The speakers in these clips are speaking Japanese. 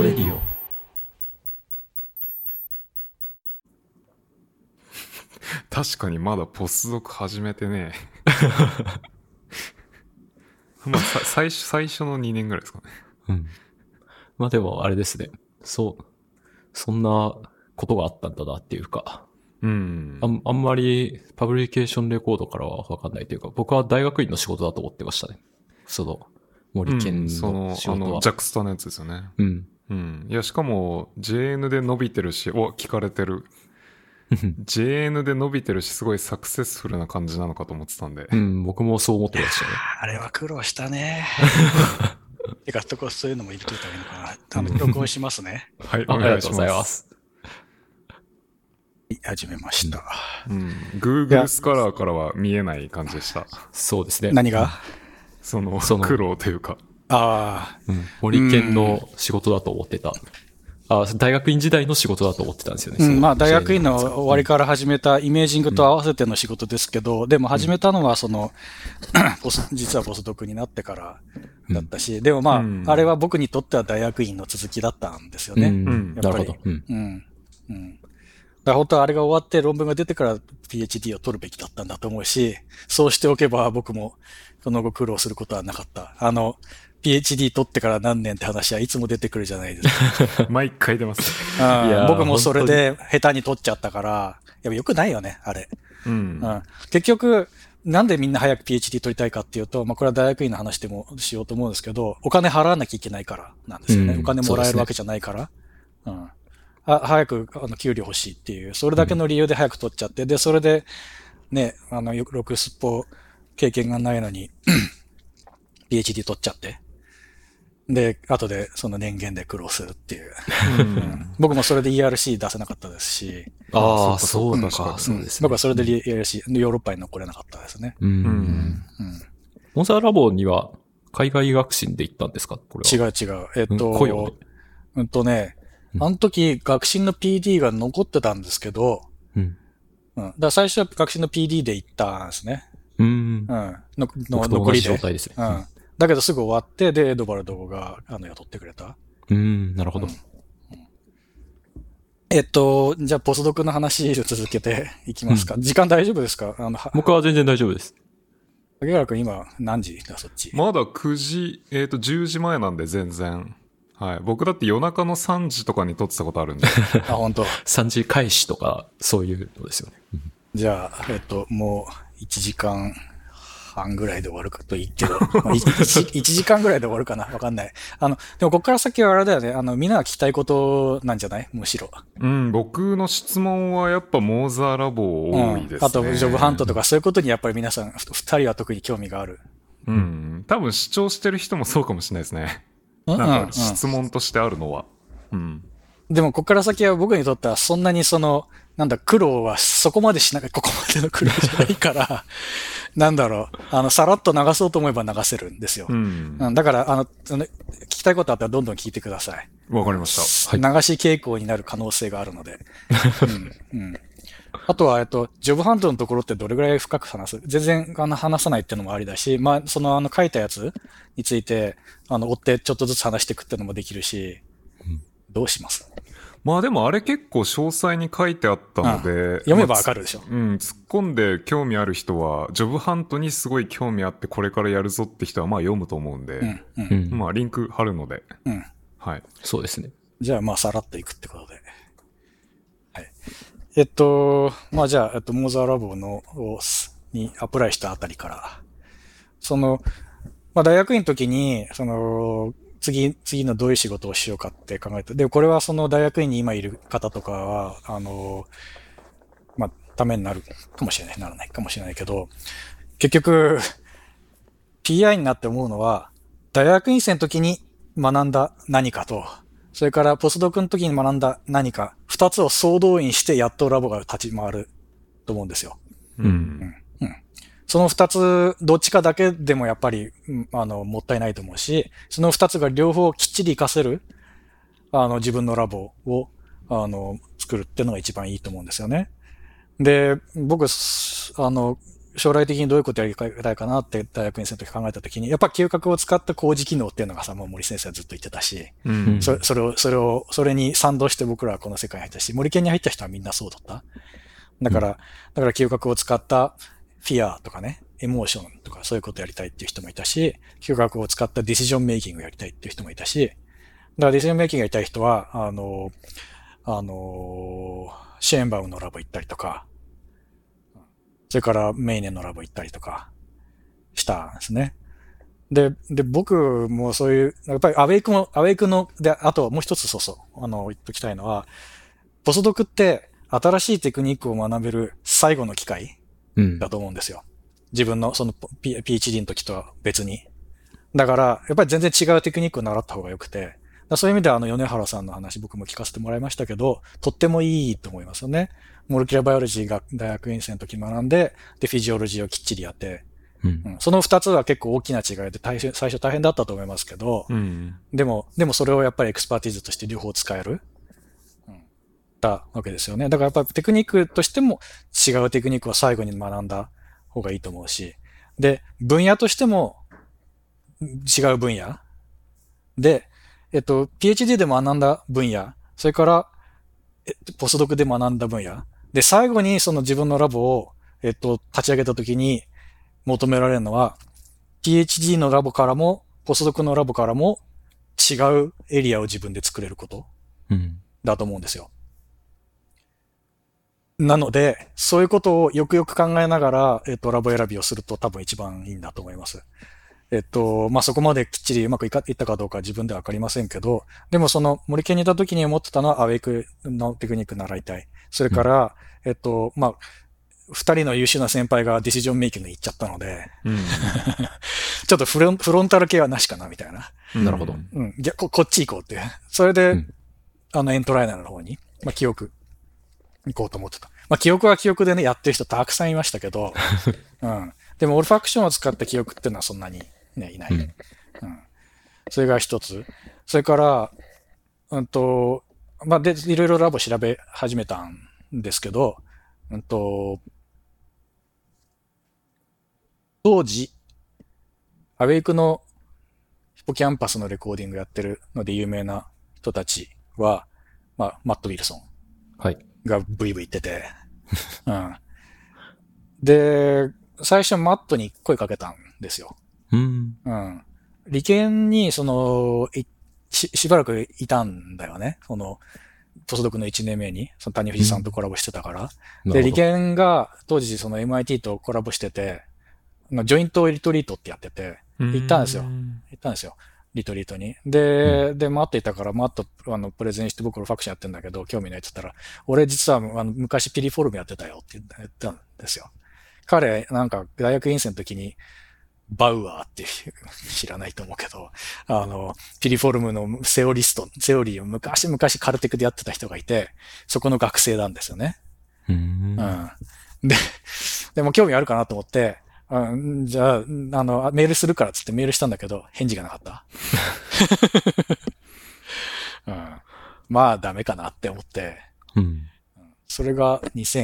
レディオ。 確かにまだポスドク始めてね。まあ最初の2年ぐらいですかね。 うん。まあでもあれですね。そんなことがあったんだなっていうか。 うん。 あんまりパブリケーションレコードからはわかんないというか、僕は大学院の仕事だと思ってましたね。その、森健の仕事は。 ジャクスタのやつですよね。 うん。 うん。いや、しかも JN で伸びてるし、聞かれてる。JN で伸びてるし、すごいサクセスフルな感じなのかと思ってたんで。 うん、僕もそう思ってましたね。 あれは苦労したね。てか、そういうのも言っといた方がいいのかな。録音しますね。 はい、 ありがお願いします。 とうございます。 始めました。 うん。Google スカラーからは見えない感じでした。 そうですね。 何がその苦労というか。 ああ。 うん。森健の仕事だと思ってた。大学院時代の仕事だと思ってたんですよね。 まあ大学院の終わりから始めたイメージングと合わせての仕事ですけど、でも始めたのは実はポスドクになってからだったし、でもまあ、あれは僕にとっては大学院の続きだったんですよね。 なるほど。 だから本当はあれが終わって論文が出てから PhD を取るべきだったんだと思うし、そうしておけば僕もその後苦労することはなかった。PhD 取ってから何年って話はいつも出てくるじゃないですか。 毎回出ます。 僕もそれで下手に取っちゃったから、やっぱ良くないよね、あれ。結局、なんでみんな早く PhD 取りたいかっていうと、まあこれは大学院の話でもしようと思うんですけど、お金払わなきゃいけないからなんですよね。お金もらえるわけじゃないから。早く給料欲しいっていう、それだけの理由で早く取っちゃって、で、それで、ね、ろくすっぽ経験がないのに、PhD 取っちゃって。で、後でその年限で苦労するっていう。僕もそれで ERC 出せなかったですし。 そうか、そうですね。 僕はそれで ERC、ヨーロッパに残れなかったですね。 モンサーラボには海外学習で行ったんですか？これは。 違う。あの時学習の PD が残ってたんですけど、だから最初は学習の PD で行ったんですね。残りで。 ですね。 だけどすぐ終わって、で、エドバルドが雇ってくれた。 なるほど。 じゃあポスドクの話を続けていきますか。時間大丈夫ですか？ 僕は全然大丈夫です。 竹原君今何時だそっち？ まだ9時、10時前なんで全然。はい。僕だって夜中の3時とかに撮ってたことあるんで。 本当。 3時開始とか、そういうのですよね。 じゃあ、もう1時間半ぐらいで終わるかと言ってる。1時間ぐらいで終わるかなわかんない。でもこっから先はあれだよね。みんなが聞きたいことなんじゃないむしろ。 僕の質問はやっぱモーザーラボ多いですね。 あと、ジョブハントとかそういうことにやっぱり皆さん、2人は特に興味がある。 多分視聴してる人もそうかもしれないですね。なんか質問としてあるのは。 でもこっから先は僕にとってはそんなに苦労はそこまでしなきゃここまでの苦労じゃないから、さらっと流そうと思えば流せるんですよ。だから、聞きたいことあったらどんどん聞いてください。 わかりました。 流し傾向になる可能性があるので。あとは、ジョブハントのところってどれぐらい深く話す？全然話さないっていうのもありだし、まあ、書いたやつについて、追ってちょっとずつ話していくっていうのもできるし、どうします？ まあでもあれ結構詳細に書いてあったので、 読めばわかるでしょ。 突っ込んで興味ある人は、ジョブハントにすごい興味あってこれからやるぞって人はまあ読むと思うんで、まあリンク貼るので、はい。 そうですね。 じゃあまあさらっといくってことで。はい。まあじゃあ、モーザーラボにアプライしたあたりから、まあ大学院の時に、次のどういう仕事をしようかって考えて、で、これは大学院に今いる方とかは、まあ、ためになるかもしれない、ならないかもしれないけど、結局、PI になって思うのは、大学院生の時に学んだ何かと、それからポスドクの時に学んだ何か、二つを総動員してやっとラボが立ち回ると思うんですよ。その二つ、どっちかだけでもやっぱり、もったいないと思うし、その二つが両方きっちり活かせる、自分のラボを、作るっていうのが一番いいと思うんですよね。で、僕、正将来的にどういうことやりたいかなって大学院生の時考えた時に、やっぱ嗅覚を使った工事機能っていうのがさ、もう森先生はずっと言ってたし、それに賛同して僕らはこの世界に入ったし、森研に入った人はみんなそうだった。だから嗅覚を使ったフィアとかね、エモーションとかそういうことやりたいっていう人もいたし、嗅覚を使ったディシジョンメイキングやりたいっていう人もいたし、だからディシジョンメイキングやりたい人は、シェーンバウムのラボ行ったりとか、それからメイネンのラボ行ったりとかしたんですね。で、僕もそういう、やっぱりアウェイクの、で、あともう一つ言っときたいのは、ポスドクって新しいテクニックを学べる最後の機会だと思うんですよ。自分のその PhD の時とは別に。だから、やっぱり全然違うテクニックを習った方が良くて、そういう意味では米原さんの話僕も聞かせてもらいましたけど、とってもいいと思いますよね。モレキュラーバイオロジーが大学院生の時学んで、で、フィジオロジーをきっちりやって、その二つは結構大きな違いで最初大変だったと思いますけど、でもそれをやっぱりエクスパーティーズとして両方使える、たわけですよね。だからやっぱりテクニックとしても違うテクニックを最後に学んだ方がいいと思うし、で、分野としても違う分野で、PhD で学んだ分野、それから、ポスドクで学んだ分野。で、最後にその自分のラボを、立ち上げたときに求められるのは、PhD のラボからも、ポスドクのラボからも違うエリアを自分で作れることだと思うんですよ。なので、そういうことをよくよく考えながら、ラボ選びをすると多分一番いいんだと思います。そこまできっちりうまくいったかどうか自分ではわかりませんけど、でもその森研にいた時に思ってたのはアウェイクのテクニック習いたい。それから、二人の優秀な先輩がディシジョンメイキングに行っちゃったので、ちょっとフロンタル系はなしかなみたいな。 なるほど。 こっち行こうって。それで、エントライナーの方に、記憶行こうと思ってた。記憶は記憶でね、やってる人たくさんいましたけど、でもオルファクションを使った記憶っていうのはそんなにね、いない。それが一つ。それから、で、いろいろラボ調べ始めたんですけど、当時、アウェイクのヒポキャンパスのレコーディングやってるので有名な人たちは、マット・ウィルソンがブイブイ言ってて、で、最初マットに声かけたんですよ。理研に、しばらくいたんだよね。ポスドクの1年目に、谷藤さんとコラボしてたから。で、理研が当時MIT とコラボしてて、ジョイントリトリートってやってて、行ったんですよ。リトリートに。で、マットいたから、マット、プレゼンして僕らファクションやってんだけど、興味ないって言ったら、俺実は、昔ピリフォルムやってたよって言ったんですよ。彼、なんか、大学院生の時に、バウアーって知らないと思うけど、ピリフォルムのセオリーを昔カルテクでやってた人がいて、そこの学生なんですよね。でも興味あるかなと思って、じゃあ、メールするからっつってメールしたんだけど、返事がなかった。ダメかなって思って、それが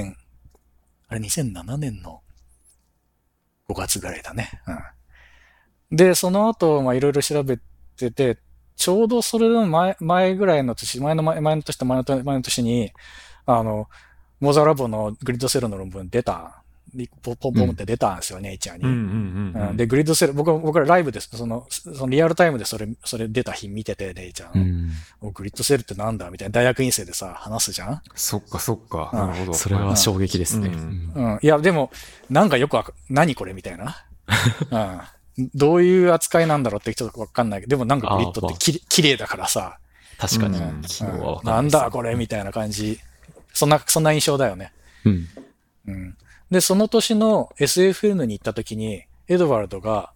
2007年の5月ぐらいだね。で、その後、いろいろ調べてて、ちょうどそれの前ぐらいの年、前の年に、モザラボのグリッドセルの論文出た。ポンって出たんですよ、ネイチャーに。で、グリッドセル、僕らライブです。そのリアルタイムでそれ出た日見てて、ネイチャーの。グリッドセルってなんだみたいな。大学院生でさ、話すじゃん。 そっか。なるほど。 それは衝撃ですね。 いや、でも、なんかよく何これみたいな。どういう扱いなんだろうってちょっとわかんないけど、でもなんかグリッドって綺麗だからさ。 確かに。 なんだこれみたいな感じ。そんな印象だよね。で、その年の SFN に行った時に、エドワルドが、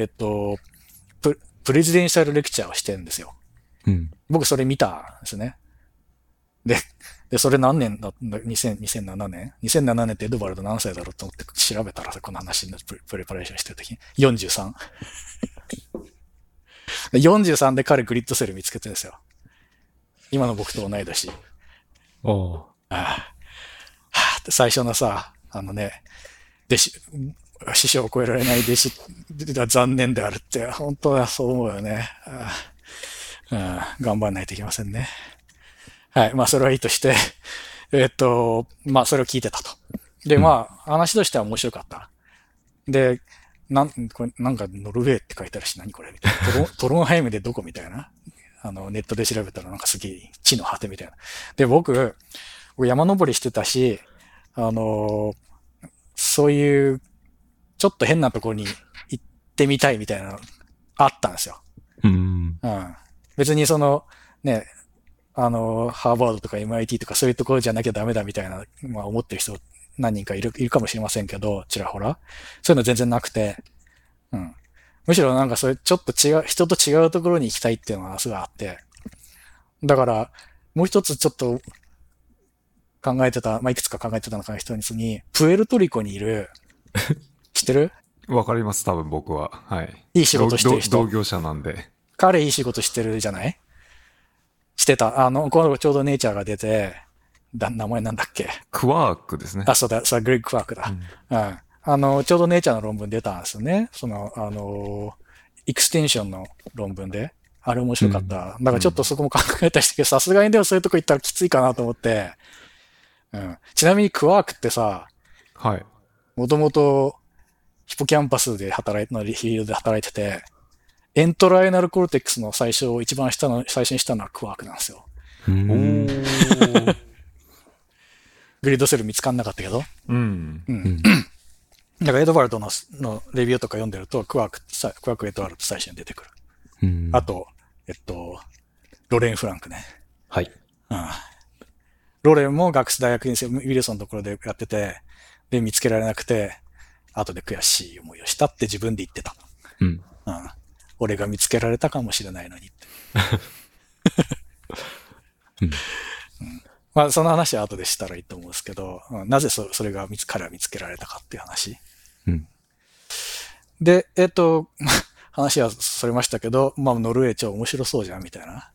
プレジデンシャルレクチャーをしてるんですよ。僕それ見たんですね。で、それ何年だったんだ ?2007 年 ?2007 年ってエドワルド何歳だろうと思って調べたらさ、この話のプレパレーションしてる時に、43。43で彼グリッドセル見つけてるんですよ。今の僕と同い年。最初のさ、 師匠を超えられない弟子は残念であるって、本当はそう思うよね。頑張んないといけませんね。はい。まあ、それはいいとして、まあ、それを聞いてたと。で、まあ、話としては面白かった。で、これなんかノルウェーって書いてあるし、何これみたいな。トロンハイムでどこみたいな。ネットで調べたらなんかすげえ地の果てみたいな。で、僕山登りしてたし、そういう、ちょっと変なところに行ってみたいみたいなのあったんですよ。別にね、ハーバードとか MIT とかそういうところじゃなきゃダメだみたいな、まあ思ってる人何人かいるかもしれませんけど、ちらほら。そういうの全然なくて、むしろなんかそれちょっと人と違うところに行きたいっていうのがすごいあって。だから、もう一つちょっと考えてた、まあいくつか考えてた中の一つに、プエルトリコにいる、知ってる？ わかります、多分僕は。はい。 いい仕事してる人。 同業者なんで。 彼いい仕事してるじゃない？してた。このちょうどネイチャーが出て、名前なんだっけ？ クワークですね。 そうだ、グレッグ・クワークだ。ちょうどネイチャーの論文出たんですよね。エクステンションの論文で。あれ面白かった。だからちょっとそこも考えたりしたけど、さすがにでもそういうとこ行ったらきついかなと思って、ちなみにクワークってさ、 はい。 もともとヒポキャンパスでフィールドで働いてて、エントライナルコルテックスの最初にしたのはクワークなんですよ。グリッドセル見つかんなかったけど。だからエドワルドのレビューとか読んでると、クワークエドワルド最初に出てくる。あと、ロレン・フランクね。 はい。 ロレンも大学院生、ウィルソンのところでやってて、で、見つけられなくて、後で悔しい思いをしたって自分で言ってた。俺が見つけられたかもしれないのにって。まあ、その話は後でしたらいいと思うんですけど、なぜそれが彼は見つけられたかっていう話。で、話はそれましたけど、まあ、ノルウェー超面白そうじゃん、みたいな。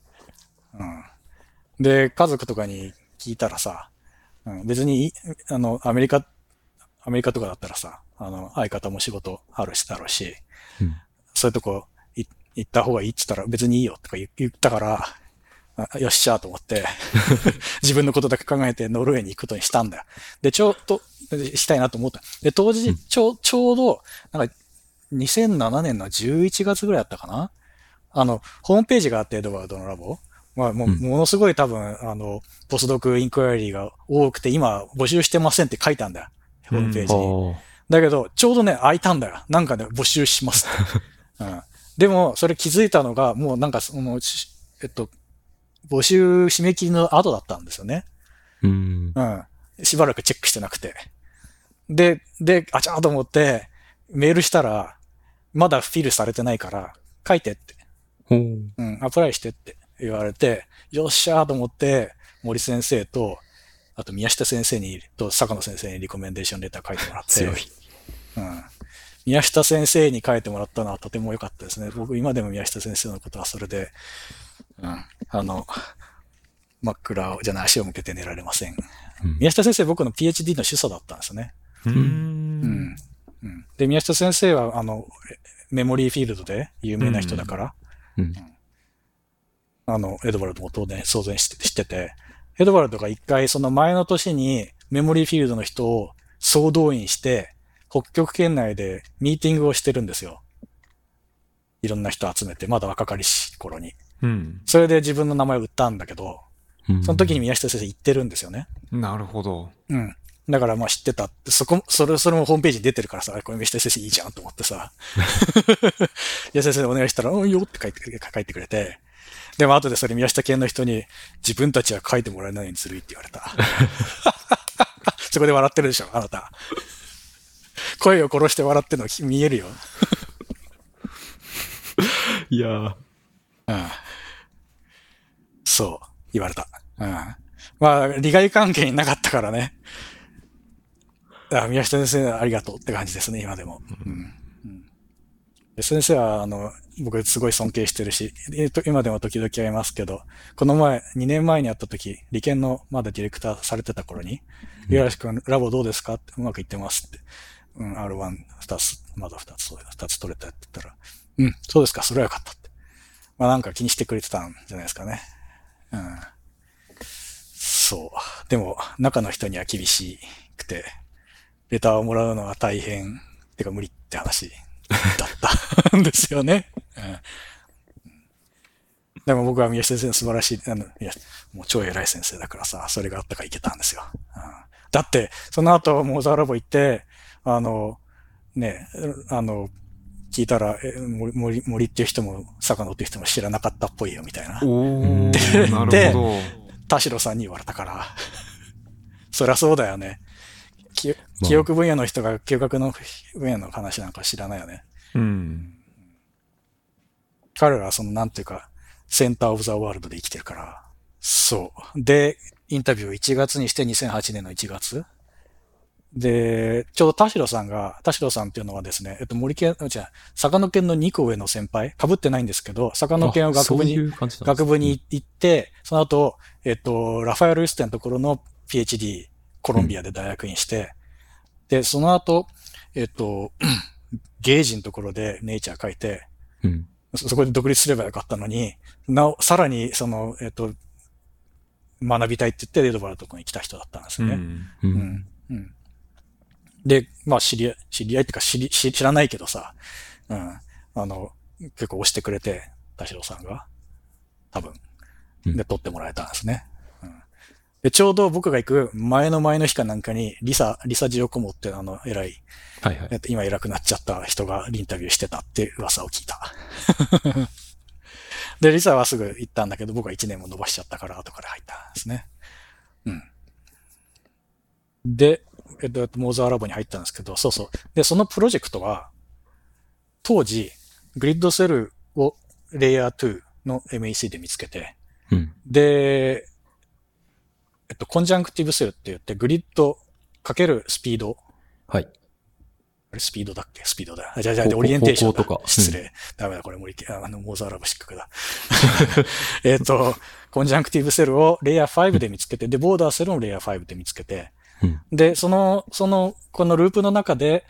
で、家族とかに聞いたらさ、別に、アメリカとかだったらさ、相方も仕事あるしだろうし、そういうとこ行った方がいいって言ったら別にいいよとか言ったから、よっしゃーと思って、自分のことだけ考えてノルウェーに行くことにしたんだよ。で、ちょっと、したいなと思った。で、当時、ちょうど、なんか、2007年の11月ぐらいだったかな？ホームページがあって、エドワルドのラボ。まあ、ものすごい多分、ポスドクインクワイリーが多くて、今、募集してませんって書いたんだよ。ホームページに。だけど、ちょうどね、空いたんだよ。なんかね、募集しますって。でも、それ気づいたのが、もうなんか、募集締め切りの後だったんですよね。しばらくチェックしてなくて。で、あちゃーと思って、メールしたら、まだフィルされてないから、書いてって。アプライしてって言われて、よっしゃーと思って、森先生と、あと宮下先生と坂野先生にリコメンデーションレター書いてもらって。 強い。 宮下先生に書いてもらったのはとても良かったですね。僕今でも宮下先生のことはそれで、真っ暗じゃない足を向けて寝られません。宮下先生僕の PhD の主査だったんですよね。で、宮下先生はメモリーフィールドで有名な人だから、エドワルドも当然知ってて、エドワルドが一回その前の年にメモリーフィールドの人を総動員して、北極圏内でミーティングをしてるんですよ。いろんな人集めて、まだ若かりし頃に。それで自分の名前を売ったんだけど、その時に宮下先生言ってるんですよね。 なるほど。 だからまあ知ってたって、それもホームページに出てるからさ、これ宮下先生いいじゃんと思ってさ。宮下先生お願いしたら、いいよって書いてくれて。でも後でそれ宮下系の人に、自分たちは書いてもらえないようにずるいって言われた。そこで笑ってるでしょ、あなた。声を殺して笑ってるの見えるよ。 いやー。 そう、言われた。まあ、利害関係になかったからね。宮下先生ありがとうって感じですね、今でも。先生は、僕すごい尊敬してるし、今でも時々会いますけど、この前、2年前に会った時、理研のまだディレクターされてた頃に、五十嵐君、ラボどうですかってうまくいってますって。R1 まだ2つ取れたって言ったら、うん、そうですか、それはよかったって。まあなんか気にしてくれてたんじゃないですかね。うん。そう。でも、中の人には厳しくて、レターをもらうのは大変、てか無理って話だったんですよね。うん。でも僕は宮下先生の素晴らしい、いや、もう超偉い先生だからさ、それがあったからいけたんですよ。うん、だって、その後、モーザーラボ行って、聞いたら、森っていう人も、坂野っていう人も知らなかったっぽいよ、みたいな。 なるほど。 田代さんに言われたから。そりゃそうだよね。記憶分野の人が記憶の分野の話なんか知らないよね。 うん。 彼らはなんていうか、センターオブザワールドで生きてるから。そう。で、インタビューを1月にして2008年の1月。で、ちょうど田代さんっていうのはですね、坂野県の2個上の先輩、被ってないんですけど、坂野県を学部に行って、その後、ラファエル・ユステのところの PhD、コロンビアで大学院して、で、その後、ゲージのところでネイチャー書いて、そこで独立すればよかったのに、さらに、学びたいって言って、エドバルド君に来た人だったんですよね。で、まあ、知り合いっていうか知らないけどさ、結構押してくれて、田代さんが、多分、で、取ってもらえたんですね。で、ちょうど僕が行く前の日かなんかに、リサジオコモって偉い、今偉くなっちゃった人がインタビューしてたって噂を聞いた。で、リサはすぐ行ったんだけど、僕は1年も伸ばしちゃったから後から入ったんですね。で、モーザーラボに入ったんですけど、そうそう。で、そのプロジェクトは、当時、グリッドセルをレイヤー2の MEC で見つけて、で、コンジャンクティブセルって言って、グリッドかけるスピード。 はい。 あれスピードだっけスピードだ。じゃあ、オリエンテーションだ。とか失礼。ダメだ、これモーザーラボ失格だ。コンジャンクティブセルをレイヤー5で見つけて、で、ボーダーセルをレイヤー5で見つけて、で、このループの中で、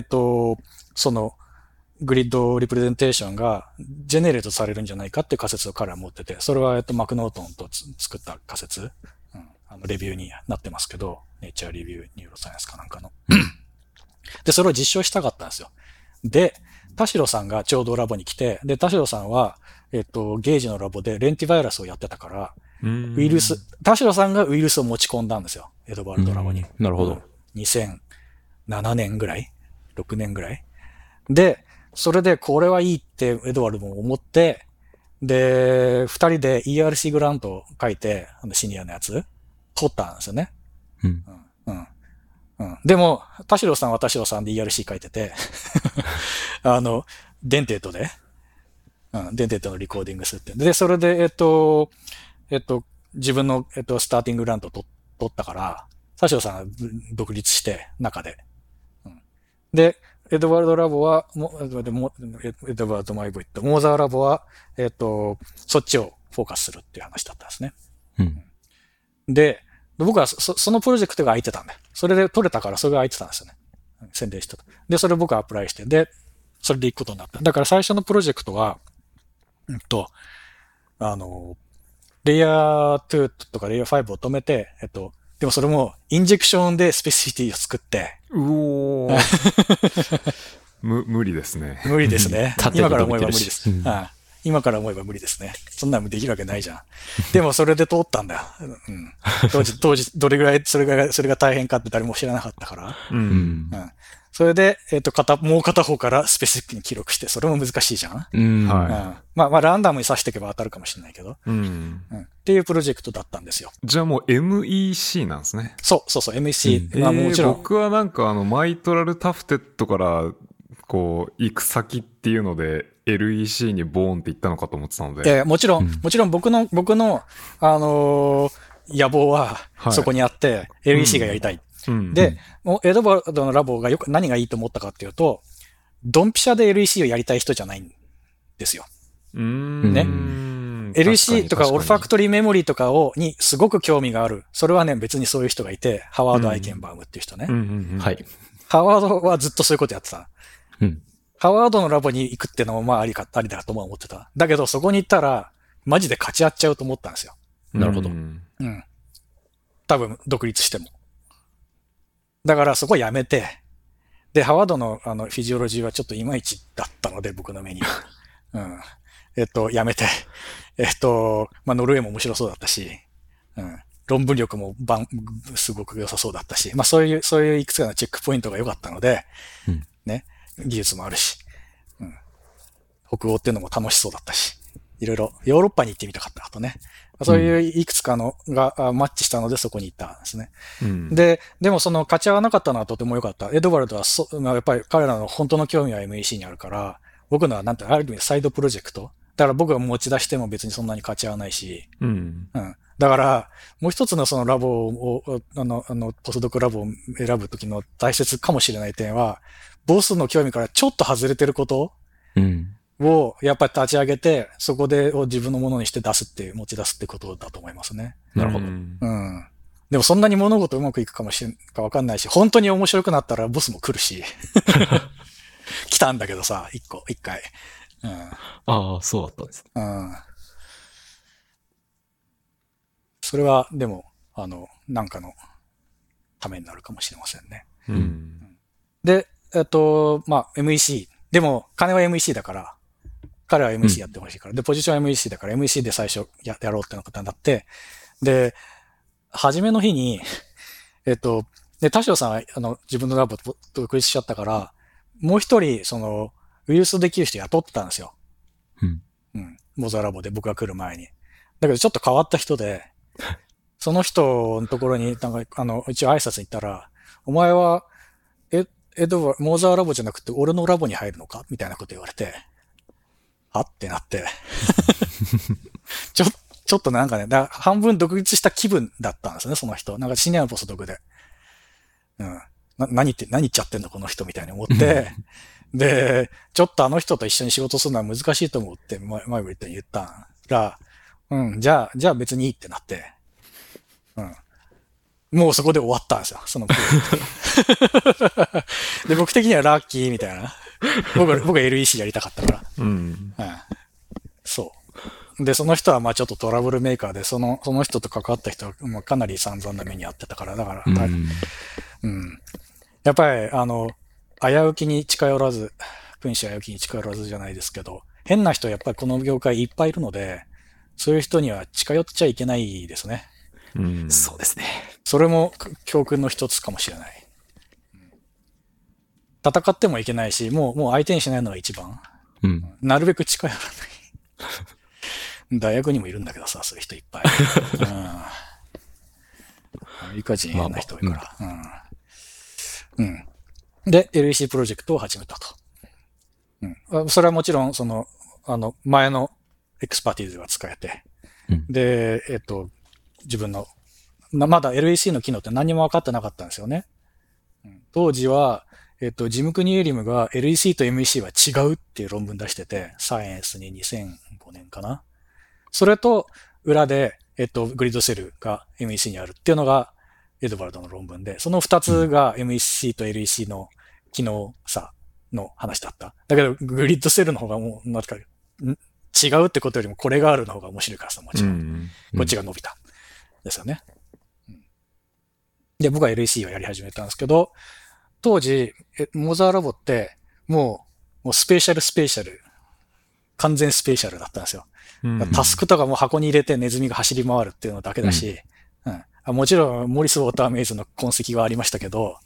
グリッドリプレゼンテーションがジェネレートされるんじゃないかっていう仮説を彼は持ってて、それは、マクノートンと作った仮説、レビューになってますけど、ネイチャーリビューニューロサイエンスかなんかの。で、それを実証したかったんですよ。で、田代さんがちょうどラボに来て、で、田代さんは、ゲージのラボでレンティバイラスをやってたから、田代さんがウイルスを持ち込んだんですよ。エドバルドラボに。 なるほど。 2007年ぐらい ?6 年ぐらいで、それでこれはいいってエドワルドも思って、で、二人で ERC グラントを書いて、シニアのやつ、取ったんですよね。でも、田代さんは田代さんで ERC 書いてて、デンテートで、デンテートのリコーディングするって。で、それで、自分の、スターティンググラントを取ったから、田代さんが独立して、中で。で、エドワルドラボは、エドワルドマイボイット、モーザーラボは、そっちをフォーカスするっていう話だったんですね。で、僕はそのプロジェクトが空いてたんで、それで取れたからそれが空いてたんですよね。宣伝してた。で、それ僕はアプライして、で、それで行くことになった。だから最初のプロジェクトは、レイヤー2とかレイヤー5を止めて、でもそれもインジェクションでスペシフィティを作って、 無理ですね。 無理ですね。今から思えば無理です。今から思えば無理ですね。そんなのできるわけないじゃん。でもそれで通ったんだよ。当時、どれぐらい、それが大変かって誰も知らなかったから。それで、もう片方からスペシフィックに記録して、それも難しいじゃん。まあ、ランダムに刺していけば当たるかもしれないけど。っていうプロジェクトだったんですよ。 じゃあもう MEC なんですね。 そう、MEC。もちろん。 僕はなんかマイトラルタフテッドから、こう、行く先っていうので、LEC にボーンって行ったのかと思ってたので。 もちろん僕の、野望は、そこにあって、LEC がやりたい。で、エドワルドのラボが何がいいと思ったかっていうと、ドンピシャで LEC をやりたい人じゃないんですよ。ね。LEC とかオルファクトリーメモリーとかにすごく興味がある。それはね、別にそういう人がいて、ハワード・アイケンバームっていう人ね。 はい。 ハワードはずっとそういうことやってた。 うん。 ハワードのラボに行くっていうのもまあありだと思ってた。だけどそこに行ったら、マジで勝ち合っちゃうと思ったんですよ。 なるほど。 うん。多分、独立しても。だからそこやめて、で、ハワードのフィジオロジーはちょっといまいちだったので、僕の目には。やめて、まあ、ノルウェーも面白そうだったし、論文力もすごく良さそうだったし、まあ、そういういくつかのチェックポイントが良かったので、ね、技術もあるし、北欧っていうのも楽しそうだったし、いろいろヨーロッパに行ってみたかったとね。そういういくつかのがマッチしたのでそこに行ったんですね。でもその勝ち合わなかったのはとても良かった。エドワルドはまあ、やっぱり彼らの本当の興味は MEC にあるから、僕のはなんてある意味サイドプロジェクト。だから僕が持ち出しても別にそんなに勝ち合わないし。だから、もう一つのそのラボを、ポスドクラボを選ぶときの大切かもしれない点は、ボスの興味からちょっと外れてることをやっぱり立ち上げて、そこで自分のものにして持ち出すってことだと思いますね。 なるほど。 でもそんなに物事うまくいくかわかんないし、本当に面白くなったらボスも来るし。来たんだけどさ、一回。 ああ、そうだったんですね。 それは、でも、なんかのためになるかもしれませんね。で、まあ、MEC。でも、金は MEC だから、彼は MEC やってほしいから。で、ポジションは MEC だから、MEC で最初やろうってことになって、で、初めの日に、で、田代さんは、自分のラボと独立しちゃったから、もう一人、ウイルスできる人雇ってたんですよ。モザラボで僕が来る前に。だけどちょっと変わった人で、その人のところに、一応挨拶に行ったら、お前は、モザラボじゃなくて俺のラボに入るのかみたいなこと言われて、はってなって。ちょっとなんかね、半分独立した気分だったんですね、その人。なんかシニアのポスドクで。何言っちゃってんのこの人みたいに思って、で、ちょっとあの人と一緒に仕事するのは難しいと思って、前も言ったら、じゃあ別にいいってなって、もうそこで終わったんですよ、そので、僕的にはラッキーみたいな。僕は LEC やりたかったから。そう。で、その人はまあちょっとトラブルメーカーで、その人と関わった人はまあかなり散々な目に遭ってたから、だから、やっぱり、危うきに近寄らず、君子危うきに近寄らずじゃないですけど、変な人やっぱりこの業界いっぱいいるので、そういう人には近寄っちゃいけないですね。 そうですね。 それも教訓の一つかもしれない。戦ってもいけないし、もう相手にしないのが一番。なるべく近寄らない。大学にもいるんだけどさ、そういう人いっぱい。アメリカ人変な人多いから。で、LEC プロジェクトを始めたと。それはもちろん、前のエクスパーティーズが使えて、で、自分の、まだ LEC の機能って何も分かってなかったんですよね。当時は、ジム・クニエリムが LEC と MEC は違うっていう論文出してて、サイエンスに2005年かな。それと、裏で、グリッドセルが MEC にあるっていうのが、エドワルドの論文で、その二つが MEC と LEC の機能差の話だった。だけど、グリッドセルの方がもう、なんか、違うってことよりもこれがあるの方が面白いからさ、もちろん。こっちが伸びた。ですよね。で、僕は LEC をやり始めたんですけど、当時、モザーラボって、もうスペシャル、完全スペシャルだったんですよ。タスクとかも箱に入れてネズミが走り回るっていうのだけだし、もちろん、モリス・ウォーターメイズの痕跡はありましたけど、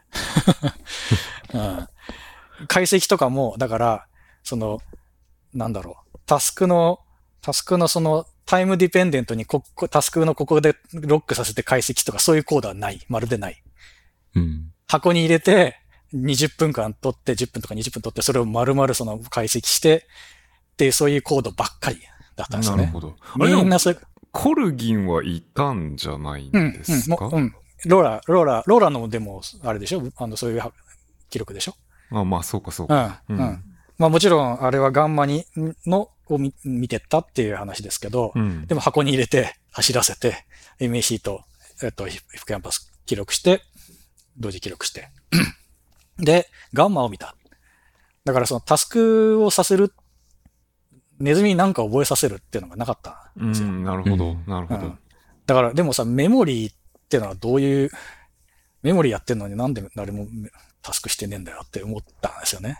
解析とかも、だから、なんだろう、タスクのそのタイムディペンデントにタスクのここでロックさせて解析とかそういうコードはない。まるでない。箱に入れて20分間取って10分とか20分取ってそれを丸々その解析してってそういうコードばっかりだったんですよね。 なるほど。 みんなそれコルギンはいたんじゃないんですか？ ローラのでもあれでしょ？そういう記録でしょ？ まあそうかそうか。 まあもちろんあれはガンマを見てったっていう話ですけど、でも箱に入れて走らせて MAC とヒップキャンパス記録して同時記録してで、ガンマを見た。だからそのタスクをさせる、ネズミに何か覚えさせるっていうのがなかったんですよ。 なるほど、なるほど。 だから、でもさ、メモリーってのはどういう、メモリーやってんのになんで誰もタスクしてねえんだよって思ったんですよね。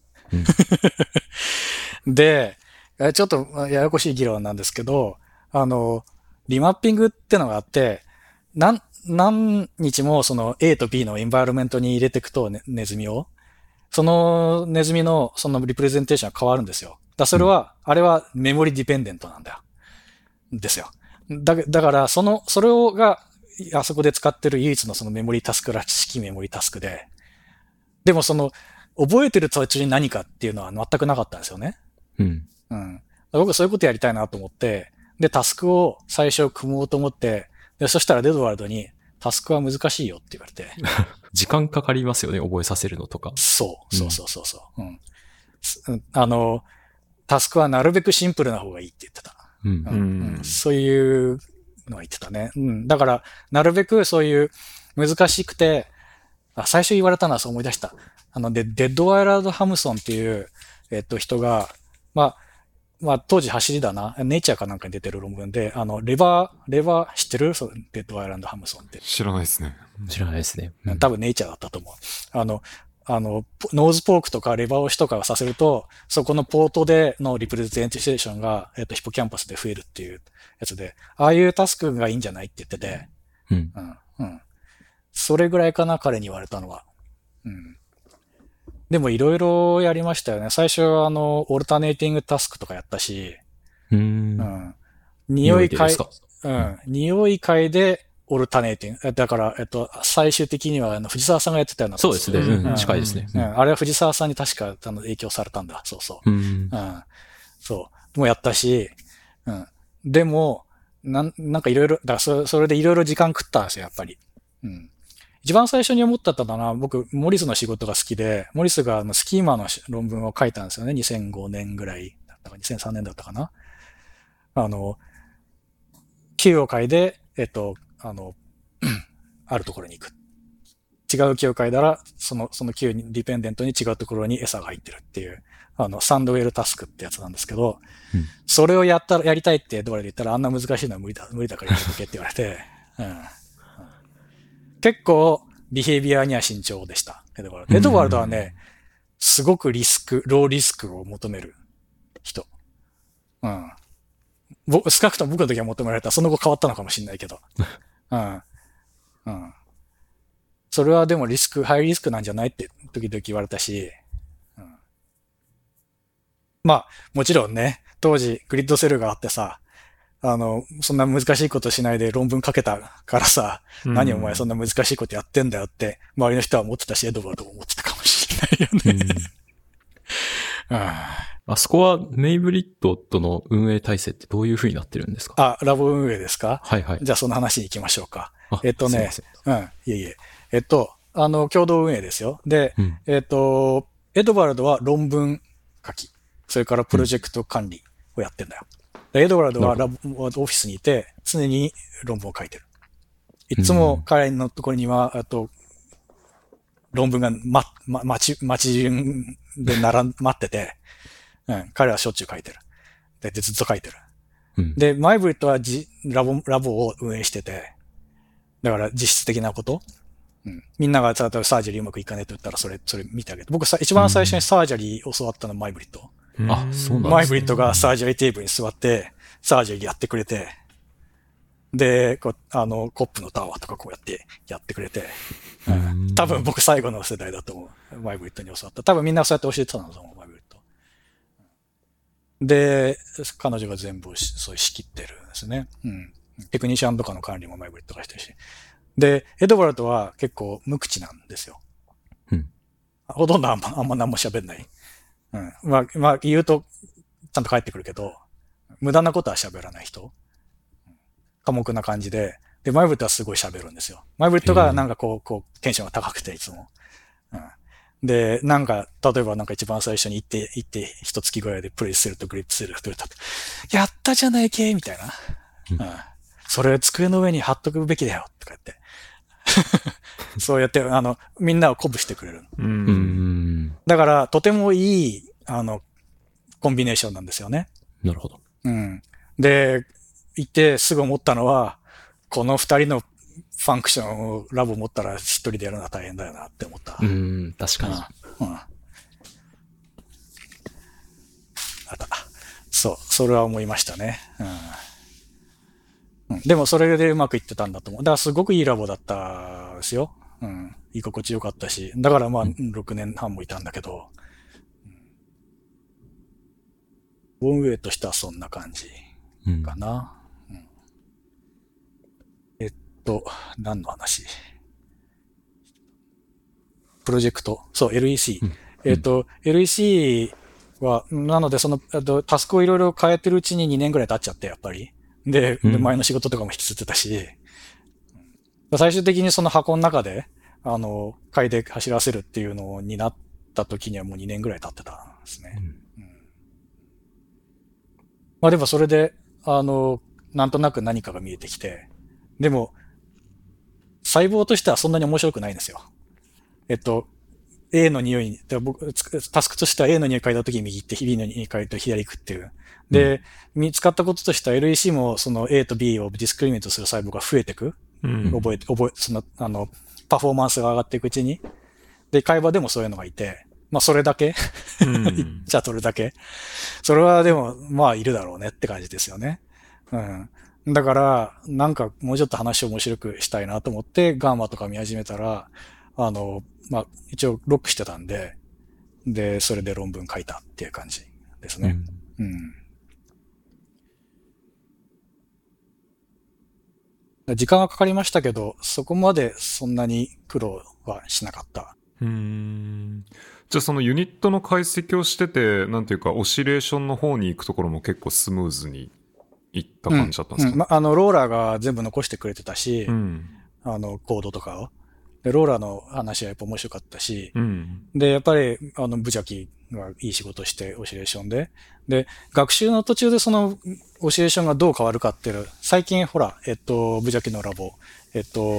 で、ちょっとややこしい議論なんですけど、リマッピングってのがあって、何日もその A と B のエンバイロメントに入れていくと、ネズミを、そのネズミのそのリプレゼンテーションが変わるんですよ。それは、あれはメモリディペンデントなんだよ。ですよ。だから、それが、あそこで使ってる唯一のそのメモリタスクらしきメモリタスクで、でも覚えてる途中に何かっていうのは全くなかったんですよね。僕はそういうことやりたいなと思って、で、タスクを最初組もうと思って、で、そしたらエドワルドに、タスクは難しいよって言われて。 時間かかりますよね、覚えさせるのとか。 そう。タスクはなるべくシンプルな方がいいって言ってた。そういうのは言ってたね。だから、なるべくそういう難しくて、最初言われたのはそう思い出した。デッドワイラード・ハムソンっていう、人が、当時走りだな、ネイチャーかなんかに出てる論文で、レバー知ってる？デッドワイラード・ハムソンって。 知らないですね。 知らないですね。 多分ネイチャーだったと思う。ノーズポークとかレバー押しとかをさせると、そこのポートでのリプレゼンテーションが、ヒポキャンパスで増えるっていうやつで、ああいうタスクがいいんじゃないって言ってて、それぐらいかな、彼に言われたのは。でもいろいろやりましたよね。最初はオルタネーティングタスクとかやったし、匂い嗅いでオルタネーティング。だから、最終的には藤沢さんがやってたような。 そうですね。近いですね。 あれは藤沢さんに確か影響されたんだ。そう。そう。もうやったし、でも、なんかいろいろ、だからそれでいろいろ時間食ったんですよ、やっぱり。一番最初に思ったのは、僕、モリスの仕事が好きで、モリスがスキーマの論文を書いたんですよね。2005年ぐらいだったか、2003年だったかな。球を嗅いで、あるところに行く。違う球を嗅いだら、その球にディペンデントに違うところに餌が入ってるっていう、サンドウェルタスクってやつなんですけど、それをやりたいってどれで言ったら、あんな難しいのは無理だからやめとけって言われて、結構、ビヘイビアには慎重でした。エドワルドはね、すごくローリスクを求める人。少なくとも僕の時は求められた。その後変わったのかもしれないけど。それはでもハイリスクなんじゃないって時々言われたし。もちろんね、当時グリッドセルがあってさ、そんな難しいことしないで論文書けたからさ、何お前そんな難しいことやってんだよって、周りの人は思ってたし、エドワルドも思ってたかもしれないよね。 あそこはメイブリッドとの運営体制ってどういう風になってるんですか？ ラボ運営ですか？ はいはい。 じゃあその話に行きましょうか。共同運営ですよ。で、エドワルドは論文書き、それからプロジェクト管理をやってんだよ。エドワルドはオフィスにいて、常に論文を書いてる。いつも彼のところには、論文が待ち順で待ってて、彼はしょっちゅう書いてる。で、ずっと書いてる。で、マイブリットはラボを運営してて、だから実質的なこと。みんなが例えばサージャリーうまくいかねえと言ったらそれ見てあげて。僕一番最初にサージャリーを教わったのはマイブリット。 そうなんですね。 マイブリットがサージャリーテーブルに座って、サージャリーやってくれて、で、コップのタワーとかこうやってくれて、多分僕最後の世代だと思う。マイブリットに教わった。多分みんなそうやって教えてたんだと思う、マイブリット。で、彼女が全部そう仕切ってるんですね。テクニシャンとかの管理もマイブリットがしてるし。で、エドワルドは結構無口なんですよ。ほとんどあんま何も喋んない。言うと、ちゃんと帰ってくるけど、無駄なことは喋らない人。寡黙な感じで、マイブリットはすごい喋るんですよ。マイブリットがなんかこう、テンションが高くて、いつも。で、なんか、例えばなんか一番最初に行って、一月ぐらいでプレイするとグリップするとやったじゃないけみたいな。それ机の上に貼っとくべきだよ、とか言って。 そうやって、みんなを鼓舞してくれる。 うん。 だから、とてもいい、コンビネーションなんですよね。 なるほど。 うん。で、行ってすぐ思ったのは、この二人のファンクションをラボ持ったら一人でやるのは大変だよなって思った。 確かに。 そう、それは思いましたね。でもそれでうまくいってたんだと思う。だからすごくいいラボだったですよ。居心地よかったし。だから6年半もいたんだけど、運営としてはそんな感じかな。何の話？プロジェクト。そう、LEC。LEC は、なのでタスクをいろいろ変えてるうちに2年ぐらい経っちゃって、やっぱり。で、前の仕事とかも引き継ってたし、最終的にその箱の中で、買いで走らせるっていうのになった時にはもう2年ぐらい経ってたんですね。まあでもそれで、なんとなく何かが見えてきて、でも、細胞としてはそんなに面白くないんですよ。A の匂い、僕、タスクとしては A の匂い嗅いだ時に右行って、B の匂い嗅いだと左行くっていう。で、見つかったこととしては LEC もその A と B をディスクリミネートする細胞が増えていく。パフォーマンスが上がっていくうちに。で、会話でもそういうのがいて、まあそれだけ言っちゃそれだけ。それはでも、まあいるだろうねって感じですよね。だから、なんかもうちょっと話を面白くしたいなと思って、ガンマとか見始めたら、まあ一応ロックしてたんで、で、それで論文書いたっていう感じですね。時間はかかりましたけど、そこまでそんなに苦労はしなかった。 じゃあそのユニットの解析をしてて、なんていうか、オシレーションの方に行くところも結構スムーズに行った感じだったんですか？ ローラーが全部残してくれてたし、コードとかを。で、ローラーの話はやっぱ面白かったし、で、やっぱり、ブジャキがいい仕事して、オシレーションで。で、学習の途中でその、オシレーションがどう変わるかっていう、最近ほら、ブジャキのラボ、フ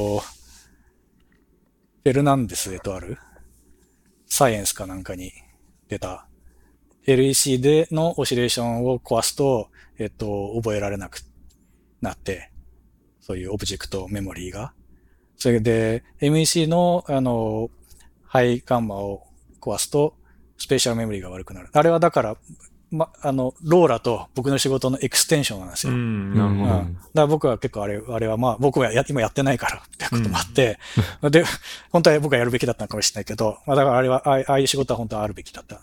ェルナンデスエトアルサイエンスかなんかに出た、LEC でのオシレーションを壊すと、覚えられなくなって、そういうオブジェクトメモリーが。それで、MEC の、ハイガンマを壊すと、スペシャルメモリーが悪くなる。あれはだから、ローラと僕の仕事のエクステンションなんですよ。 なるほど。 だから僕は結構あれはまあ、僕は今やってないからってこともあって、で、本当は僕がやるべきだったのかもしれないけど、まあだからあれは、ああいう仕事は本当はあるべきだった。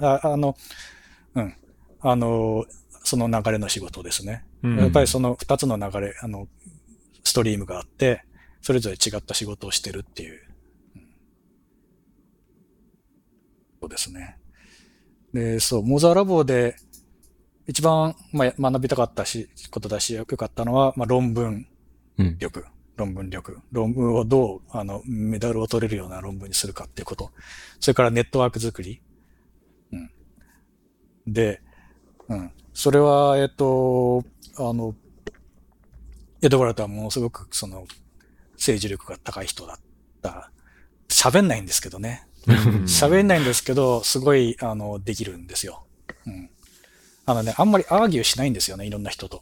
その流れの仕事ですね。やっぱりその二つの流れ、ストリームがあって、それぞれ違った仕事をしてるっていう。そうですね。で、そう、モザラボで一番、まあ、学びたかったことだし、よかったのは、まあ、論文力。論文をどう、メダルを取れるような論文にするかっていうこと。それからネットワーク作り。で、それは、エドワルドはものすごく、政治力が高い人だった。喋んないんですけどね。喋んないんですけど、すごい、できるんですよ。あんまりアーギューしないんですよね、いろんな人と。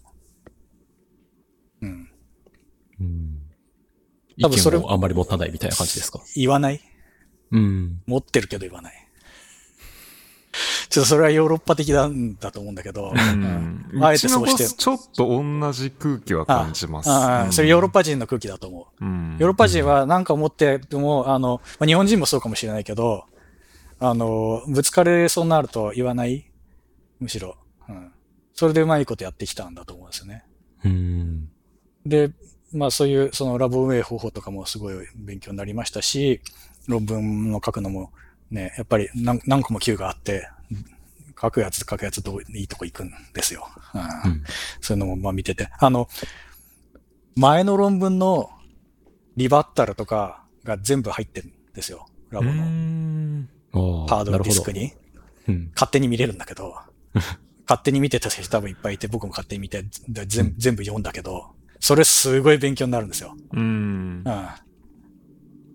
多分それもあんまり持たないみたいな感じですか？ 言わない。持ってるけど言わない。ちょっとそれはヨーロッパ的なんだと思うんだけど、 あえてそうして。ちょっと同じ空気は感じます。 それヨーロッパ人の空気だと思う。ヨーロッパ人は何か思ってても、日本人もそうかもしれないけど、ぶつかれそうになると言わない。むしろ。それでうまいことやってきたんだと思うんですよね。で、まあそういう、ラボ運営方法とかもすごい勉強になりましたし、論文の書くのもね、やっぱり何個も Q があって、書くやつどういいとこ行くんですよ。そういうのもまあ見てて。前の論文のリバッタルとかが全部入ってるんですよ。ラボのハードディスクに。勝手に見れるんだけど、勝手に見てた人多分いっぱいいて、僕も勝手に見て、全部読んだけど、それすごい勉強になるんですよ。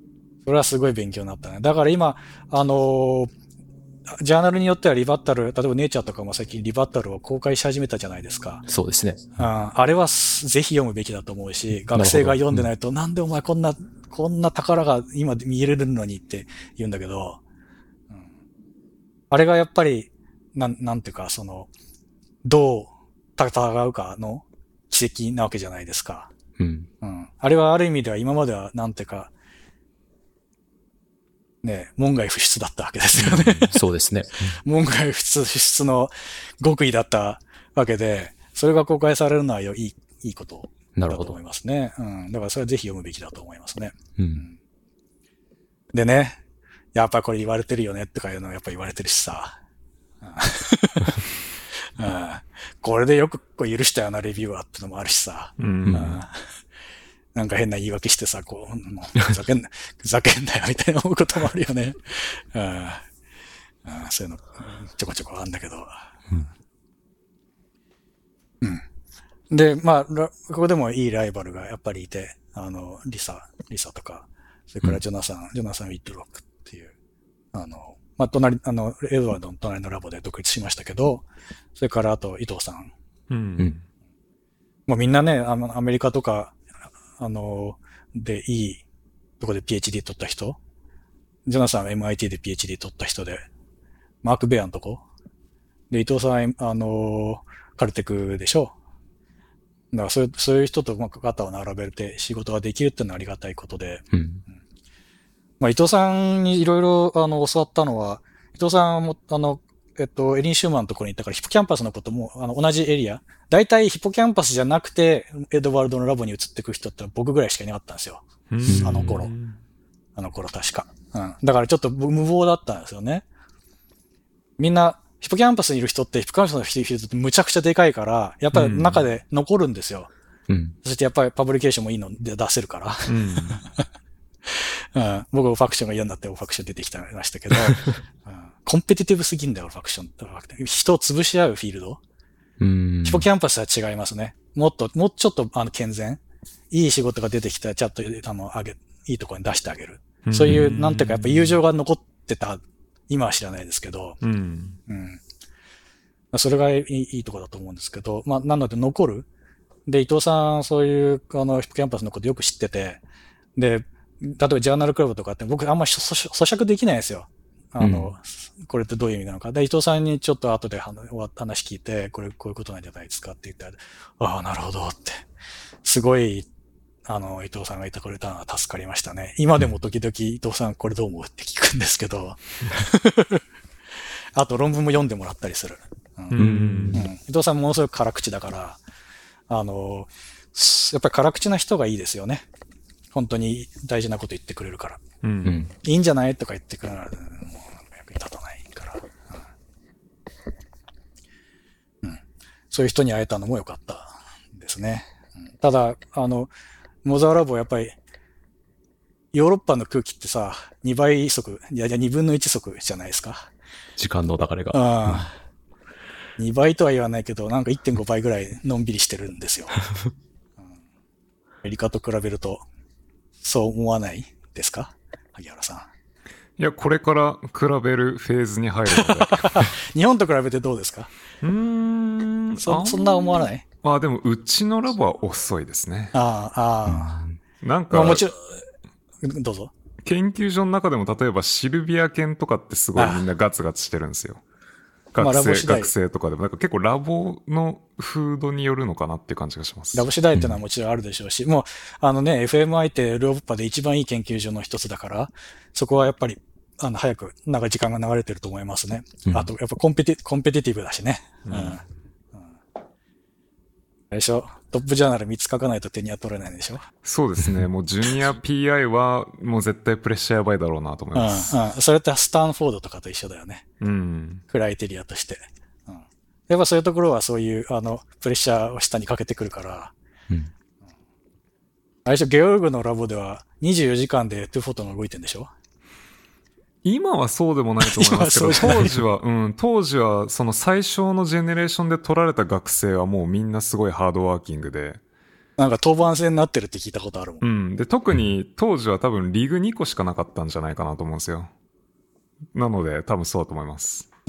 それはすごい勉強になったね。だから今、ジャーナルによってはリバッタル、例えばネイチャーとかも最近リバッタルを公開し始めたじゃないですか。 そうですね。 あれはぜひ読むべきだと思うし、学生が読んでないと、なんでお前こんな宝が今見れるのにって言うんだけど、あれがやっぱり、なんていうか、どう戦うかの奇跡なわけじゃないですか。あれはある意味では今まではなんていうか、ね、門外不出だったわけですよね。 そうですね。 門外不出の極意だったわけで、それが公開されるのはいいことだと思いますね。だからそれはぜひ読むべきだと思いますね。でね、やっぱこれ言われてるよねとかいうのはやっぱ言われてるしさ。これでよく許したようなレビューはってのもあるしさ。なんか変な言い訳してさ、ふざけんなよみたいな思うこともあるよね。そういうのちょこちょこあるんだけど。で、まあ、ここでもいいライバルがやっぱりいて、リサとか、それからジョナサン・ウィットロックっていう、まあ、エドワードの隣のラボで独立しましたけど、それからあと伊藤さん。もうみんなね、アメリカとか、でいいとこで PhD 取った人、ジョナサンは MIT で PhD 取った人で、マーク・ベアのとこ、で、伊藤さん、カルテクでしょ。だからそういう人と肩を並べて仕事ができるっていうのはありがたいことで、まあ、伊藤さんにいろいろ教わったのは、伊藤さんもエリン・シューマンのところに行ったからヒポキャンパスのことも同じエリア、大体ヒポキャンパスじゃなくてエドワルドのラボに移ってくる人って僕ぐらいしかいなかったんですよ。あの頃確か。だからちょっと無謀だったんですよね。みんなヒポキャンパスにいる人ってヒポキャンパスの人ってむちゃくちゃでかいから、やっぱり中で残るんですよ。そしてやっぱりパブリケーションもいいので出せるから。僕はファクションが嫌になってファクション出てきましたけど、コンペティティブすぎんだよ、ファクション。人を潰し合うフィールド。ヒポキャンパスは違いますね。もうちょっと健全。いい仕事が出てきたらちゃんといいところに出してあげる。そういう、なんていうかやっぱ友情が残ってた、今は知らないですけど、それがいいところだと思うんですけど、まあ、なので残る。で、伊藤さん、そういう、ヒポキャンパスのことよく知ってて、で、例えばジャーナルクラブとかって僕あんまり咀嚼できないんですよ。これってどういう意味なのか。で、伊藤さんにちょっと後で話聞いて、こういうことなんじゃないですかって言ったら、ああ、なるほどって。すごい、伊藤さんが言ってくれたのは助かりましたね。今でも時々伊藤さんこれどう思うって聞くんですけど、あと論文も読んでもらったりする。伊藤さんものすごく辛口だから、やっぱり辛口な人がいいですよね。本当に大事なこと言ってくれるから。いいんじゃないとか言ってくれるのは、もう役に立たないから、そういう人に会えたのも良かったですね。ただ、モザーラボはやっぱり、ヨーロッパの空気ってさ、2倍速、2分の1速じゃないですか。 時間の流れが。 2倍とは言わないけど、なんか 1.5 倍ぐらいのんびりしてるんですよ。アメリカと比べると、そう思わないですか？萩原さん。 いや、これから比べるフェーズに入るので。 日本と比べてどうですか？そんな思わない？ でも、うちのラボは遅いですね。なんか、 もちろん、どうぞ。 研究所の中でも、例えばシルビア犬とかってすごいみんなガツガツしてるんですよ。学生とかでも、なんか結構ラボの風土によるのかなっていう感じがします。 ラボ次第っていうのはもちろんあるでしょうし、もう、FMI ってヨーロッパで一番いい研究所の一つだから、そこはやっぱり、早く、時間が流れてると思いますね。あと、やっぱコンペティティブだしね。あれでしょ？トップジャーナル3つ書かないと手には取れないでしょ？ そうですね。もうジュニア PI はもう絶対プレッシャーやばいだろうなと思います。 それってスタンフォードとかと一緒だよね。クライテリアとして。やっぱそういうところはそういう、プレッシャーを下にかけてくるから。あれでしょ、ゲオルグのラボでは24時間でトゥフォトンが動いてるんでしょ？ 今はそうでもないと思いますけど、当時はその最初のジェネレーションで取られた学生はもうみんなすごいハードワーキングで、 なんか当番制になってるって聞いたことあるもん。 うん。で、特に当時は多分リーグ2個しかなかったんじゃないかなと思うんですよ。なので、多分そうだと思います。 うん。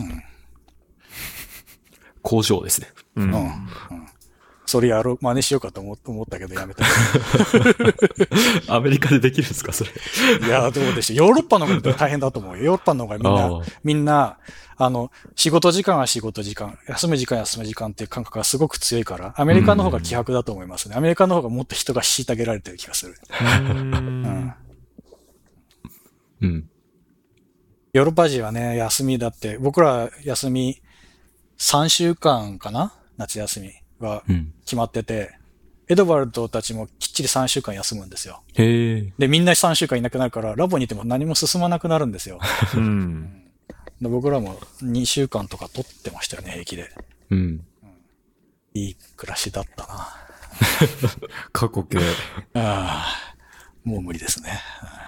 工場ですね。 うん。 それ真似しようかと思ったけどやめた。 アメリカでできるんですか、それ。 いや、どうでしょう。ヨーロッパの方が大変だと思うよ。ヨーロッパの方がみんな、仕事時間は仕事時間、休む時間は休む時間っていう感覚がすごく強いから、アメリカの方が希薄だと思いますね。アメリカの方がもっと人が虐げられてる気がする。 うん。 ヨーロッパ人はね、休みだって、僕ら休み3週間かな？夏休みが決まってて、エドワルドたちもきっちり3週間休むんですよ。 へで、みんな3週間いなくなるから、ラボにいても何も進まなくなるんですよ。で僕らも2週間とか取ってましたよね、平気で。いい暮らしだったな。 過去形。 もう無理ですね。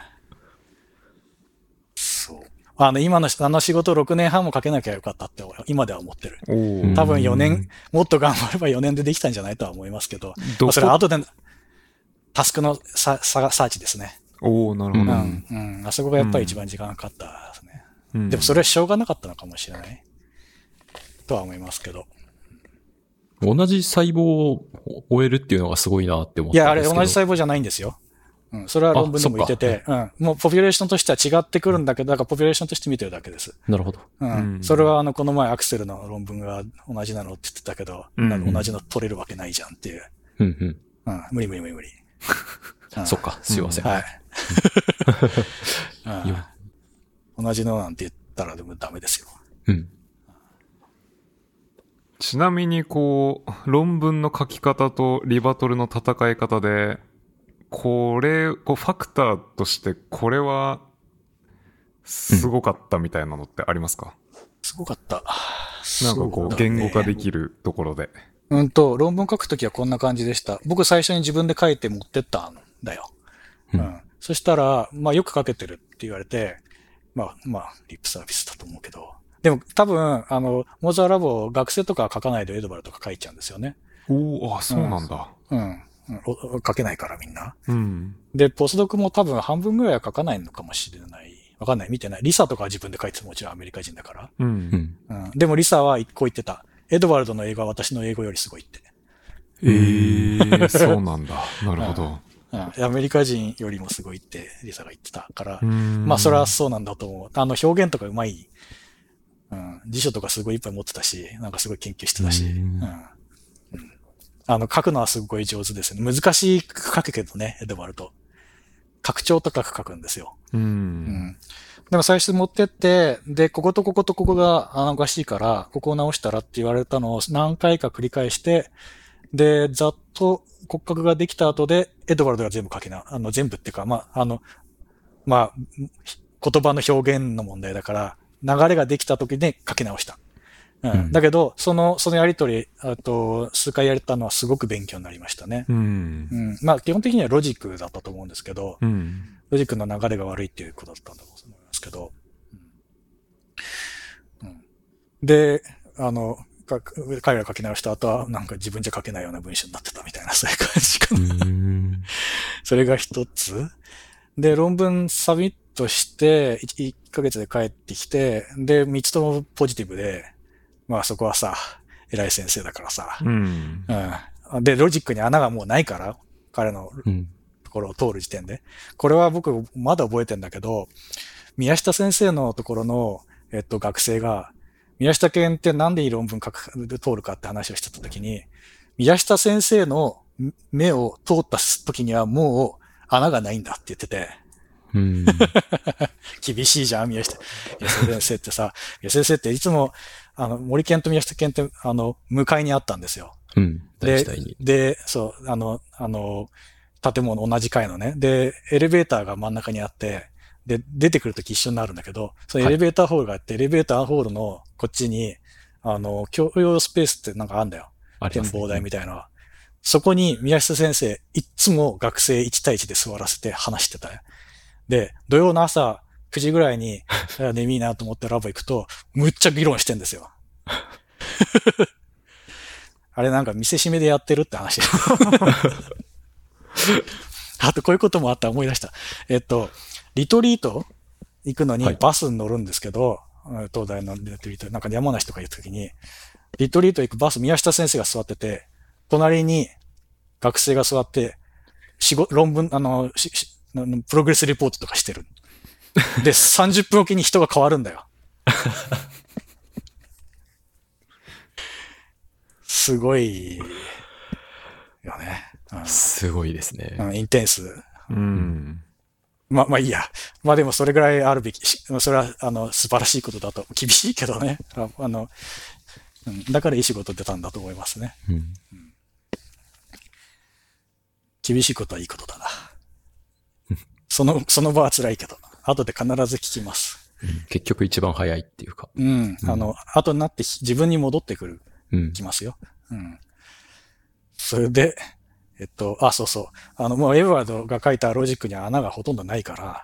そう。今の仕事6年半もかけなきゃよかったって今では思ってる。多分4年、もっと頑張れば4年でできたんじゃないとは思いますけど、それは後でタスクのサーチですね。 なるほど。 あそこがやっぱり一番時間がかかったですね。でもそれはしょうがなかったのかもしれない。とは思いますけど。 同じ細胞を終えるっていうのがすごいなって思ったんですけど。いや、 あれ同じ細胞じゃないんですよ。それは論文でも言ってて、もうポピュレーションとしては違ってくるんだけど、だからポピュレーションとして見てるだけです。 なるほど。 それはこの前アクセルの論文が同じなのって言ってたけど、同じの取れるわけないじゃんっていう。無理。 そっか、すいません。はい。 同じのなんて言ったらでもダメですよ。 ちなみに論文の書き方とリバトルの戦い方で、ファクターとしてこれはすごかったみたいなのってありますか？ すごかった。 なんか言語化できるところで。 論文書くときはこんな感じでした。僕最初に自分で書いて持ってったんだよ。そしたら、よく書けてるって言われて、リップサービスだと思うけど。でも多分、モザーラボ学生とかは書かないでエドバルとか書いちゃうんですよね。 そうなんだ。 書けないからみんな。で、ポスドクも多分半分ぐらいは書かないのかもしれない。わかんない。見てない。リサとかは自分で書いてたもちろんアメリカ人だから。でもリサはこう言ってた。エドワルドの英語は私の英語よりすごいって。 そうなんだ。なるほど。 アメリカ人よりもすごいってリサが言ってたから、それはそうなんだと思う。表現とかうまい。辞書とかすごいいっぱい持ってたし、なんかすごい研究してたし。書くのはすごい上手ですね。難しく書くけどね、エドワルド。拡張とか書くんですよ。でも最初持ってって、で、こことこことここがおかしいから、ここを直したらって言われたのを何回か繰り返して、で、ざっと骨格ができた後で、エドワルドが全部全部っていうか、言葉の表現の問題だから、流れができた時に書き直した。だけど、そのやりとり、数回やれたのはすごく勉強になりましたね。基本的にはロジックだったと思うんですけど、ロジックの流れが悪いっていうことだったんだと思いますけど。で、彼ら書き直した後は、なんか自分じゃ書けないような文章になってたみたいな、そういう感じかな。それが一つ。で、論文サミットして、1ヶ月で帰ってきて、で、3つともポジティブで、そこはさ、偉い先生だからさ。で、ロジックに穴がもうないから、彼のところを通る時点で。これは僕、まだ覚えてんだけど、宮下先生のところの、学生が、宮下研ってなんでいい論文通るかって話をしてたときに、宮下先生の目を通った時にはもう穴がないんだって言ってて。厳しいじゃん、宮下先生ってさ。宮下先生っていつも、森健と宮下健って、向かいにあったんですよ。で、そう、建物同じ階のね。で、エレベーターが真ん中にあって、で、出てくるとき一緒になるんだけど、そのエレベーターホールがあって、エレベーターホールのこっちに、共用スペースってなんかあんだよ。展望台みたいな。そこに宮下先生、いつも学生1対1で座らせて話してたよ。で、土曜の朝9時ぐらいに、眠いなと思ってラボ行くと、むっちゃ議論してんですよ。あれなんか見せしめでやってるって話。 あとこういうこともあった思い出した。リトリート行くのにバスに乗るんですけど、東大のリトリート、なんか山梨とか行くときに、リトリート行くバス、宮下先生が座ってて、隣に学生が座って、論文、プログレスリポートとかしてる。で、30分おきに人が変わるんだよ。すごいよね。 すごいですね。 インテンス。 うん。 まあいいや。まあでもそれぐらいあるべき。それは、素晴らしいことだと。厳しいけどね。だからいい仕事出たんだと思いますね。厳しいことはいいことだな。その場は辛いけど、後で必ず聞きます。 結局一番早いっていうか。 後になって自分に戻ってくる。きますよ。それで、そうそう。もうエドワードが書いたロジックには穴がほとんどないから、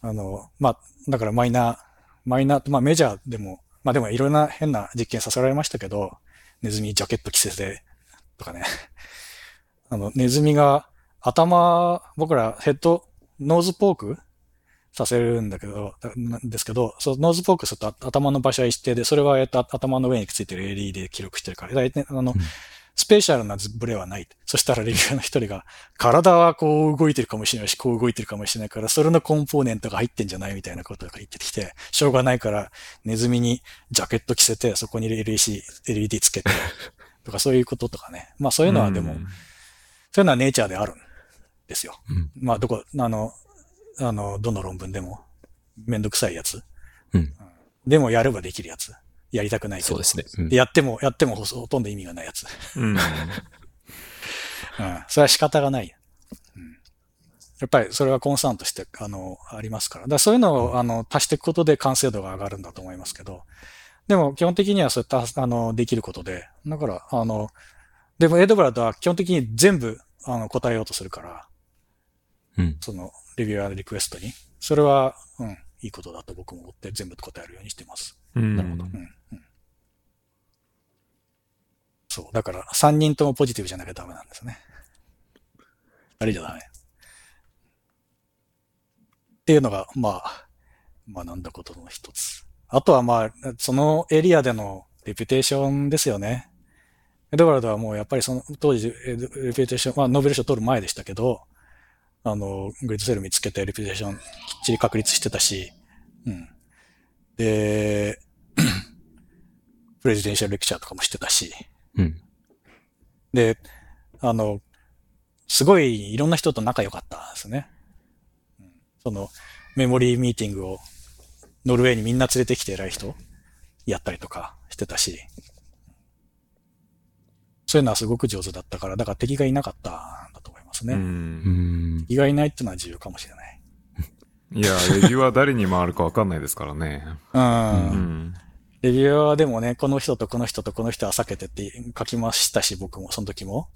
だからマイナー、メジャーでも、でもいろんな変な実験させられましたけど、ネズミジャケット着せて、とかね。ネズミが僕らノーズポークさせるんですけど、そのノーズポークすると頭の場所は一定で、それは頭の上についてる LED で記録してるから、大体スペシャルなブレはない。そしたらレビューの一人が、体はこう動いてるかもしれないし、こう動いてるかもしれないから、それのコンポーネントが入ってんじゃないみたいなことが言ってきて、しょうがないからネズミにジャケット着せて、そこに LED つけて、とかそういうこととかね。そういうのはでも、そういうのはネイチャーであるんですよ。どの論文でも、めんどくさいやつ。でもやればできるやつ。やりたくないけど。 そうですね。 やってもほとんど意味がないやつ。それは仕方がない。やっぱりそれはコンサーンとして、ありますから。だからそういうのを、足していくことで完成度が上がるんだと思いますけど。でも基本的にはそういった、できることで。だから、でもエドブラッドは基本的に全部、答えようとするから。その、レビュアーリクエストに。それは、いいことだと僕も思って全部答えるようにしてます。 なるほど。 そう。だから、3人ともポジティブじゃなきゃダメなんですね。あれじゃダメ。っていうのが、学んだことの一つ。あとはそのエリアでのレピュテーションですよね。エドワルドはもうやっぱりその当時、レピュテーション、ノーベル賞取る前でしたけど、グリッドセル見つけてレピュテーションきっちり確立してたし、で、プレジデンシャルレクチャーとかもしてたし、で、すごいいろんな人と仲良かったんですね。そのメモリーミーティングをノルウェーにみんな連れてきて偉い人やったりとかしてたし、そういうのはすごく上手だったから、だから敵がいなかったんだと思いますね。敵がいないっていうのは重要かもしれない。 いや、レビューは誰に回るか分かんないですからね。 レビューはでもね、この人とこの人とこの人は避けてって書きましたし、僕もその時も。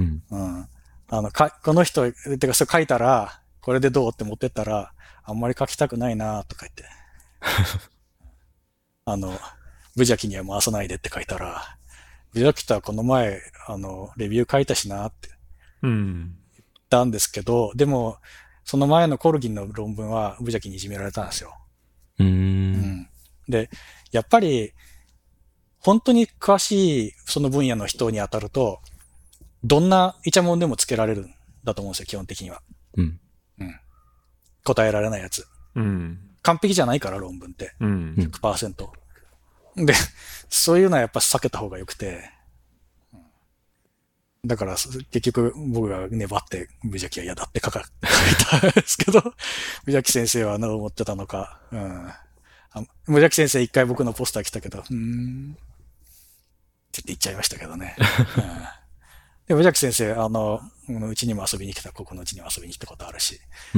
この人、てかそれ書いたら、これでどうって持ってったら、あんまり書きたくないなとか言って。無邪気には回さないでって書いたら、無邪気とはこの前、レビュー書いたしなって言ったんですけど、でも、その前のコルギンの論文は無邪気にいじめられたんですよ。で、やっぱり、本当に詳しいその分野の人に当たると、どんなイチャモンでもつけられるんだと思うんですよ、基本的には。答えられないやつ。完璧じゃないから、論文って。100%。で、そういうのはやっぱ避けた方が良くて。だから、結局僕が粘って無邪気は嫌だって書いたんですけど、無邪気先生はどう思ってたのか。無邪気先生一回僕のポスター来たけど、って言っちゃいましたけどね。で、無邪気先生、うちにも遊びに来た、ここのうちにも遊びに来たことあるし、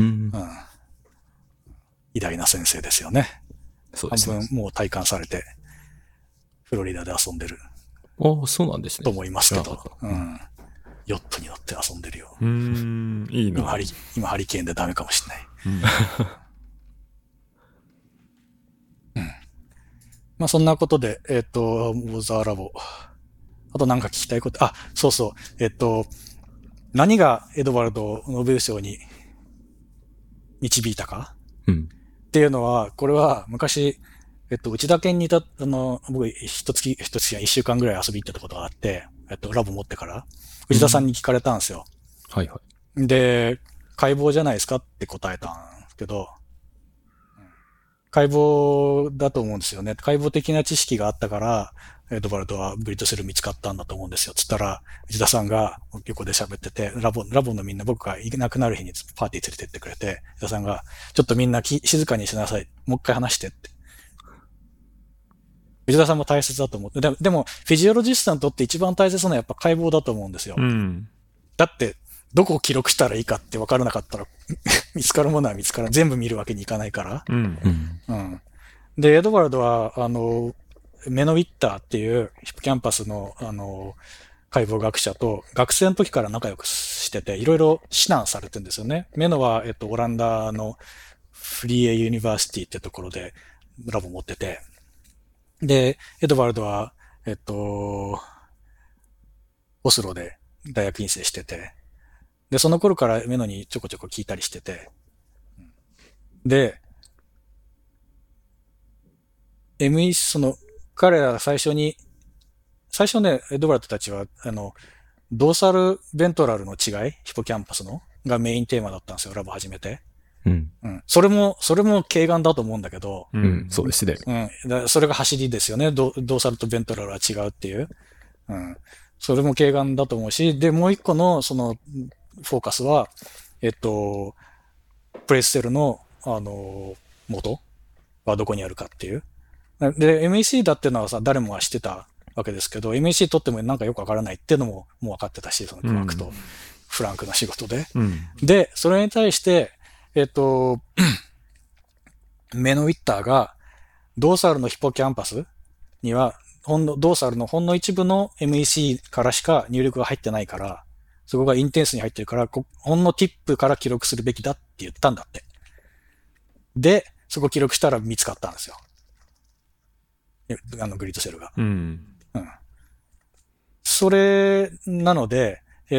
偉大な先生ですよね。 そうですね。 半分もう体感されて、フロリダで遊んでる。 そうなんですね。 と思いますけど、ヨットに乗って遊んでるよ。 いいな。 今ハリケーンでダメかもしれない。そんなことで、ウォーザーラボ。あとなんか聞きたいこと、そうそう、 何がエドワルドをノーベル賞に導いたかっていうのは、これは昔、内田県にいた、僕、一週間ぐらい遊び行ってたことがあって、ラボ持ってから、内田さんに聞かれたんですよ。 はいはい。 で、解剖じゃないですかって答えたんですけど、解剖だと思うんですよね。解剖的な知識があったから、エドワルドはブリットセル見つかったんだと思うんですよ。つったら、内田さんが横で喋ってて、ラボのみんな僕がいなくなる日にパーティー連れてってくれて、内田さんが、ちょっとみんな静かにしなさい。もう一回話してって。内田さんも大切だと思って。でも、フィジオロジストにとって一番大切なのはやっぱ解剖だと思うんですよ。だって、どこを記録したらいいかって分からなかったら、見つかるものは見つからん。全部見るわけにいかないから。で、エドワルドは、メノウィッターっていうヒップキャンパスの、解剖学者と学生の時から仲良くしてて、いろいろ指南されてるんですよね。メノは、オランダのフリーエユニバーシティってところでラボ持ってて、で、エドワルドは、オスロで大学院生してて、で、その頃からメノにちょこちょこ聞いたりしてて、で、彼ら最初ね、エドワルドたちは、ドーサルベントラルの違い、ヒポキャンパスの、がメインテーマだったんですよ、ラボ始めて。それも軽眼だと思うんだけど、 そうですね。 それが走りですよね。ドーサルとベントラルは違うっていう。それも軽眼だと思うし、で、もう一個の、フォーカスは、プレステルの、元はどこにあるかっていう。で、MEC だっていうのはさ、誰もが知ってたわけですけど、MEC 取ってもなんかよくわからないっていうのももう分かってたし、そのクワークとフランクの仕事で。で、それに対して、メノウィッターが、ドーサルのヒポキャンパスには、ドーサルのほんの一部の MEC からしか入力が入ってないから、そこがインテンスに入ってるから、ほんのティップから記録するべきだって言ったんだって。で、そこ記録したら見つかったんですよ。グリッドセルが。それ、なので、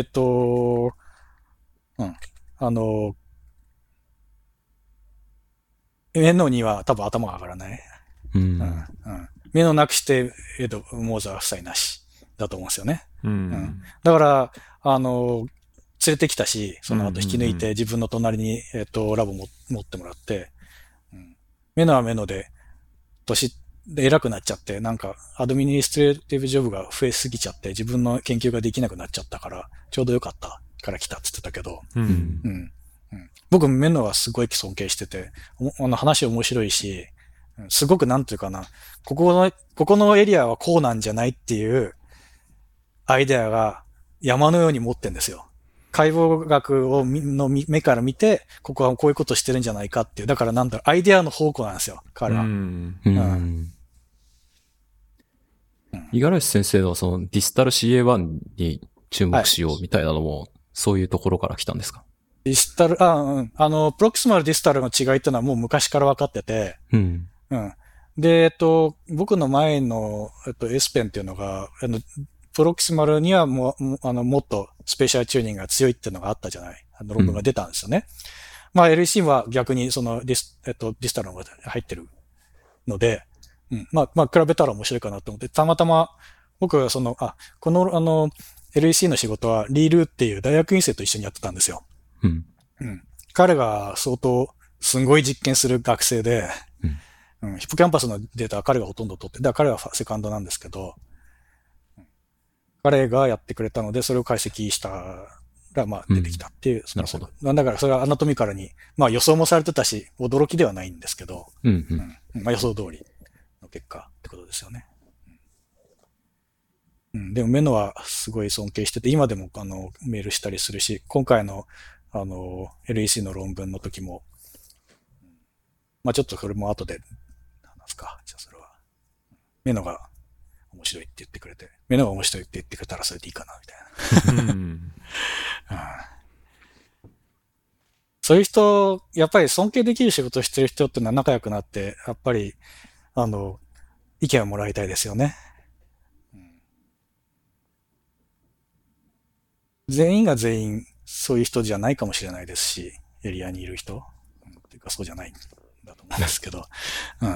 メノには多分頭が上がらない。メノなくして、モーザー夫妻なしだと思うんですよね。だから、連れてきたし、その後引き抜いて自分の隣に、ラボ持ってもらって、メノはメノで、で偉くなっちゃって、なんか、アドミニストレーティブジョブが増えすぎちゃって、自分の研究ができなくなっちゃったから、ちょうどよかったから来たって言ってたけど、僕、メノはすごい尊敬してて、話面白いし、すごくなんていうかな、ここのエリアはこうなんじゃないっていうアイデアが山のように持ってんですよ。解剖学の目から見て、ここはこういうことしてるんじゃないかっていう。だからなんだろう、アイデアの宝庫なんですよ、彼は。 五十嵐先生はそのディスタル CA1 に注目しようみたいなのも、そういうところから来たんですか？ ディスタル、プロキシマルディスタルの違いっていうのはもう昔から分かってて、で、僕の前の、エスペンっていうのが、プロキシマルにはもっとスペシャルチューニングが強いっていうのがあったじゃない。論文が出たんですよね。まあ LEC は逆にそのディスタルが入ってるので、まあ比べたら面白いかなと思って、たまたま僕はこのLEC の仕事はリールっていう大学院生と一緒にやってたんですよ。彼が相当すごい実験する学生で、ヒポキャンパスのデータは彼がほとんど取って、だから彼はセカンドなんですけど、彼がやってくれたので、それを解析したら、まあ出てきたっていう。 なるほど。 だからそれはアナトミカルに、まあ予想もされてたし、驚きではないんですけど、まあ予想通りの結果ってことですよね。でもメノはすごい尊敬してて、今でもメールしたりするし、今回のLEC の論文の時も、まあちょっとそれも後で話すか。じゃあそれは。メノが面白いって言ってくれて、メノが面白いって言ってくれたらそれでいいかな、みたいな。そういう人、やっぱり尊敬できる仕事をしてる人ってのは仲良くなって、やっぱり、意見をもらいたいですよね。 全員が全員そういう人じゃないかもしれないですし、エリアにいる人、っていうかそうじゃないんだと思うんですけど、うん。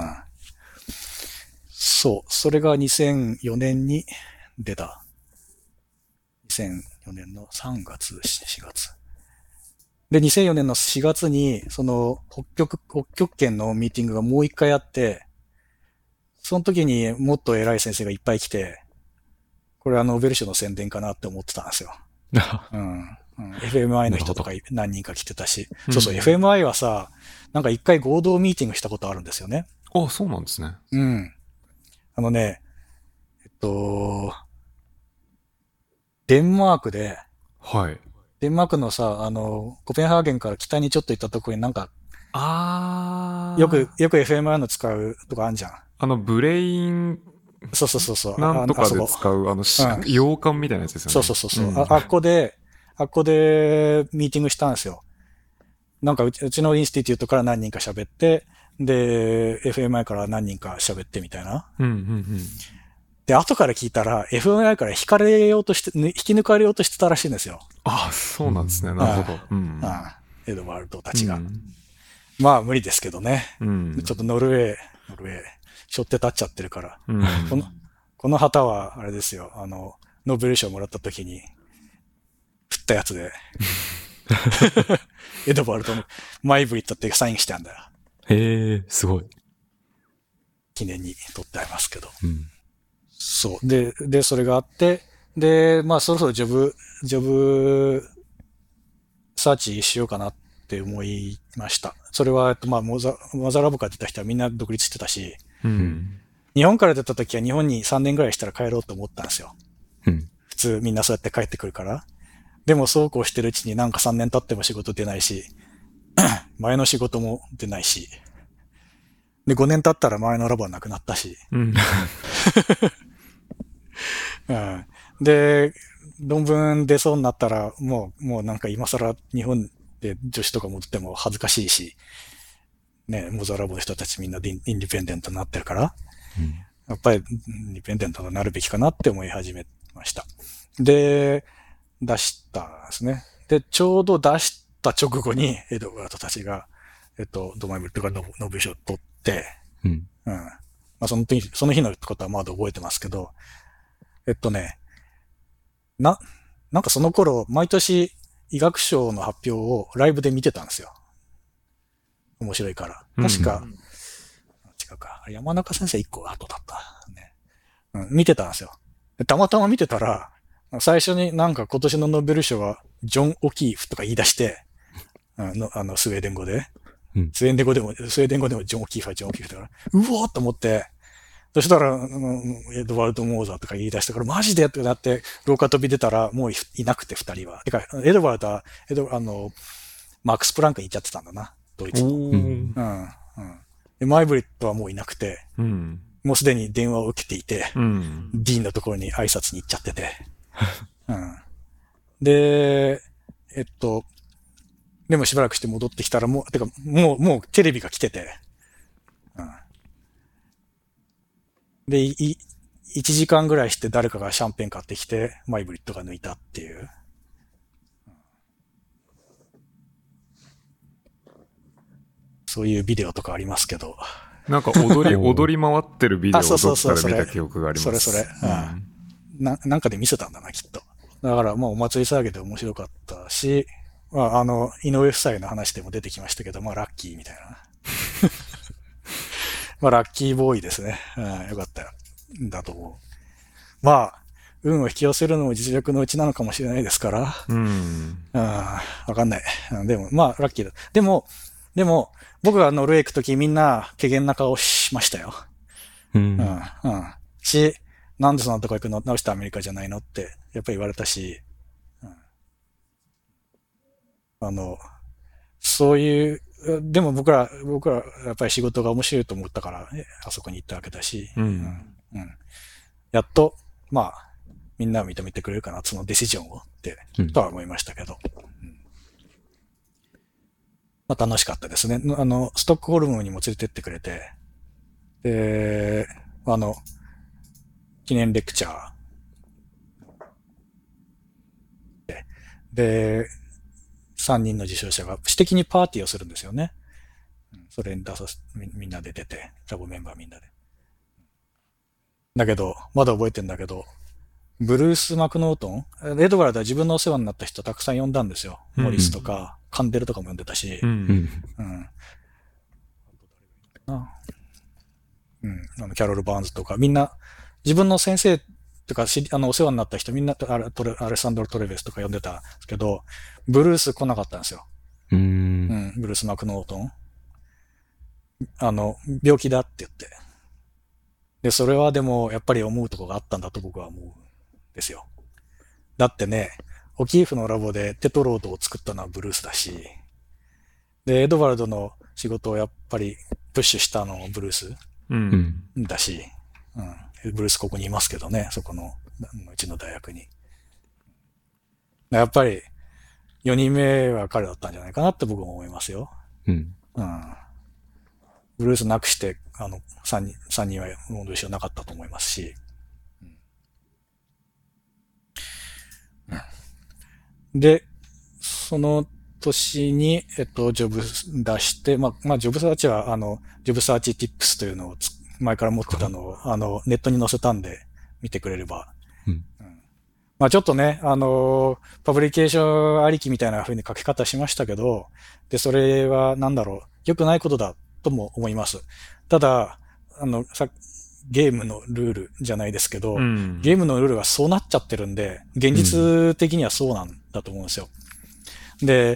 そう、それが2004年に出た。2004年の3月、4月。で、2004年の4月に、その北極圏のミーティングがもう一回あって、その時にもっと偉い先生がいっぱい来て、これはノーベル賞の宣伝かなって思ってたんですよ。うん。FMI の人とか何人か来てたし。そうそう、FMI はさ、なんか一回合同ミーティングしたことあるんですよね。 あ、そうなんですね。 うん。デンマークで、 はい。 デンマークのさ、コペンハーゲンから北にちょっと行ったところになんか、よく FMI の使うとかあるじゃん。 ブレイン、 そう。 なんとかで使う、洋館みたいなやつですよね。 そう。あっこでミーティングしたんですよ。なんかうちのインスティテュートから何人か喋って、で、FMI から何人か喋ってみたいな。で、後から聞いたら、FMI から引き抜かれようとしてたらしいんですよ。 あ、そうなんですね。なるほど。 エドワルドたちが。まあ、無理ですけどね。ちょっとノルウェー、背負って立っちゃってるから。この旗は、あれですよ。ノーベル賞もらった時に、振ったやつで、エドワルドのマイブリッドってサインしてあるんだよ。 へえ、すごい。 記念に取ってありますけど。そう。で、それがあって、で、まあ、そろそろジョブサーチしようかなって思いました。それは、まあ、モザラボから出た人はみんな独立してたし、日本から出た時は日本に3年ぐらいしたら帰ろうと思ったんですよ。普通みんなそうやって帰ってくるから。でもそうこうしてるうちになんか3年経っても仕事出ないし、前の仕事も出ないし、で、5年経ったら前のラボはなくなったし。で、論文出そうになったら、もうなんか今更日本で女子とか戻っても恥ずかしいし、ね、モザラボの人たちみんなでインディペンデントになってるから、やっぱりインディペンデントになるべきかなって思い始めました。で、出したんですね。で、ちょうど出した直後にエドワードたちが、ドマイブルとかノーベル賞を取って、まあその日のことはまだ覚えてますけど、なんかその頃、毎年医学賞の発表をライブで見てたんですよ。面白いから。確か、違うか。山中先生1個後だった、ね。見てたんですよ。たまたま見てたら、最初になんか今年のノーベル賞はジョン・オキーフとか言い出して、スウェーデン語で。スウェーデン語でもジョン・オキーフだから、うおーと思って、そしたら、エドワルド・モーザーとか言い出したから、マジでってなって、廊下飛び出たら、もういなくて、二人は。てか、エドワルドは、マックス・プランクに行っちゃってたんだな、ドイツの。でマイブリッドはもういなくて、もうすでに電話を受けていて、ディーンのところに挨拶に行っちゃってて。で、でもしばらくして戻ってきたら、もうテレビが来てて、で、1時間ぐらいして誰かがシャンペン買ってきて、マイブリッドが抜いたっていう。そういうビデオとかありますけど。 なんか踊り回ってるビデオをどっかで見た記憶があります。 それ。なんかで見せたんだな、きっと。だから、まあ、お祭り騒ぎで面白かったし、まあ、井上夫妻の話でも出てきましたけど、まあ、ラッキーみたいな。まあ、ラッキーボーイですね。よかったよ。だと思う。まあ、運を引き寄せるのも実力のうちなのかもしれないですから。わかんない。でも、まあ、ラッキーだ。でも、僕がノルウェー行くときみんな、怪げな顔しましたよ。し、なんでそんなとこ行くの？どうしてアメリカじゃないのって、やっぱり言われたし、そういう、でも僕ら、やっぱり仕事が面白いと思ったから、あそこに行ったわけだし、やっと、まあ、みんな認めてくれるかな、そのディシジョンをって、とは思いましたけど。まあ楽しかったですね。ストックホルムにも連れてってくれて、で、記念レクチャーで、 で、3人の受賞者が私的にパーティーをするんですよね。それにみんなで出て、ラボメンバーみんなで。だけど、まだ覚えてんだけど、ブルース・マクノートン、エドワルドは自分のお世話になった人たくさん呼んだんですよ。モリスとか、カンデルとかも呼んでたし。キャロル・バーンズとか、みんな、自分の先生とか、お世話になった人、みんな、アレサンドロ・トレベスとか呼んでたんですけど、ブルース来なかったんですよ。ブルース・マクノートン。病気だって言って。で、それはでも、やっぱり思うところがあったんだと僕は思うんですよ。だってね、オキーフのラボでテトロードを作ったのはブルースだし、で、エドワルドの仕事をやっぱりプッシュしたのもブルースだし、ブルースここにいますけどね、そこの、うちの大学に。やっぱり、4人目は彼だったんじゃないかなって僕も思いますよ。ブルースなくして、3人は問題一緒なかったと思いますし。で、その年に、ジョブ出して、まあ、ジョブサーチは、ジョブサーチティップスというのを前から持ってたのを、ネットに載せたんで、見てくれれば。まあ、ちょっとね、パブリケーションありきみたいな風に書き方しましたけど、で、それはなんだろう、良くないことだとも思います。ただ、ゲームのルールじゃないですけど、ゲームのルールがそうなっちゃってるんで、現実的にはそうなんだと思うんですよ。で、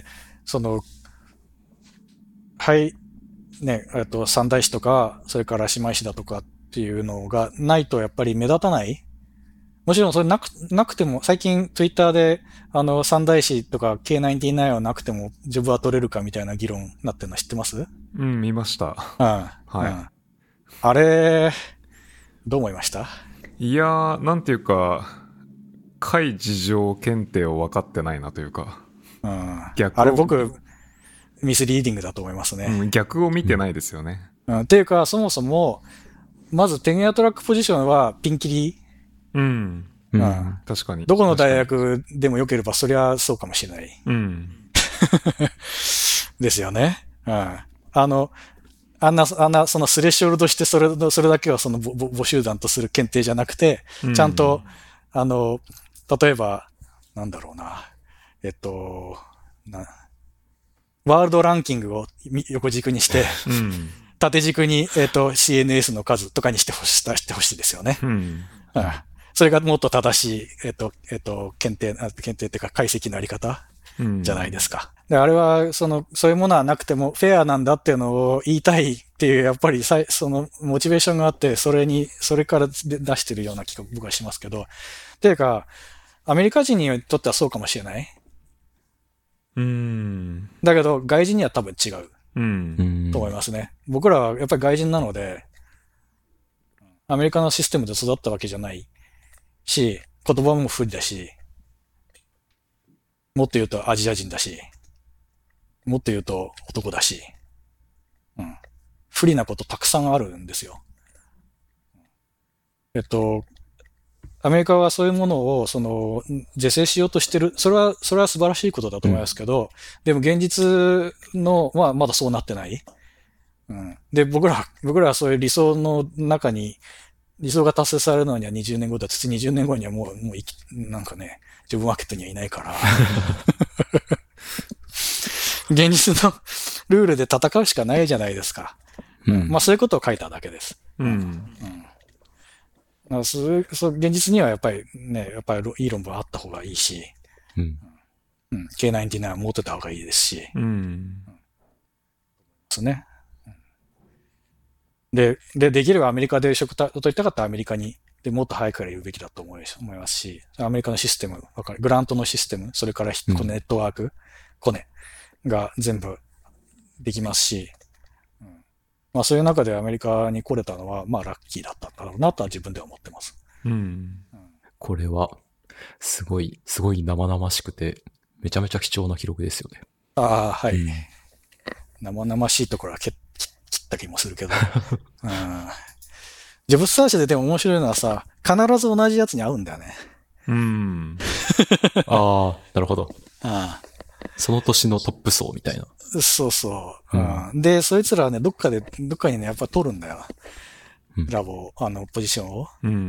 ね、三大師とか、それから姉妹師だとかっていうのがないとやっぱり目立たない。もちろんそれなくても、最近ツイッターで、三大師とか K99 はなくても、ジョブは取れるかみたいな議論になってるの知ってます？ 見ました。 はい。あれ、どう思いました？ いやー、なんていうか、解事情検定を分かってないなというか。 あれ僕、ミスリーディングだと思いますね。 逆を見てないですよね。 っていうか、そもそも、まずテニアトラックポジションはピンキリ。 確かに。 どこの大学でも良ければ、そりゃそうかもしれない。ですよね。そのスレッショルドしてそれだけはその母集団とする検定じゃなくて、ちゃんと、例えば、なんだろうな、ワールドランキングを横軸にして、縦軸に、CNS の数とかにしてほしいですよね。それがもっと正しい、検定っていうか解析のあり方じゃないですか。で、あれは、そういうものはなくてもフェアなんだっていうのを言いたいっていう、やっぱりそのモチベーションがあって、それから出してるような気が僕はしますけど、っていうか、アメリカ人にとってはそうかもしれない。だけど、外人には多分違う。と思いますね。僕らはやっぱり外人なので、アメリカのシステムで育ったわけじゃないし、言葉も不利だし、もっと言うとアジア人だし、もっと言うと男だし、不利なことたくさんあるんですよ。アメリカはそういうものを、是正しようとしてる。それは素晴らしいことだと思いますけど、でも現実のはまだそうなってない。で、僕らはそういう理想の中に、理想が達成されるのには20年後だ。次20年後にはもうなんかね、ジョブマーケットにはいないから。現実のルールで戦うしかないじゃないですか。まあそういうことを書いただけです。現実にはやっぱりいい論文あった方がいいし、K99 は持ってた方がいいですし、ですね。できればアメリカで職取りたかったらアメリカに、でもっと早くから言うべきだと思いますし、アメリカのシステム、グラントのシステム、それからネットワーク、コネが全部できますし、まあそういう中でアメリカに来れたのは、まあラッキーだったんだろうなとは自分では思ってます。 これは、すごい生々しくて、めちゃめちゃ貴重な記録ですよね。 はい。生々しいところは切った気もするけど。ジョブサーチででも面白いのはさ、必ず同じやつに合うんだよね。 なるほど。 その年のトップ層みたいな。 そうそう。で、そいつらはね、どっかにね、やっぱ取るんだよ。ラボ、ポジションを。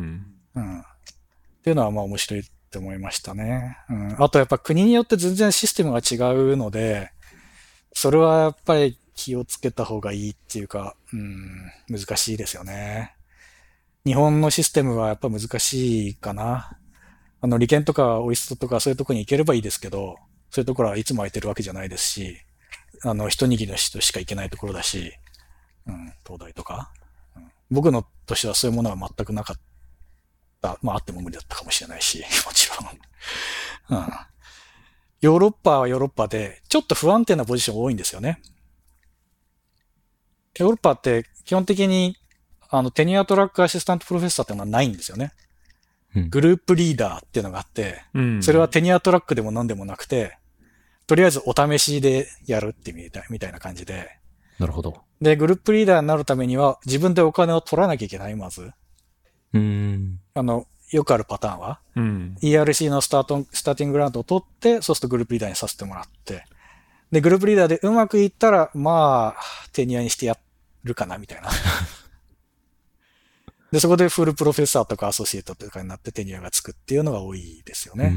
っていうのはまあ面白いって思いましたね。あとやっぱ国によって全然システムが違うので、それはやっぱり気をつけた方がいいっていうか、難しいですよね。日本のシステムはやっぱ難しいかな。理研とかオイストとかそういうところに行ければいいですけど、そういうところはいつも空いてるわけじゃないですし、一握りの人しか行けないところだし、東大とか、僕の年はそういうものは全くなかった。まああっても無理だったかもしれないし、もちろん。ヨーロッパはヨーロッパで、ちょっと不安定なポジション多いんですよね。ヨーロッパって基本的に、テニアトラックアシスタントプロフェッサーっていうのはないんですよね。グループリーダーっていうのがあって、それはテニアトラックでも何でもなくて、とりあえずお試しでやるってみたいな感じで。 なるほど。 で、グループリーダーになるためには自分でお金を取らなきゃいけない、まず。よくあるパターンは、ERC のスターティンググラントを取って、そうするとグループリーダーにさせてもらって、で、グループリーダーでうまくいったら、まあ、テニアにしてやるかな、みたいな。で、そこでフルプロフェッサーとかアソシエイトとかになってテニアがつくっていうのが多いですよね。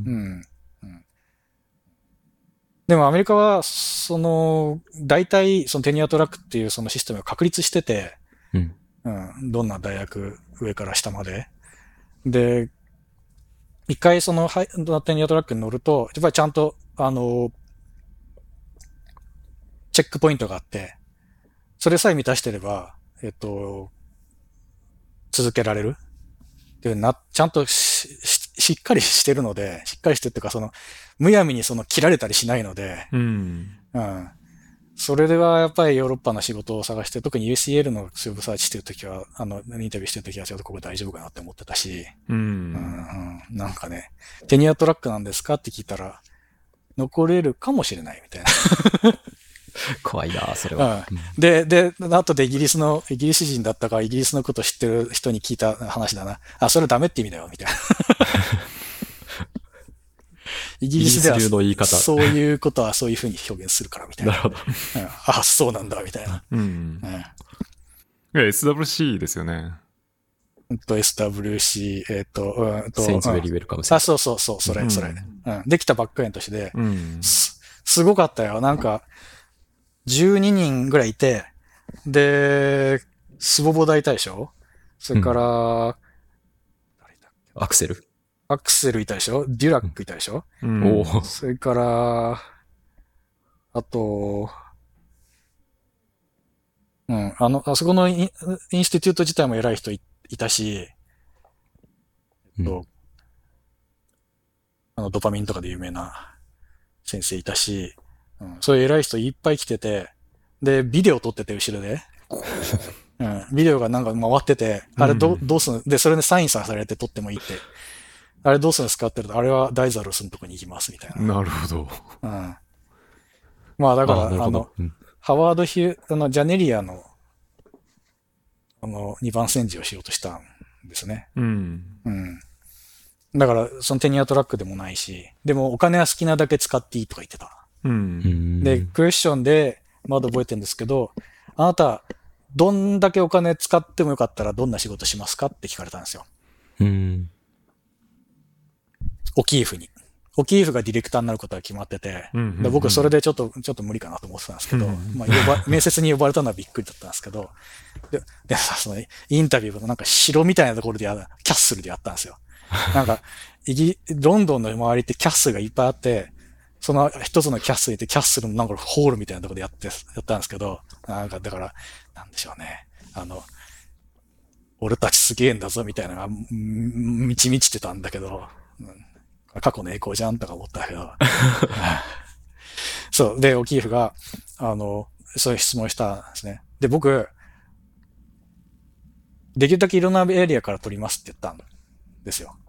でもアメリカは、大体、テニアトラックっていうそのシステムが確立してて、どんな大学、上から下まで。で、一回テニアトラックに乗ると、やっぱりちゃんと、チェックポイントがあって、それさえ満たしてれば、続けられるっていうちゃんとしっかりしてるので、しっかりしてるっていうか、むやみに切られたりしないので、それではやっぱりヨーロッパの仕事を探して、特に UCL のスーブサーチしてるときは、インタビューしてるときはちょっとここ大丈夫かなって思ってたし、なんかね、テニアトラックなんですかって聞いたら、残れるかもしれないみたいな。 怖いな、それは。 で、後でイギリス人だったか、イギリスのこと知ってる人に聞いた話だな。それダメって意味だよ、みたいな。イギリスではそういうことはそういうふうに表現するからみたいな。 なるほど。 そうなんだみたいな。 SWC ですよね。 SWC、 センズベリーウェルカムセンそう、それ。できたばっかりの年で、すごかったよ。なんか、12人ぐらいいて、で、スボボ大大将それから、 アクセルいたでしょデュラックいたでしょそれから、あと、あそこのインスティテュート自体も偉い人いたし、ドパミンとかで有名な先生いたし、そういう偉い人いっぱい来てて、で、ビデオ撮ってて、後ろで。ビデオがなんか回ってて、あれどうすんで、それでサインされて撮ってもいいって。あれどうするんですかって言うと、あれはダイザルスのとこに行きます、みたいな。 なるほど。 まあだから、ハワードヒュー、ジャネリアの、2番煎じをしようとしたんですね。だから、そのテニアトラックでもないし、でもお金は好きなだけ使っていいとか言ってた。で、クエスチョンで、まだ覚えてるんですけど、あなた、どんだけお金使ってもよかったらどんな仕事しますかって聞かれたんですよ。オキーフに。オキーフがディレクターになることが決まってて、で僕それでちょっと無理かなと思ってたんですけど、まあ面接に呼ばれたのはびっくりだったんですけど、でさ、そのインタビューがなんか城みたいなところでキャッスルでやったんですよ。なんか、ロンドンの周りってキャッスルがいっぱいあって、その一つのキャッスルでキャッスルのなんかホールみたいなところでやったんですけど、なんかだから、なんでしょうね。俺たちすげえんだぞみたいなのが満ち満ちてたんだけど、過去の栄光じゃんとか思ったけど。そう。で、オキーフが、そういう質問したんですね。で、僕、できるだけいろんなエリアから取りますって言ったんですよ。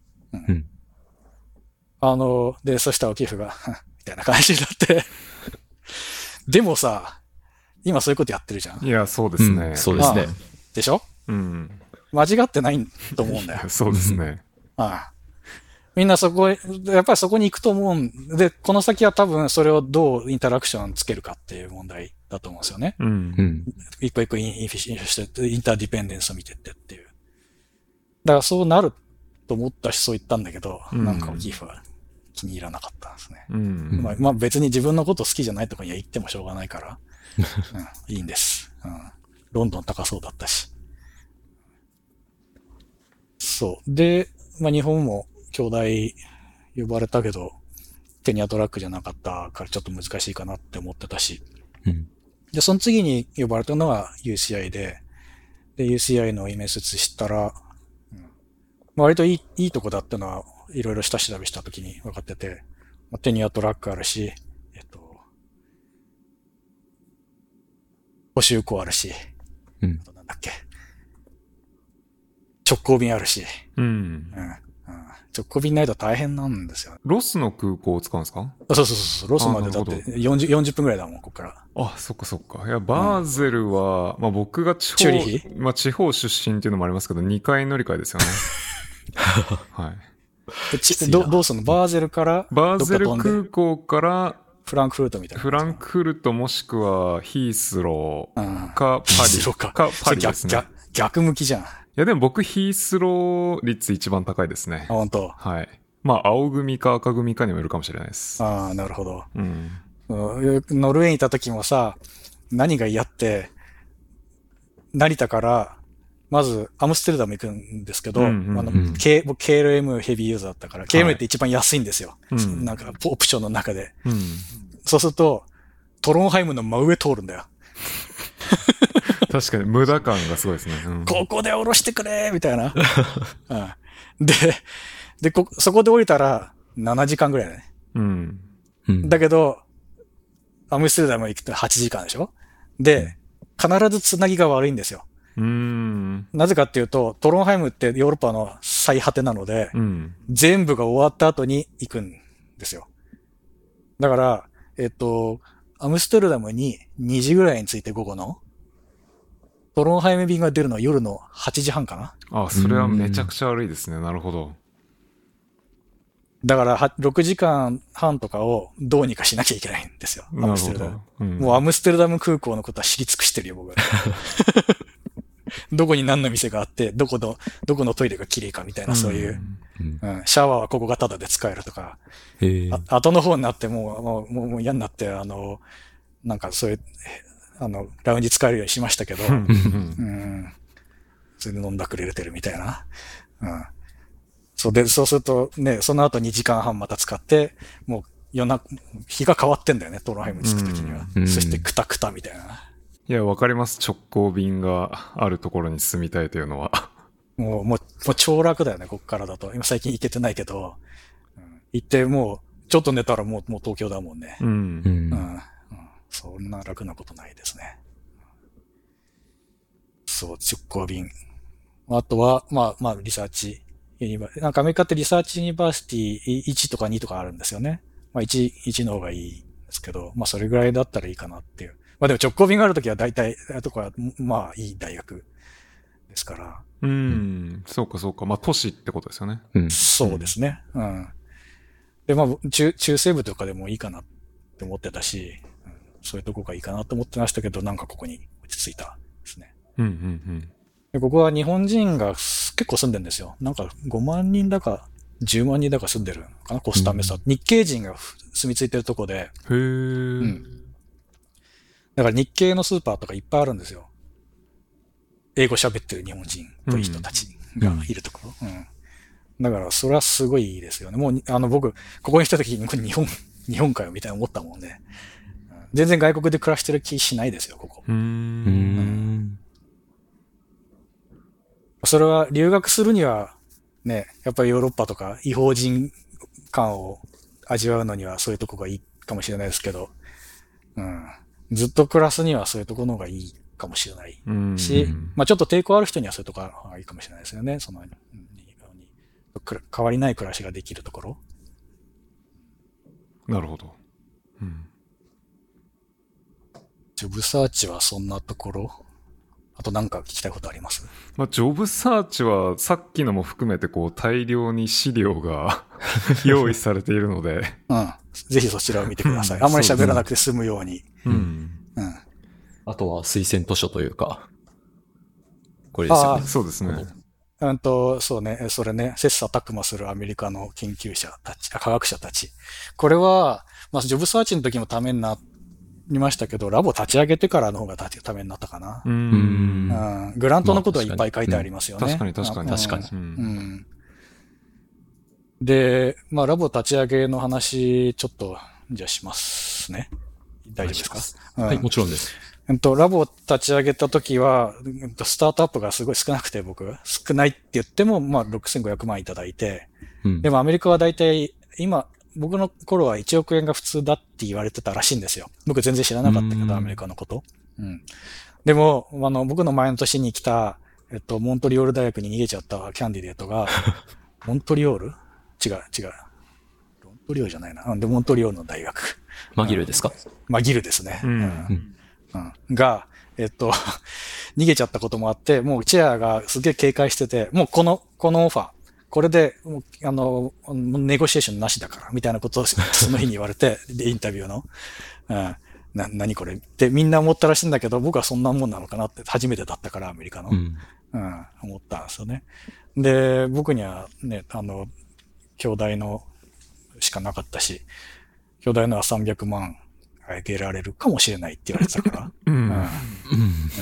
で、そしたらオキーフが、みたいな感じになって。でもさ、今そういうことやってるじゃん。 いや、そうですね。 そうですね。 でしょ間違ってないと思うんだよ。 そうですね。 みんなそこへ、やっぱりそこに行くと思うんで、この先は多分それをどうインタラクションつけるかっていう問題だと思うんですよね。 うん。 一個一個インターディペンデンスを見てってっていう。だからそうなると思ったし、そう言ったんだけど、なんかオキーフは気に入らなかったんですね。まあ別に自分のこと好きじゃないところには行ってもしょうがないから、いいんです。ロンドン高そうだったし。そう。で、まあ日本も兄弟呼ばれたけど、テニアトラックじゃなかったからちょっと難しいかなって思ってたし。で、その次に呼ばれたのが UCI で、UCI の面接したら、割といいとこだってのは、いろいろ下調べしたときに分かってて、テニアトラックあるし、補修庫あるし、あとなんだっけ、直行便あるし、直行便ないと大変なんですよ。 ロスの空港を使うんですか？ そう。ロスまでだって40分くらいだもん、ここから。 あ、そっか。いや、バーゼルは、まあ僕が地方出身っていうのもありますけど、2回乗り換えですよね。はい。 どうすんの？バーゼルからバーゼル空港からフランクフルトみたいな。 フランクフルトもしくはヒースローかパリですね。 逆向きじゃん。 いやでも僕ヒースロー率一番高いですね。 本当。 はい。まあ青組か赤組かにもよるかもしれないです。 なるほど。ノルウェーにいた時もさ、何が嫌って、成田から、まず、アムステルダム行くんですけど、KLM ヘビーユーザーだったから、KLM って一番安いんですよ。なんか、オプションの中で。そうすると、トロンハイムの真上通るんだよ。 確かに無駄感がすごいですね。 ここで降ろしてくれみたいな。で、そこで降りたら7時間ぐらいだね。だけど、アムステルダム行くと8時間でしょ？で、必ずつなぎが悪いんですよ。なぜかっていうと、トロンハイムってヨーロッパの最果てなので、全部が終わった後に行くんですよ。だから、アムステルダムに2時ぐらいに着いて午後の、トロンハイム便が出るのは夜の8時半かな。 あ、それはめちゃくちゃ悪いですね。なるほど。 だから、6時間半とかをどうにかしなきゃいけないんですよ。アムステルダム。もうアムステルダム空港のことは知り尽くしてるよ、僕は。どこに何の店があって、どこのトイレが綺麗かみたいな、そういう、シャワーはここがタダで使えるとか、後の方になってもう嫌になって、なんかそういう、ラウンジ使えるようにしましたけど、それで飲んだくれてるみたいな。そうするとね、その後2時間半また使って、もう日が変わってんだよね、トロンハイムに着くときには。そしてクタクタみたいな。 いや、わかります。直行便があるところに住みたいというのは。 もう超楽だよね、こっからだと。今最近行けてないけど、行ってもう、ちょっと寝たらもう東京だもんね。そんな楽なことないですね。そう、直行便。あとは、まあ、リサーチ。なんかアメリカってリサーチユニバーシティ1とか2とかあるんですよね。まあ1の方がいいですけど、まあそれぐらいだったらいいかなっていう。まあでも直行便があるときは大体、とかまあいい大学ですから。 そうか。まあ都市ってことですよね。 そうですね。で、まあ中西部とかでもいいかなって思ってたし、そういうとこがいいかなと思ってましたけど、なんかここに落ち着いたですね。でここは日本人が結構住んでるんですよ。なんか5万人だか10万人だか住んでるのかな、コスタメサ。日系人が住み着いてるとこで。だから日系のスーパーとかいっぱいあるんですよ。英語喋ってる日本人という人たちがいるところ。だからそれはすごいいいですよね。もう僕、ここに来た時に日本かよみたいな思ったもんね。全然外国で暮らしてる気しないですよ、ここ。それは留学するには、ね、やっぱりヨーロッパとか異邦人感を味わうのにはそういうとこがいいかもしれないですけど、ずっと暮らすにはそういうとこの方がいいかもしれないし、まあちょっと抵抗ある人にはそういうとこがいいかもしれないですよね。その変わりない暮らしができるところ。 なるほど。 ジョブサーチはそんなところあと何か聞きたいことあります？ まあ、ジョブサーチはさっきのも含めてこう大量に資料が用意されているので、 うん。ぜひそちらを見てください。あんまり喋らなくて済むように。うん。 あとは推薦図書というか、これですよね。 そうですね。 そうね、それね、切磋琢磨するアメリカの研究者たち、科学者たち。これは、まあ、ジョブサーチの時もためになりましたけど、ラボ立ち上げてからの方がためになったかな。グラントのことはいっぱい書いてありますよね。 確かに。 で、まあ、ラボ立ち上げの話、ちょっと、じゃあしますね。大丈夫ですか？ はい、もちろんです。 ラボを立ち上げたときは、スタートアップがすごい少なくて、少ないって言っても、まあ、6500万いただいて、でもアメリカは大体、今、僕の頃は1億円が普通だって言われてたらしいんですよ。僕全然知らなかったけど、アメリカのこと。でも、僕の前の年に来た、モントリオール大学に逃げちゃったキャンディデートが、モントリオール？違う。モントリオールじゃないな。モントリオールの大学。 マギルですか？ マギルですね。が、逃げちゃったこともあって、もうチェアがすげえ警戒してて、もうこのオファー、これで、ネゴシエーションなしだから、みたいなことをその日に言われて、で、インタビューの、何これってみんな思ったらしいんだけど、僕はそんなもんなのかなって初めてだったから、アメリカの。思ったんですよね。で、僕にはね、兄弟のしかなかったし、兄弟のは300万あげられるかもしれないって言われてたから、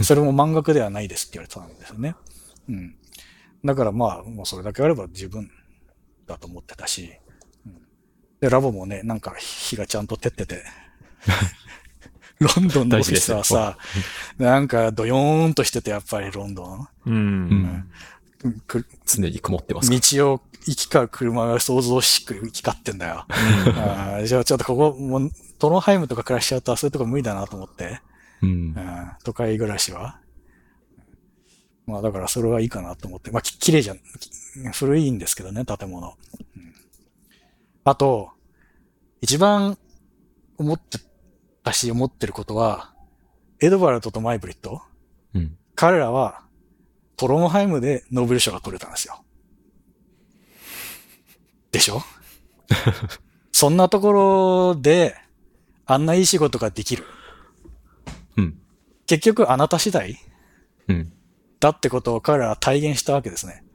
それも満額ではないですって言われてたんですよね。だからまあ、もうそれだけあれば十分だと思ってたし、で、ラボもね、なんか火がちゃんと照ってて、ロンドンのオフィスはさ、なんかドヨーンとしてて、やっぱりロンドン。 常に曇ってますか？道を行き交う車が想像しく行き交ってんだよ。じゃあちょっとここ、もうトロンハイムとか暮らしちゃうとそういうとこ無理だなと思って。都会暮らしは。まあだからそれはいいかなと思って。まあ綺麗古いんですけどね、建物。あと、一番思ってることは、エドワルドとマイブリット。彼らは、トロンハイムでノーベル賞が取れたんですよ。でしょ？そんなところで、あんないい仕事ができる。結局あなた次第、だってことを彼らは体現したわけですね。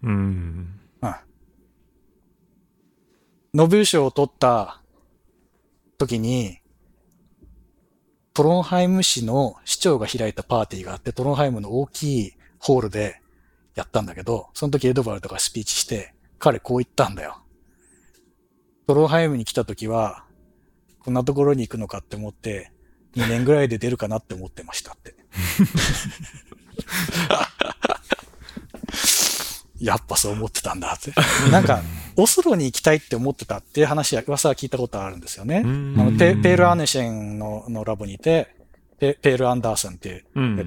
ノーベル賞を取った時に、トロンハイム市の市長が開いたパーティーがあって、トロンハイムの大きいホールでやったんだけど、その時エドバルドがスピーチして、彼こう言ったんだよ。トロンハイムに来た時は、こんなところに行くのかって思って、2年ぐらいで出るかなって思ってましたって。やっぱそう思ってたんだって。なんか、オスロに行きたいって思ってたっていう噂は聞いたことあるんですよね。ペール・アネシェンのラボにいて、ペール・アンダーソンっていう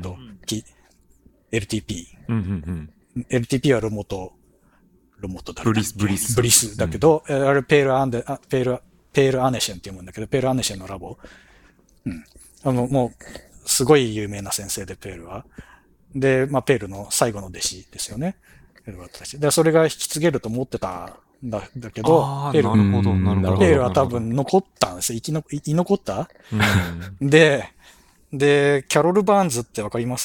、LTP。LTP はロモトだ。ブリスだけど、あれペール・アネシェンって言うんだけど、ペール・アネシェンのラボ。もう、すごい有名な先生で、ペールは。で、まあ、ペールの最後の弟子ですよね。で、それが引き継げると思ってたんだけど、ペールは多分残ったんですよ。生き残った、で、キャロル・バーンズってわかります？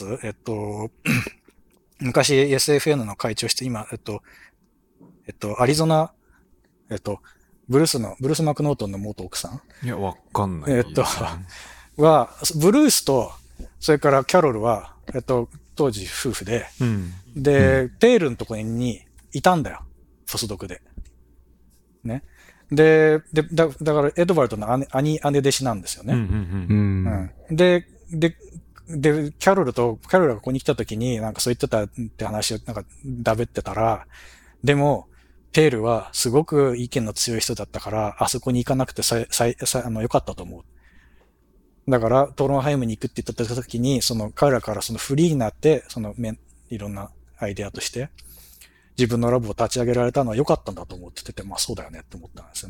昔 SFN の会長して、今、アリゾナ、ブルース・マクノートンの元奥さん。 いや、わかんない。 は、ブルースと、それからキャロルは、当時夫婦で、で、ペールのところにいたんだよ。ポスドクで。ね。だからエドワルドの姉弟子なんですよね。で、キャロルがここに来た時になんかそう言ってたって話をなんかだべってたら、でも、ペールはすごく意見の強い人だったから、あそこに行かなくてよかったと思う。だから、トロンハイムに行くって言った時に、彼らからフリーになって、いろんなアイデアとして、自分のラボを立ち上げられたのは良かったんだと思ってて、まあそうだよねって思ったんですよ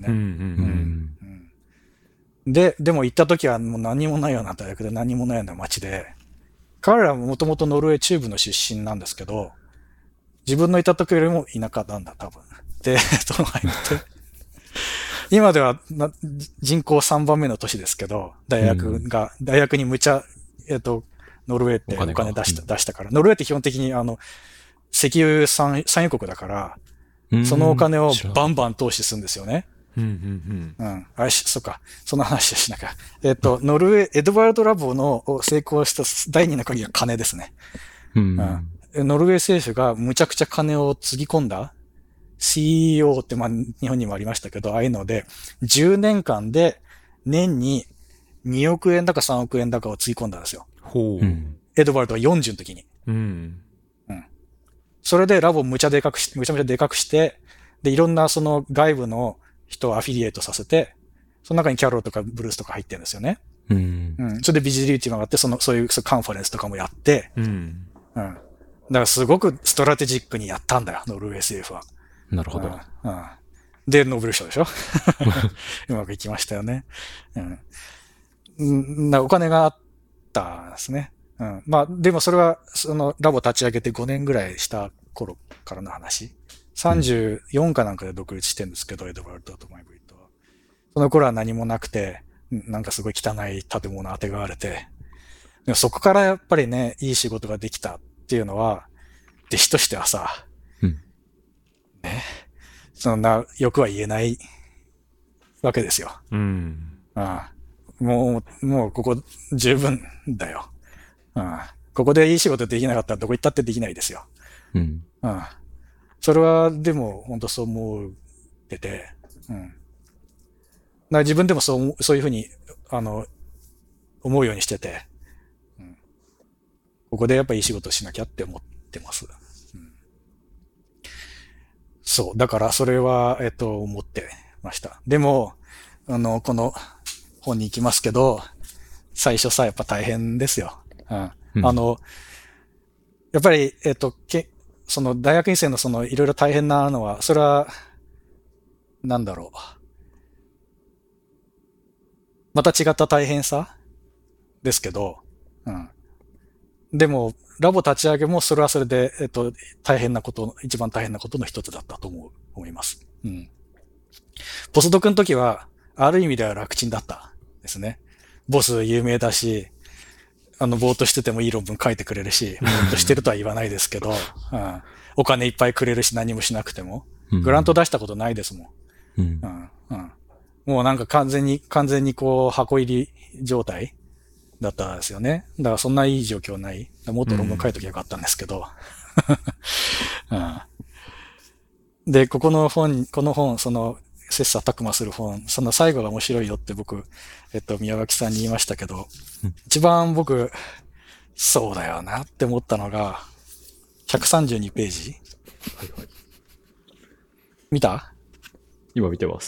ね。でも行った時はもう何もないような大学で何もないような街で、 彼らはもともとノルウェー中部の出身なんですけど、自分のいた時よりも田舎なんだ、多分。で、その入って、今では人口3番目の都市ですけど、大学に無茶、ノルウェーってお金出したから。ノルウェーって基本的に石油産油国だから、そのお金をバンバン投資するんですよね。そっか。その話しなきゃ。ノルウェー、エドワルド・ラボの成功した第二の鍵は金ですね。ノルウェー政府がむちゃくちゃ金をつぎ込んだ CEO って日本にもありましたけど、ああいうので、10年間で年に2億円だか3億円だかをつぎ込んだんですよ。エドワルドは40の時に。それでラボをむちゃめちゃでかくして、で、いろんなその外部の人をアフィリエイトさせて、その中にキャロルとかブルースとか入ってるんですよね。それでビジリティも上がって、そういうカンファレンスとかもやって、だからすごくストラテジックにやったんだよ、ノルウェー政府は。 なるほど。 で、ノーベル賞でしょうまくいきましたよね。お金があったんですね。でもそれは、ラボ立ち上げて5年ぐらいした頃からの話。34かなんかで独立してるんですけど、エドワルドとマイブリッドは。その頃は何もなくて、なんかすごい汚い建物当てがわれて、でもそこからやっぱりね、いい仕事ができたっていうのは、弟子としてはさ、ね、そんな欲は言えないわけですよ。もうここ十分だよ。ここでいい仕事できなかったらどこ行ったってできないですよ。それはでも本当そう思ってて、自分でもそういうふうに思うようにしてて、ここでやっぱりいい仕事しなきゃって思ってます。そう。だから、それは、思ってました。でも、この本に行きますけど、最初さ、やっぱ大変ですよ。やっぱり、その大学院生のいろいろ大変なのは、それは、なんだろう。また違った大変さですけど、でも、ラボ立ち上げもそれはそれで、一番大変なことの一つだったと思います。ポスドクの時は、ある意味では楽ちんだったですね。ボス有名だし、ぼーっとしててもいい論文書いてくれるし、ぼーっとしてるとは言わないですけど、お金いっぱいくれるし何もしなくても。グラント出したことないですもん。もうなんか完全にこう箱入り状態だったんですよね。だからそんないい状況ない。もっと論文書いときゃよかったんですけど。で、この本、その、切磋琢磨する本、その最後が面白いよって僕、宮脇さんに言いましたけど、一番僕、そうだよなって思ったのが、132ページ。見た？ 今見てます。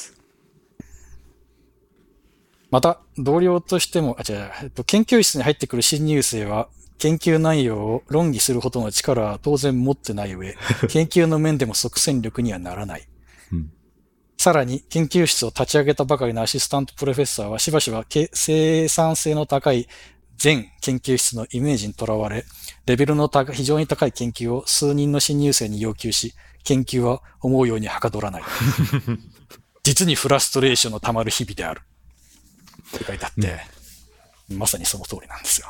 また、同僚としても、研究室に入ってくる新入生は、研究内容を論議するほどの力は当然持ってない上、研究の面でも即戦力にはならない。さらに、研究室を立ち上げたばかりのアシスタントプロフェッサーはしばしば生産性の高い全研究室のイメージにとらわれ、レベルの非常に高い研究を数人の新入生に要求し、研究は思うようにはかどらない。実にフラストレーションのたまる日々である。って書いてあって、まさにその通りなんですよ。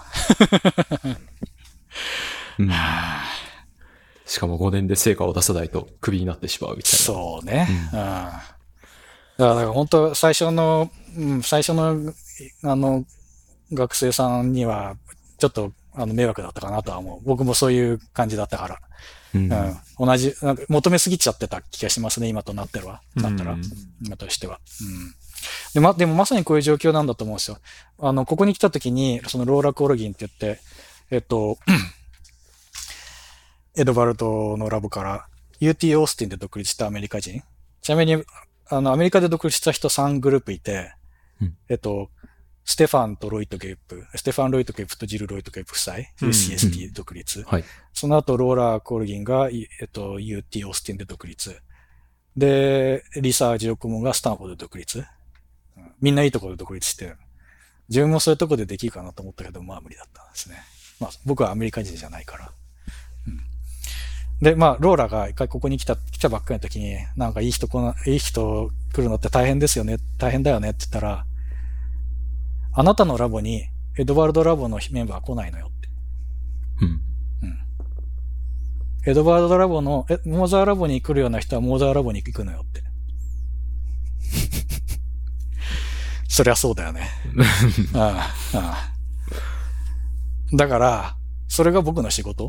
しかも5年で成果を出さないとクビになってしまうみたいな。 そうね。だから本当最初の学生さんにはちょっと迷惑だったかなとは思う。僕もそういう感じだったから。同じ、求めすぎちゃってた気がしますね、今となったら。今としては。でもまさにこういう状況なんだと思うんですよ。ここに来た時に、そのローラ・コルギンって言って、エドバルトのラボから UT オースティンで独立したアメリカ人。ちなみに、アメリカで独立した人3グループいて、ステファン・ロイトゲップとジル・ロイトゲップ夫妻、UCSD 独立。その後、ローラ・コルギンが、UT オースティンで独立。で、リサー・ジオクモンがスタンフォードで独立。みんないいところで独立して、自分もそういうところでできるかなと思ったけど、まあ無理だったんですね。 まあ僕はアメリカ人じゃないから。で、まあ、ローラが一回ここに来たばっかりの時に、なんかいい人来るのって大変ですよね、大変だよねって言ったら、あなたのラボにエドワルドラボのメンバー来ないのよって。エドワルドラボの、モーザーラボに来るような人はモーザーラボに行くのよって。そりゃそうだよね。だから、それが僕の仕事。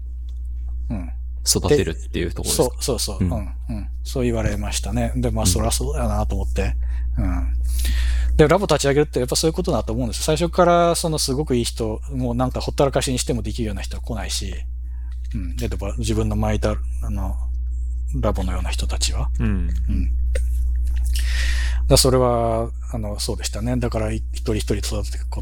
育てるっていうところですか。 そう。そう言われましたね。で、まあ、そりゃそうだよなと思って。で、ラボ立ち上げるってやっぱそういうことだと思うんですよ。最初から、すごくいい人、もうなんかほったらかしにしてもできるような人は来ないし、自分の巻いた、ラボのような人たちは。それは、そうでしたね。だから、一人一人育てていくこと。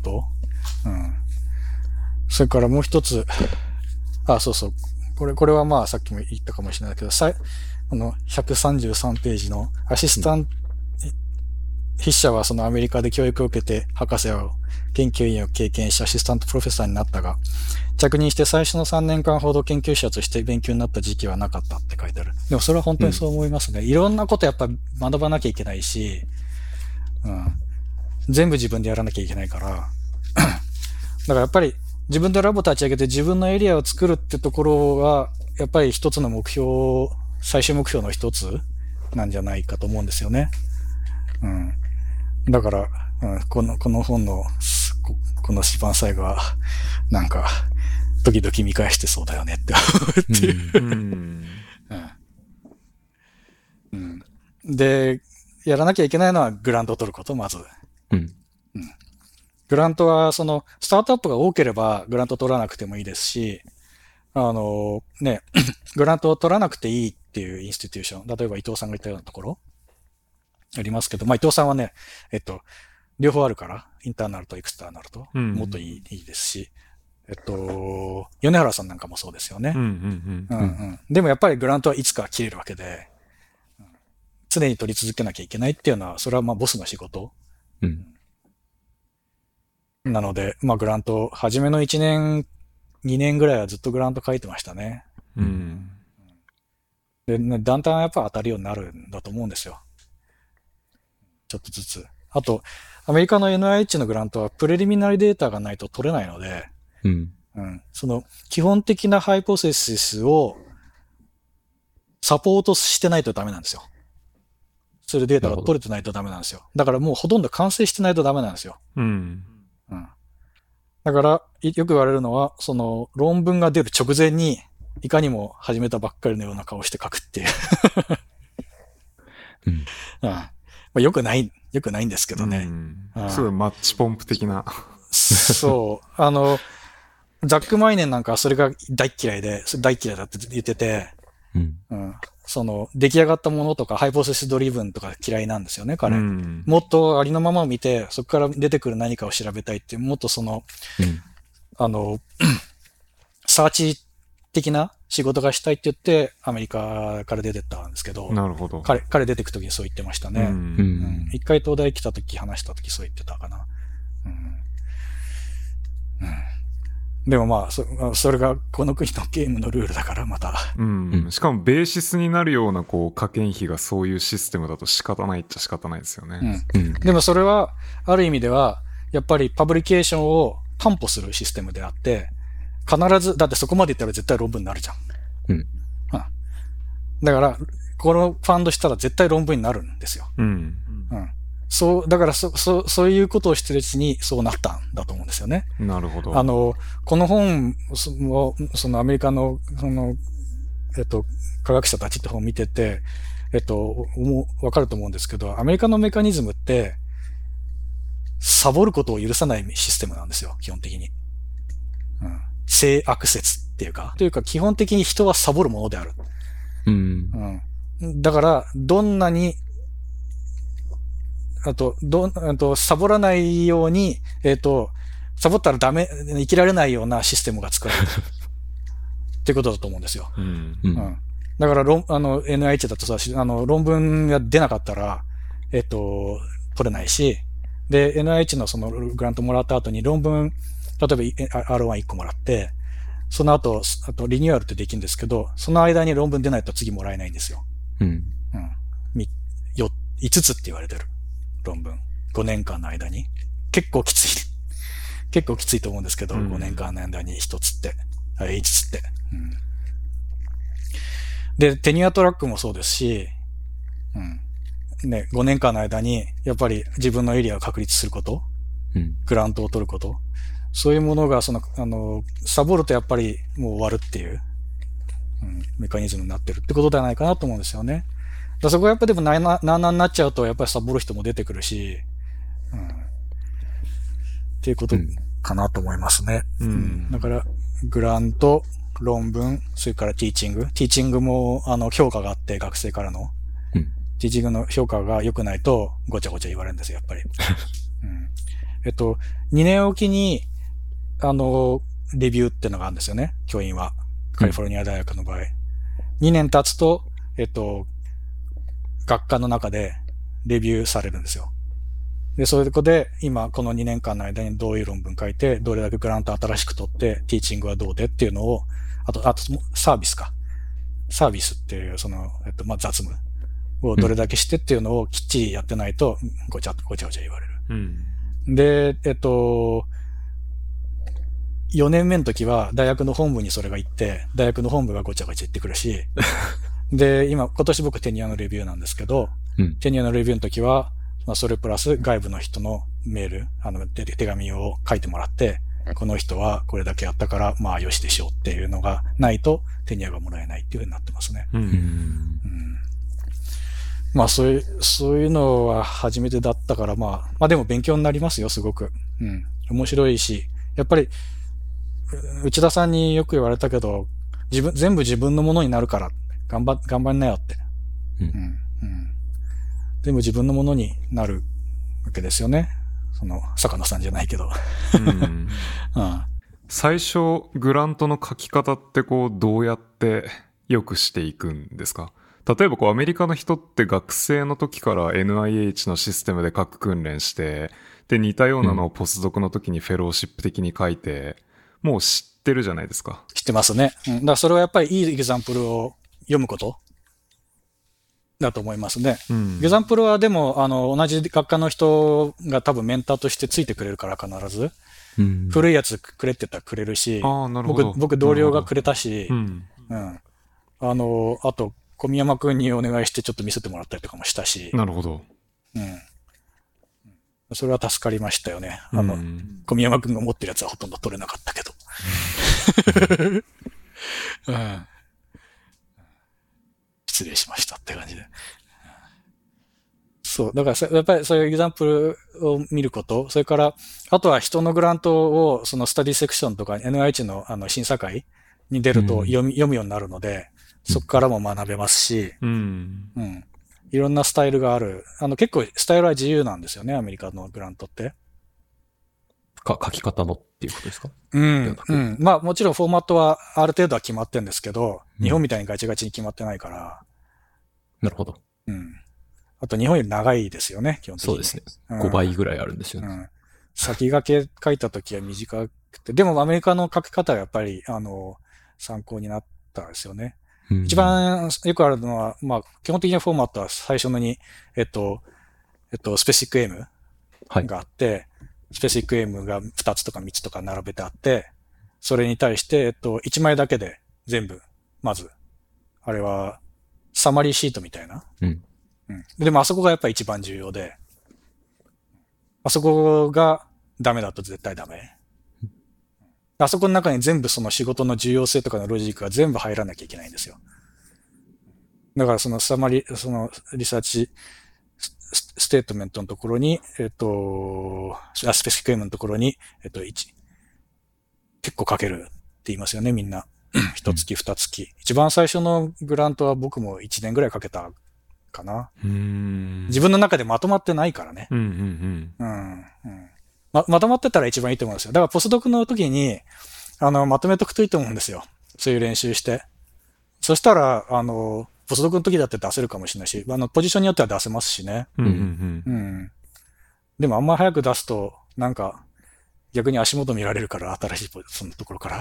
それからもう一つ、そう。これはまあさっきも言ったかもしれないけど、133ページのアシスタント、筆者はそのアメリカで教育を受けて博士を研究員を経験しアシスタントプロフェッサーになったが、着任して最初の3年間ほど研究者として勉強になった時期はなかったって書いてある。でもそれは本当にそう思いますね。いろんなことやっぱり学ばなきゃいけないし、全部自分でやらなきゃいけないから、だからやっぱり自分でラボ立ち上げて自分のエリアを作るってところが、やっぱり一つの目標、最終目標の一つなんじゃないかと思うんですよね。だから、この本の、この一番最後は、なんか、時々見返してそうだよねって思う。で、やらなきゃいけないのはグラントを取ること、まず。グラントは、スタートアップが多ければ、グラント取らなくてもいいですし、グラントを取らなくていいっていうインスティテューション、例えば伊藤さんが言ったようなところ、ありますけど、まあ、伊藤さんはね、両方あるから、インターナルとエクスターナルと、もっといいですし、米原さんなんかもそうですよね。でもやっぱりグラントはいつか切れるわけで、常に取り続けなきゃいけないっていうのは、それはまあボスの仕事。なので、まあグラント、初めの1年、2年ぐらいはずっとグラント書いてましたね。で、だんだんやっぱ当たるようになるんだと思うんですよ。ちょっとずつ。あと、アメリカの NIH のグラントはプレリミナリデータがないと取れないので、その基本的なハイポセシスをサポートしてないとダメなんですよ。それデータが取れてないとダメなんですよ。だからもうほとんど完成してないとダメなんですよ。だから、よく言われるのは、その論文が出る直前に、いかにも始めたばっかりのような顔して書くっていう。まあ、よくないんですけどね。 すごいマッチポンプ的な。 そう。ザック・マイネンなんかはそれが大嫌いだって言ってて、その出来上がったものとかハイポセシスドリブンとか嫌いなんですよね、彼。もっとありのままを見て、そこから出てくる何かを調べたいっていう、もっとサーチ的な仕事がしたいって言って、アメリカから出てったんですけど、 なるほど。 彼出てくときにそう言ってましたね。一回東大来たとき話したときそう言ってたかな。でもまあ、それがこの国のゲームのルールだからまた。 しかもベーシスになるような加減費がそういうシステムだと仕方ないっちゃ仕方ないですよね。 でもそれは、ある意味では、やっぱりパブリケーションを担保するシステムであって、必ず、だってそこまで言ったら絶対論文になるじゃん。だから、このファンドしたら絶対論文になるんですよ。そう、だからそういうことをしてるうちにそうなったんだと思うんですよね。 なるほど。 この本を、そのアメリカの、科学者たちって本を見てて、わかると思うんですけど、アメリカのメカニズムって、サボることを許さないシステムなんですよ、基本的に。性悪説っていうか、基本的に人はサボるものである。だから、どんなに、サボらないように、サボったら生きられないようなシステムが作られる。ってことだと思うんですよ。だから、NIH だとさ、論文が出なかったら、取れないし、で、NIH のそのグラントもらった後に論文例えば R1 個もらって、その後、あとリニューアルってできるんですけど、その間に論文出ないと次もらえないんですよ。 うん。 5つって言われてる。論文。5年間の間に。結構きつい。結構きついと思うんですけど、5年間の間に1つって。5つって。で、テニアトラックもそうですし、ね、5年間の間に、やっぱり自分のエリアを確立すること、グラントを取ること、そういうものが、サボるとやっぱりもう終わるっていう、メカニズムになってるってことではないかなと思うんですよね。だそこはやっぱりでもなになっちゃうと、やっぱりサボる人も出てくるし、っていうことかなと思いますね。だから、グラント、論文、それからティーチング。ティーチングも、評価があって、学生からの。ティーチングの評価が良くないと、ごちゃごちゃ言われるんですよ、やっぱり。2年おきに、レビューってのがあるんですよね、教員は。カリフォルニア大学の場合。2年経つと、学科の中でレビューされるんですよ。で、それで、今、この2年間の間にどういう論文書いて、どれだけグラント新しく取って、ティーチングはどうでっていうのを、あと、サービスか。サービスっていう、雑務をどれだけしてっていうのをきっちりやってないと、ごちゃごちゃ言われる。で、4年目の時は、大学の本部にそれが行って、大学の本部がごちゃごちゃ言ってくるし、で、今年僕テニアのレビューなんですけど、テニアのレビューの時は、それプラス外部の人のメール、手紙を書いてもらって、この人はこれだけやったから、まあよしでしょうっていうのがないと、テニアがもらえないっていう風になってますね。まあそういうのは初めてだったから、まあでも勉強になりますよ、すごく。面白いし、やっぱり、内田さんによく言われたけど、全部自分のものになるから、頑張んなよって。全部自分のものになるわけですよね。坂野さんじゃないけど。 最初、グラントの書き方ってどうやって良くしていくんですか？例えばアメリカの人って学生の時から NIH のシステムで書く訓練して、で、似たようなのをポスドクの時にフェローシップ的に書いて、もう知ってるじゃないですか。 知ってますね。だからそれはやっぱりいいエグザンプルを読むことだと思いますね。エグザンプルはでも、同じ学科の人が多分メンターとしてついてくれるから必ず。古いやつくれって言ったらくれるし、僕同僚がくれたし、あと、小宮山くんにお願いしてちょっと見せてもらったりとかもしたし。 なるほど。 それは助かりましたよね。小宮山くんが持ってるやつはほとんど取れなかったけど。失礼しましたって感じで。そう。だからやっぱりそういうエグザンプルを見ること、それから、あとは人のグラントをそのスタディセクションとか NIH の審査会に出ると読むようになるので、そこからも学べますし、いろんなスタイルがある。結構スタイルは自由なんですよね、アメリカのグラントって。 書き方のっていうことですか？ まあもちろんフォーマットはある程度は決まってるんですけど、日本みたいにガチガチに決まってないから。 なるほど。 あと日本より長いですよね、基本的に。 そうですね。5倍ぐらいあるんですよね。 先駆け書いたときは短くて、でもアメリカの書き方はやっぱり、参考になったんですよね。一番よくあるのは、まあ、基本的なフォーマットは最初のに、スペシック M があって、スペシック M が2つとか3つとか並べてあって、それに対して、1枚だけで全部、まず、あれは、サマリーシートみたいな。でもあそこがやっぱり一番重要で、あそこがダメだと絶対ダメ。あそこの中に全部その仕事の重要性とかのロジックが全部入らなきゃいけないんですよ。だからそのそのリサーチステートメントのところに、スペシフィック M のところに、結構書けるって言いますよね、みんな。一月、二月。一番最初のグラントは僕も1年ぐらいかけたかな。自分の中でまとまってないからね。まとまってたら一番いいと思うんですよ。だからポスドクの時に、まとめとくといいと思うんですよ。そういう練習して。そしたら、ポスドクの時だって出せるかもしれないし、ポジションによっては出せますしね。でもあんまり早く出すと、なんか、 逆に足元見られるから、新しいそのところから。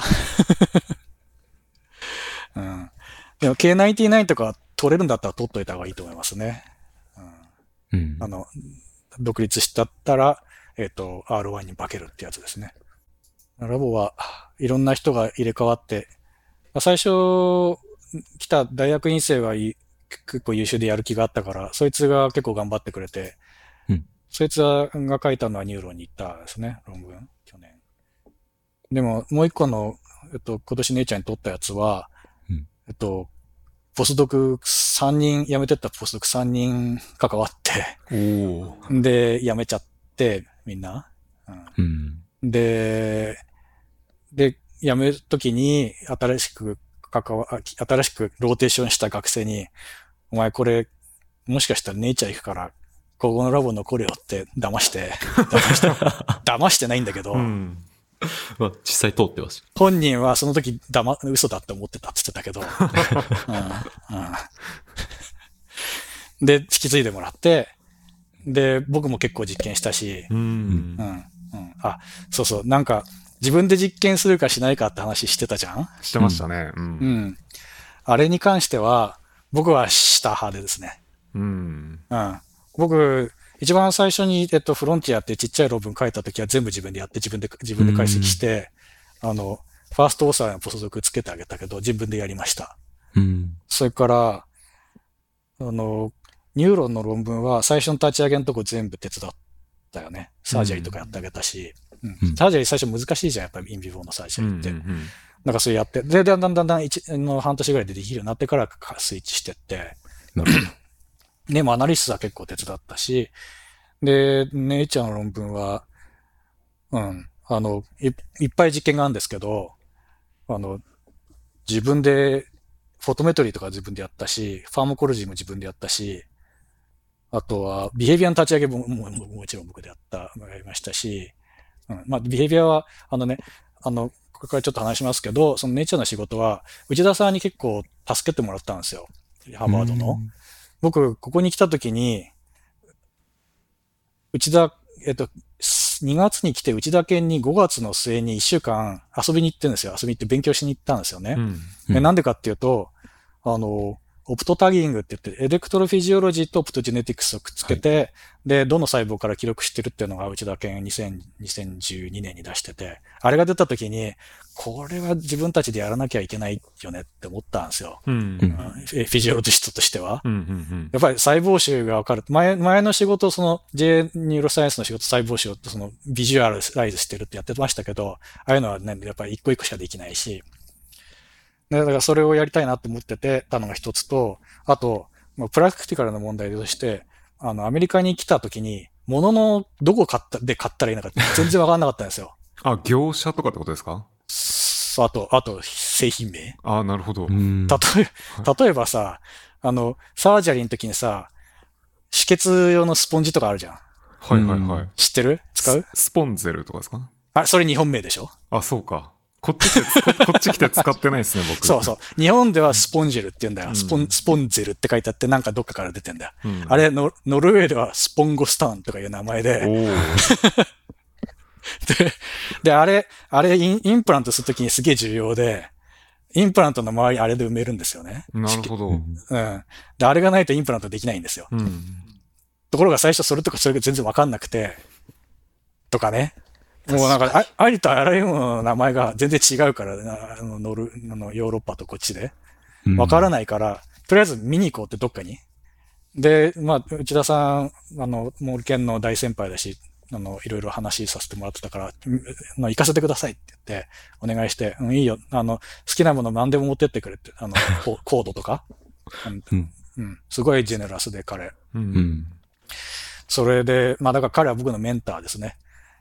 うん。でも K99 とか取れるんだったら取っといた方がいいと思いますね。 うん。 独立したったら、R1 に化けるってやつですね。ラボはいろんな人が入れ替わって、最初来た大学院生が結構優秀でやる気があったから、そいつが結構頑張ってくれて、 うん、 そいつが書いたのはニューロンに行ったんですね、論文、去年。でも、もう一個の、今年ネイチャーに取ったやつは、 うん、 ポスドク3人、辞めてったポスドク3人関わって、で、辞めちゃって、みんな。 うんで、辞めるときに新しくローテーションした学生に、お前これ、もしかしたらネイチャー行くから、ここのラボ残るよって騙してないんだけど、 実際通ってます。 本人はその時嘘だって思ってたって言ってたけど、で、引き継いでもらって、で、僕も結構実験したし、あ、そうそう、なんか自分で実験するかしないかって話してたじゃん？ してましたね。 あれに関しては、僕はした派でですね。僕、一番最初に、フロンティアってちっちゃい論文書いたときは全部自分でやって、自分で解析して、ファーストオーサーのポスドクつけてあげたけど、自分でやりました。それから、ニューロンの論文は最初の立ち上げのとこ全部手伝ったよね。サージャリとかやってあげたし、サージャリ最初難しいじゃん、やっぱりインビボのサージャリって。なんかそれやって、で、だんだん半年ぐらいでできるようになってからスイッチしてって、 なるほど。 でもアナリシスは結構手伝ったし、で、ネイチャーの論文は、いっぱい実験があるんですけど、自分で、フォトメトリーとか自分でやったし、ファーモコロジーも自分でやったし、あとは、ビヘイビアの立ち上げももちろん僕でやりましたし、ビヘイビアは、これからちょっと話しますけど、そのネイチャーの仕事は、内田さんに結構助けてもらったんですよ。ハーバードの。僕、ここに来た時に、2月に来て内田県に5月の末に1週間遊びに行ってるんですよ。遊びに行って勉強しに行ったんですよね。でなんでかっていうと、オプトタギングって言って、エレクトロフィジオロジーとオプトジェネティクスをくっつけて、で、どの細胞から記録してるっていうのが内田県2012年に出してて、あれが出た時に、これは自分たちでやらなきゃいけないよねって思ったんですよ。フィジオロジストとしては。やっぱり細胞集がわかる。前の仕事、その J ニューロサイエンスの仕事、細胞集をそのビジュアライズしてるってやってましたけど、ああいうのはね、やっぱり一個一個しかできないし、だからそれをやりたいなって思ってたのが一つと、あと、プラクティカルな問題として、アメリカに来た時に、物のどこ買ったらいいのかって全然わかんなかったんですよ。 業者とかってことですか？ あと、製品名。 なるほど。 例えばさ、サージャリーの時にさ、止血用のスポンジとかあるじゃん。知ってる？使う？ スポンゼルとかですか？ それ日本名でしょ？ そうか。こっち来て使ってないですね、僕。 そう。日本ではスポンジェルって言うんだよ。スポンゼルって書いてあって、なんかどっかから出てんだよ。あれ、ノルウェーではスポンゴスターンとかいう名前で。で、あれ、インプラントするときにすげえ重要で、インプラントの周りあれで埋めるんですよね。 なるほど。 で、あれがないとインプラントできないんですよ。ところが最初それが全然わかんなくて、とかね。もうなんか、ありとあらゆるものの名前が全然違うから、ヨーロッパとこっちで。わからないから、とりあえず見に行こうってどっかに。で、内田さん、モール研の大先輩だし、いろいろ話させてもらってたから、行かせてくださいって言って、お願いして、いいよ、好きなもの何でも持ってってくれって、コードとか。すごいジェネラスで彼。それで、だから彼は僕のメンターですね。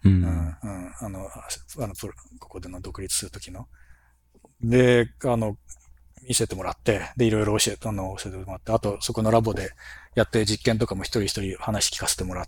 ここでの独立するときの。で、見せてもらって、で、いろいろ教えてもらって、あと、そこのラボでやってる実験とかも一人一人話聞かせてもらって、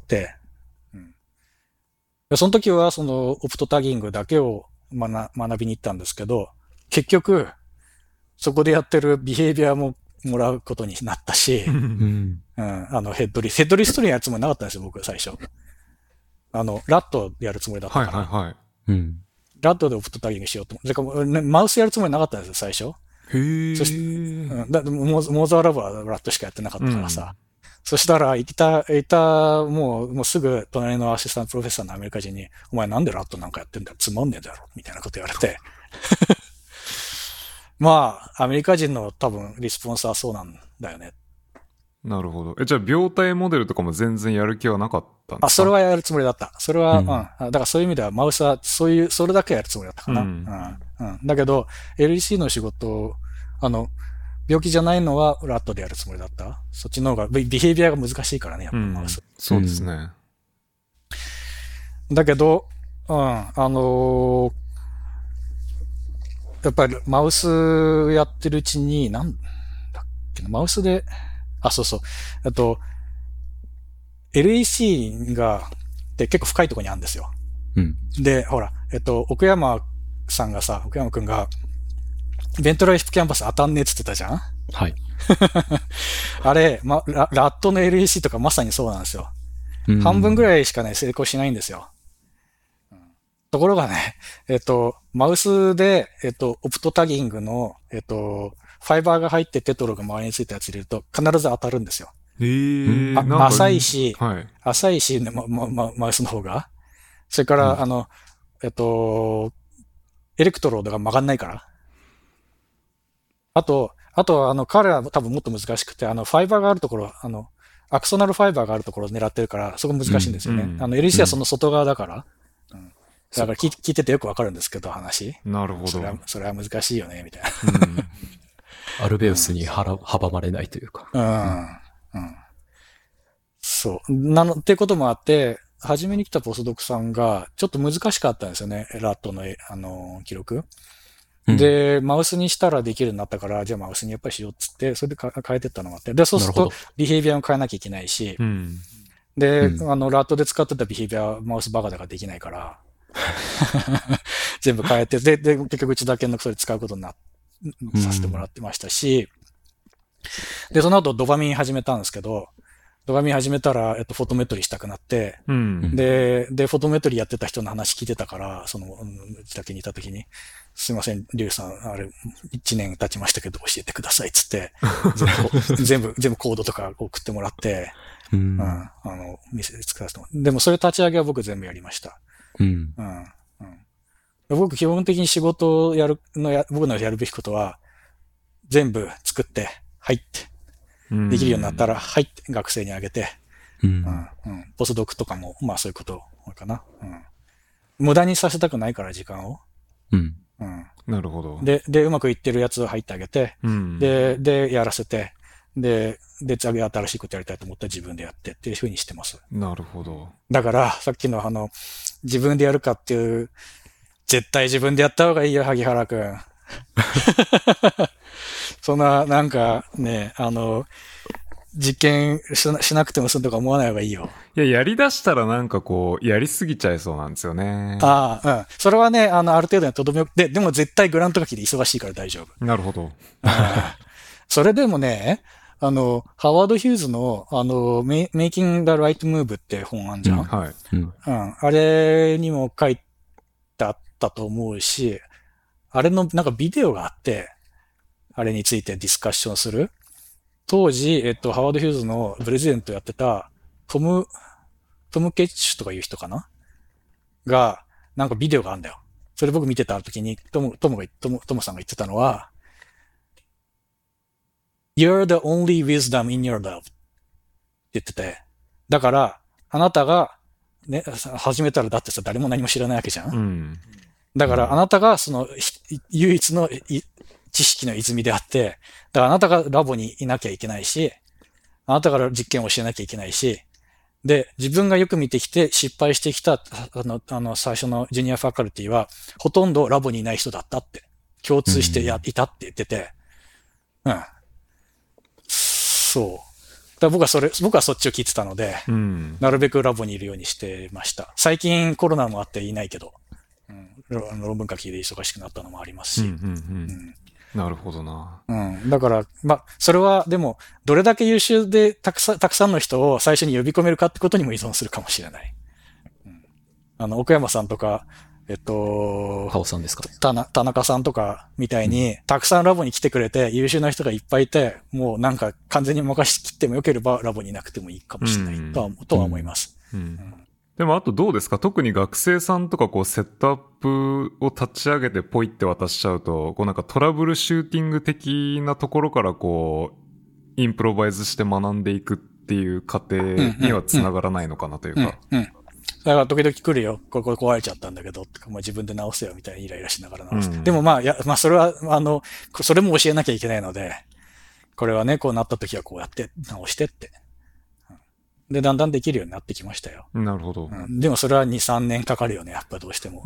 その時は、オプトタギングだけを学びに行ったんですけど、結局、そこでやってるビヘイビアももらうことになったし、ヘッドリストリーのやつもなかったんですよ、僕、最初。ラットやるつもりだったから。 うん。 ラットでオプトタギングしようと思って。だからね、マウスやるつもりなかったんですよ、最初。 へえ。 そしだってモーザーラブはラットしかやってなかったからさ。そしたら、もうすぐ隣のアシスタントプロフェッサーのアメリカ人に、お前なんでラットなんかやってんだよ、つまんねえだろ、みたいなこと言われて。まあ、アメリカ人の多分リスポンスはそうなんだよね。 なるほど。じゃあ、病態モデルとかも全然やる気はなかったんですか？ それはやるつもりだった。それは、だからそういう意味ではマウスは、それだけやるつもりだったかな。だけど、LEC の仕事、病気じゃないのはラットでやるつもりだった。そっちの方が、ビヘイビアが難しいからね、やっぱマウス。 そうですね。 だけど、やっぱりマウスやってるうちに、なんだっけな、マウスで、そうそう。LEC で結構深いところにあるんですよ。で、ほら、奥山くんが、ベントライフキャンバス当たんねえって言ってたじゃん？ はい。 あれ、ラットの LEC とかまさにそうなんですよ。半分ぐらいしかね、成功しないんですよ。ところがね、マウスで、オプトタギングの、ファイバーが入ってテトロが周りについたやつ入れると必ず当たるんですよ。浅いし、マウスの方が。それから、エレクトロードが曲がんないから。あと、彼らは多分もっと難しくて、ファイバーがあるところ、アクソナルファイバーがあるところを狙ってるから、そこ難しいんですよね。LEC はその外側だから。だから聞いててよくわかるんですけど、話。 なるほど。 それは難しいよね、みたいな。 アルベウスに阻まれないというか。 そう。っていうこともあって、初めに来たポスドクさんが、ちょっと難しかったんですよね、ラットの、記録。で、マウスにしたらできるようになったから、じゃあマウスにやっぱりしようっつって、それで変えてったのがあって。で、そうすると、ビヘイビアも変えなきゃいけないし、で、ラットで使ってたビヘイビアはマウスバカだからできないから、全部変えて、で、結局うちだけのそれ使うことにさせてもらってましたし、で、その後ドバミン始めたんですけど、ドバミン始めたら、フォトメトリーしたくなって、で、フォトメトリーやってた人の話聞いてたから、うちだけにいた時に、すいません、リュウさん、あれ、1年経ちましたけど教えてくださいっつって、全部コードとか送ってもらって、店で使わせてもらって。でもそれ立ち上げは僕全部やりました。僕基本的に仕事を僕のやるべきことは、全部作って、はいって、できるようになったら、はいって学生にあげて、ポスドクとかも、まあそういうことかな。無駄にさせたくないから、時間を。 なるほど。 で、うまくいってるやつを入ってあげて、で、やらせて、で、次新しいことやりたいと思ったら自分でやってっていうふうにしてます。 なるほど。 だから、さっきの自分でやるかっていう、絶対自分でやった方がいいよ、萩原くん。そんな、なんかね、実験しなくても済んとか思わない方がいいよ。 いや、やり出したらなんかこう、やりすぎちゃいそうなんですよね。 それはね、ある程度にとどめよく、でも絶対グラント書きで忙しいから大丈夫。 なるほど。 それでもね、ハワード・ヒューズの、Making the Right Move って本あんじゃん。 はい。 あれにも書いてあったと思うし、あれのなんかビデオがあって、あれについてディスカッションする。当時、ハワード・ヒューズのプレゼントやってた、トム・ケッチュとかいう人かなが、なんかビデオがあるんだよ。それ僕見てた時に、トムさんが言ってたのは、You're the only wisdom in your love って言ってて。だから、あなたが、ね、始めたらだってさ、誰も何も知らないわけじゃん。だから、あなたがその、唯一の知識の泉であって、だからあなたがラボにいなきゃいけないし、あなたから実験を教えなきゃいけないし、で、自分がよく見てきて失敗してきた、最初のジュニアファカルティは、ほとんどラボにいない人だったって、共通していたって言ってて、そう。だから僕はそっちを聞いてたので、なるべくラボにいるようにしてました。最近コロナもあっていないけど、論文書きで忙しくなったのもありますし。 なるほどな。 だから、それはでも、どれだけ優秀でたくさんの人を最初に呼び込めるかってことにも依存するかもしれない。奥山さんとか、 カオさんですか？ 田中さんとかみたいに、たくさんラボに来てくれて、優秀な人がいっぱいいて、もうなんか完全に任しきってもよければラボにいなくてもいいかもしれないとは思います。 でもあとどうですか？特に学生さんとかこうセットアップを立ち上げてポイって渡しちゃうと、こうなんかトラブルシューティング的なところからこう、インプロバイズして学んでいくっていう過程にはつながらないのかなというか。 だから時々来るよ。これ壊れちゃったんだけど、とか、自分で直せよみたいにイライラしながら直す。でもそれは、それも教えなきゃいけないので、これはね、こうなった時はこうやって直してって。で、だんだんできるようになってきましたよ。 なるほど。 でもそれは2、3年かかるよね、やっぱどうしても。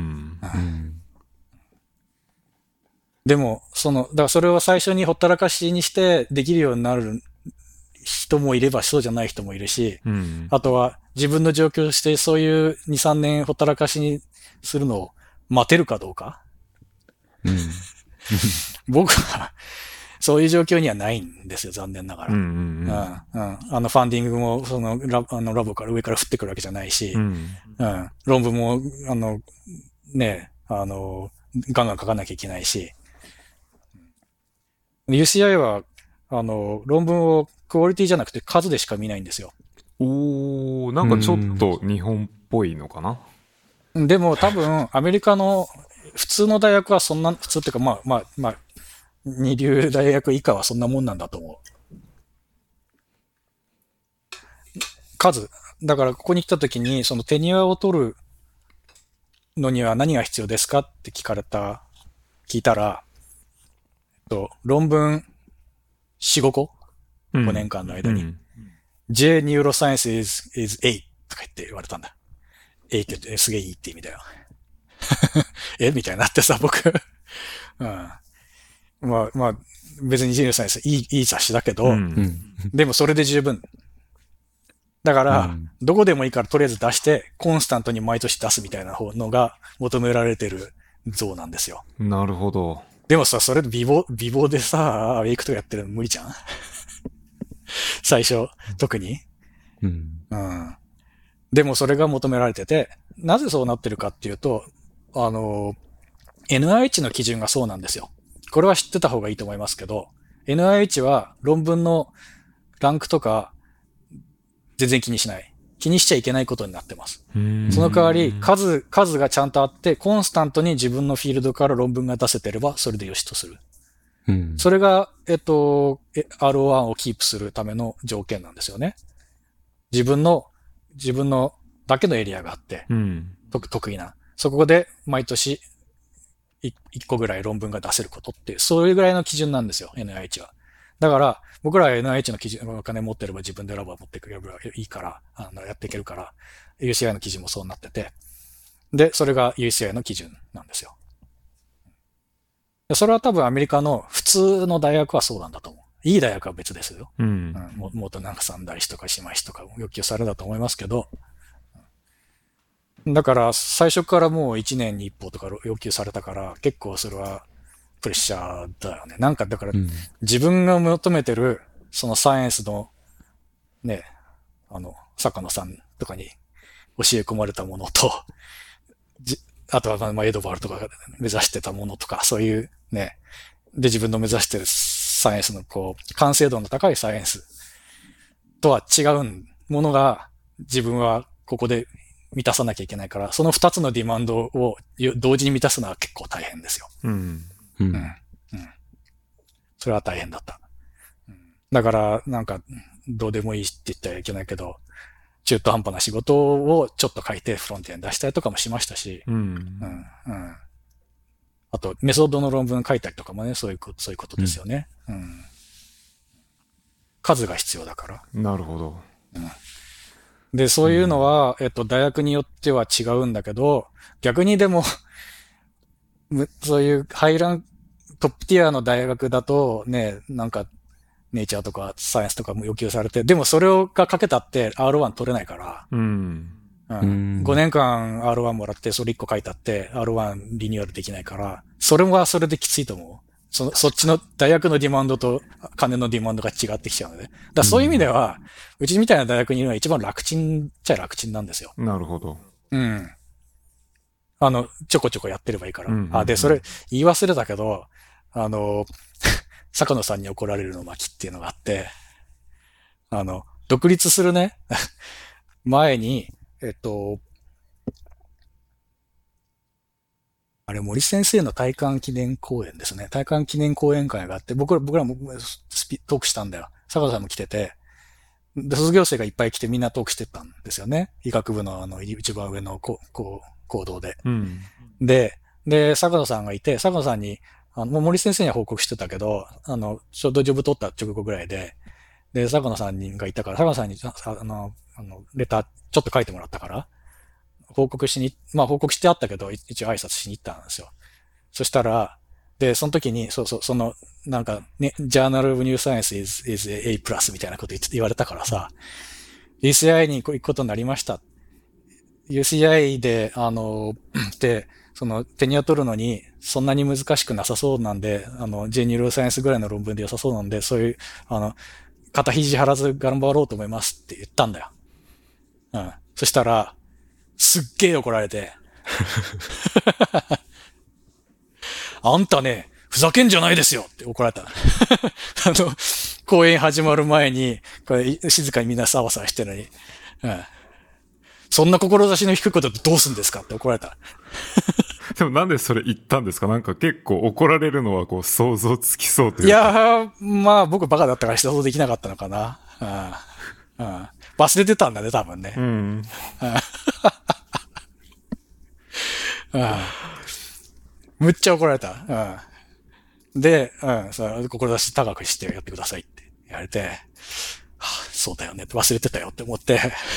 でも、だからそれを最初にほったらかしにしてできるようになる人もいればそうじゃない人もいるし、あとは自分の状況としてそういう2、3年ほったらかしにするのを待てるかどうか。僕はそういう状況にはないんですよ、残念ながら。ファンディングもラボから上から降ってくるわけじゃないし、論文もガンガン書かなきゃいけないし、UCI は論文をクオリティじゃなくて数でしか見ないんですよ。 なんかちょっと日本っぽいのかな。 でも多分アメリカの普通の大学はそんな、普通っていうか二流大学以下はそんなもんなんだと思う。数。だからここに来た時にそのテニュアを取るのには何が必要ですかって聞いたら、論文4、5個 ?5 年間の間に。J Neuroscience is 8とか言って言われたんだ。8ってすげえいいって意味だよ。みたいになってさ、僕。別に J Neuroscience いい雑誌だけど、でもそれで十分。だから、どこでもいいからとりあえず出して、コンスタントに毎年出すみたいなのが求められてる像なんですよ。 なるほど。 でもさ、それで美貌でさ、ウェイクとかやってるの無理じゃん最初、特に。でもそれが求められてて、なぜそうなってるかっていうと、NIH の基準がそうなんですよ。これは知ってた方がいいと思いますけど、NIH は論文のランクとか全然気にしない。気にしちゃいけないことになってます。その代わり、数がちゃんとあって、コンスタントに自分のフィールドから論文が出せてれば、それでよしとする。それが、RO1 をキープするための条件なんですよね。自分のだけのエリアがあって、得意な。そこで毎年1個ぐらい論文が出せることっていう、そういうぐらいの基準なんですよ、NIH は。だから、僕らは NIH の基準、お金持ってれば自分でラボを持っていければいいから、やっていけるから、UCI の基準もそうなってて、で、それが UCI の基準なんですよ。それは多分アメリカの普通の大学はそうなんだと思う。いい大学は別ですよ。もっとなんか三大師とか姉妹師とか要求されたと思いますけど、だから最初からもう1年に1本とか要求されたから、結構それはプレッシャーだよね。なんかだから、自分が求めてる、そのサイエンスの、ね、坂野さんとかに教え込まれたものと、あとはエドバールとかが目指してたものとか、そういうね、で自分の目指してるサイエンスの完成度の高いサイエンスとは違うものが自分はここで満たさなきゃいけないから、その2つのディマンドを同時に満たすのは結構大変ですよ。それは大変だった。だから、なんか、どうでもいいって言ったらいけないけど、中途半端な仕事をちょっと書いてフロントに出したりとかもしましたし、あと、メソッドの論文書いたりとかもね、そういうことですよね。数が必要だから。 なるほど。 で、そういうのは、大学によっては違うんだけど、逆にでも、そういうハイラン、トップティアの大学だと、ね、なんか、ネイチャーとかサイエンスとかも要求されて、でもそれがかけたって R1 取れないから、5年間 R1 もらって、それ1個書いたって、R1 リニューアルできないから、それはそれできついと思う。そっちの大学のディマンドと金のディマンドが違ってきちゃうので。だからそういう意味では、うちみたいな大学にいるのは一番楽ちんっちゃ楽ちんなんですよ。 なるほど。 ちょこちょこやってればいいから。で、それ言い忘れたけど、坂野さんに怒られるの巻っていうのがあって、独立するね、前に、あれ、森先生の退官記念公演ですね。退官記念講演会があって、僕らもトークしたんだよ。坂田さんも来てて、で卒業生がいっぱい来てみんなトークしてたんですよね。医学部の一番上の講堂で。で、坂田さんがいて、坂田さんに、もう森先生には報告してたけど、ちょうどジョブ取った直後ぐらいで、坂野さんがいたから、坂野さんに、レターちょっと書いてもらったから、報告してあったけど、一応挨拶しに行ったんですよ。そしたら、で、その時に、なんかね、Journal of New Science is A+ みたいなこと言われたからさ、UCI に行くことになりました。UCI で、テニア取るのに、そんなに難しくなさそうなんで、J ニューロサイエンスぐらいの論文で良さそうなんで、そういう、肩肘張らず頑張ろうと思いますって言ったんだよ。そしたら、すっげえ怒られて。あんたね、ふざけんじゃないですよって怒られた。講演始まる前に、これ静かにみんなサワサワしてるのに、そんな志の低いことってどうすんですかって怒られた。 でもなんでそれ言ったんですか？なんか結構怒られるのはこう想像つきそうというか。 いやー、まあ僕バカだったから想像できなかったのかな。忘れてたんだね、多分ね。むっちゃ怒られた。で、志高くしてやってくださいって言われて、そうだよねって忘れてたよって思って。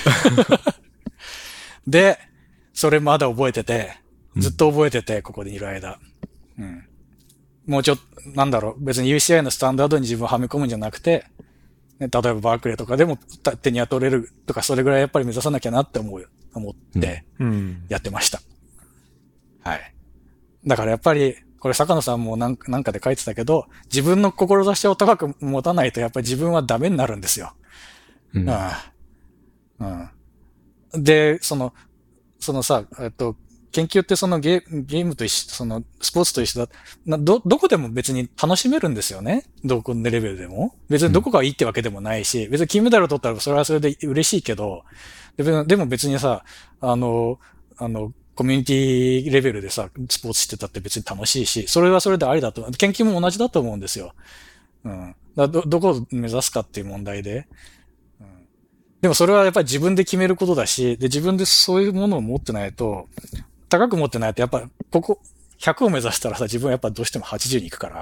で、それまだ覚えてて、ずっと覚えてて、ここにいる間。もうちょっと、なんだろう、別に UCI のスタンダードに自分をはめ込むんじゃなくて、例えばバークレーとかでも手には取れるとか、それぐらいやっぱり目指さなきゃなって思って、やってました。はい。だからやっぱり、これ坂野さんもなんかで書いてたけど、自分の志を高く持たないとやっぱり自分はダメになるんですよ。で、そのさ、研究ってそのゲームと一緒、スポーツと一緒だ。どこでも別に楽しめるんですよね。どこのレベルでも。別にどこがいいってわけでもないし、別に金メダル取ったらそれはそれで嬉しいけど、でも別にさ、コミュニティレベルでさ、スポーツしてたって別に楽しいし、それはそれでありだと。研究も同じだと思うんですよ。どこを目指すかっていう問題で。でもそれはやっぱり自分で決めることだし、で、自分でそういうものを持ってないと、高く持ってないと、やっぱ、ここ、100を目指したらさ、自分はやっぱどうしても80に行くから。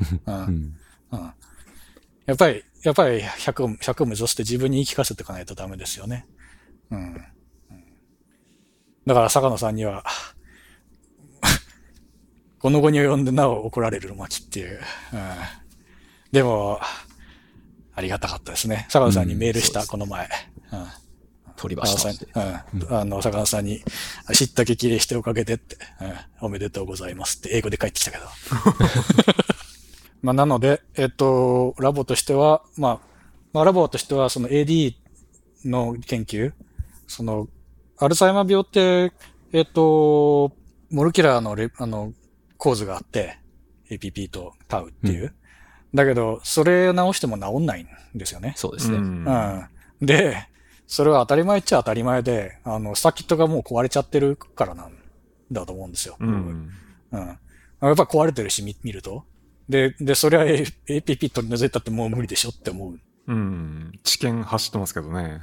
やっぱり100を目指して自分に言い聞かせていかないとダメですよね。だから坂野さんには、この後に及んでなお怒られる巻っていう。でも、ありがたかったですね。坂野さんにメールした、この前。 取りました。 坂野さんに、知った激励しておかげでって、おめでとうございますって英語で帰ってきたけど。なので、ラボとしては、ラボとしては、その AD の研究、アルツハイマー病って、モルキュラーの構図があって、APP とタウっていう。だけど、それ直しても治んないんですよね。 そうですね。 で、それは当たり前っちゃ当たり前で、サーキットがもう壊れちゃってるからなんだと思うんですよ。やっぱ壊れてるし、見ると。で、それは APP 取り除いたってもう無理でしょって思う。 知見走ってますけどね。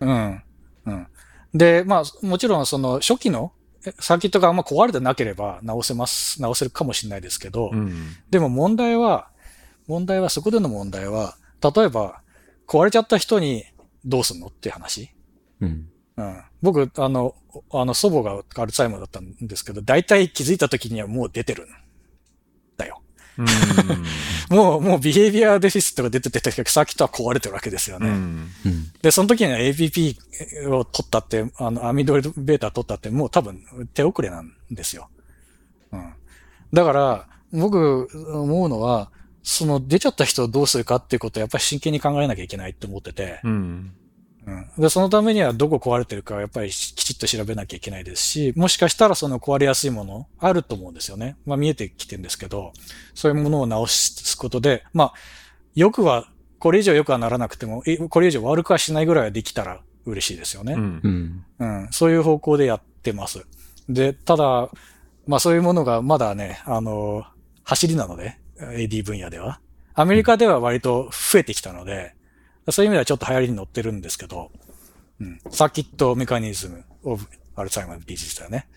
で、もちろん初期のサーキットがあんま壊れてなければ直せるかもしれないですけど、でも問題は、そこでの問題は、例えば、壊れちゃった人にどうすんのっていう話。僕、祖母がアルツハイマーだったんですけど、大体気づいた時にはもう出てるんだよ。もうビヘイビアデフィシットが出てて、サーキットは壊れてるわけですよね。で、その時には APP を取ったって、アミドイドベータ取ったって、もう多分手遅れなんですよ。だから、僕思うのは、出ちゃった人をどうするかっていうことをやっぱり真剣に考えなきゃいけないって思ってて、 で、そのためにはどこ壊れてるかやっぱりきちっと調べなきゃいけないですし、もしかしたらその壊れやすいものあると思うんですよね。見えてきてるんですけど、そういうものを直すことで、これ以上良くはならなくても、これ以上悪くはしないぐらいはできたら嬉しいですよね。そういう方向でやってます。で、ただ、そういうものがまだね、走りなので、AD 分野では。アメリカでは割と増えてきたので、そういう意味ではちょっと流行りに乗ってるんですけど、サーキットメカニズムオブアルツハイマーディジーズだよね。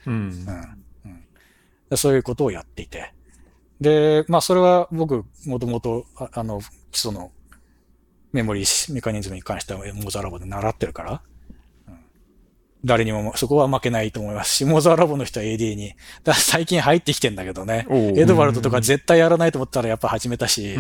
そういうことをやっていて。で、それは僕、もともと、基礎のメモリーメカニズムに関してはモーザーラボで習ってるから、誰にもそこは負けないと思いますし、モーザーラボの人は AD に、最近入ってきてんだけどね、エドワルドとか絶対やらないと思ったらやっぱ始めたし、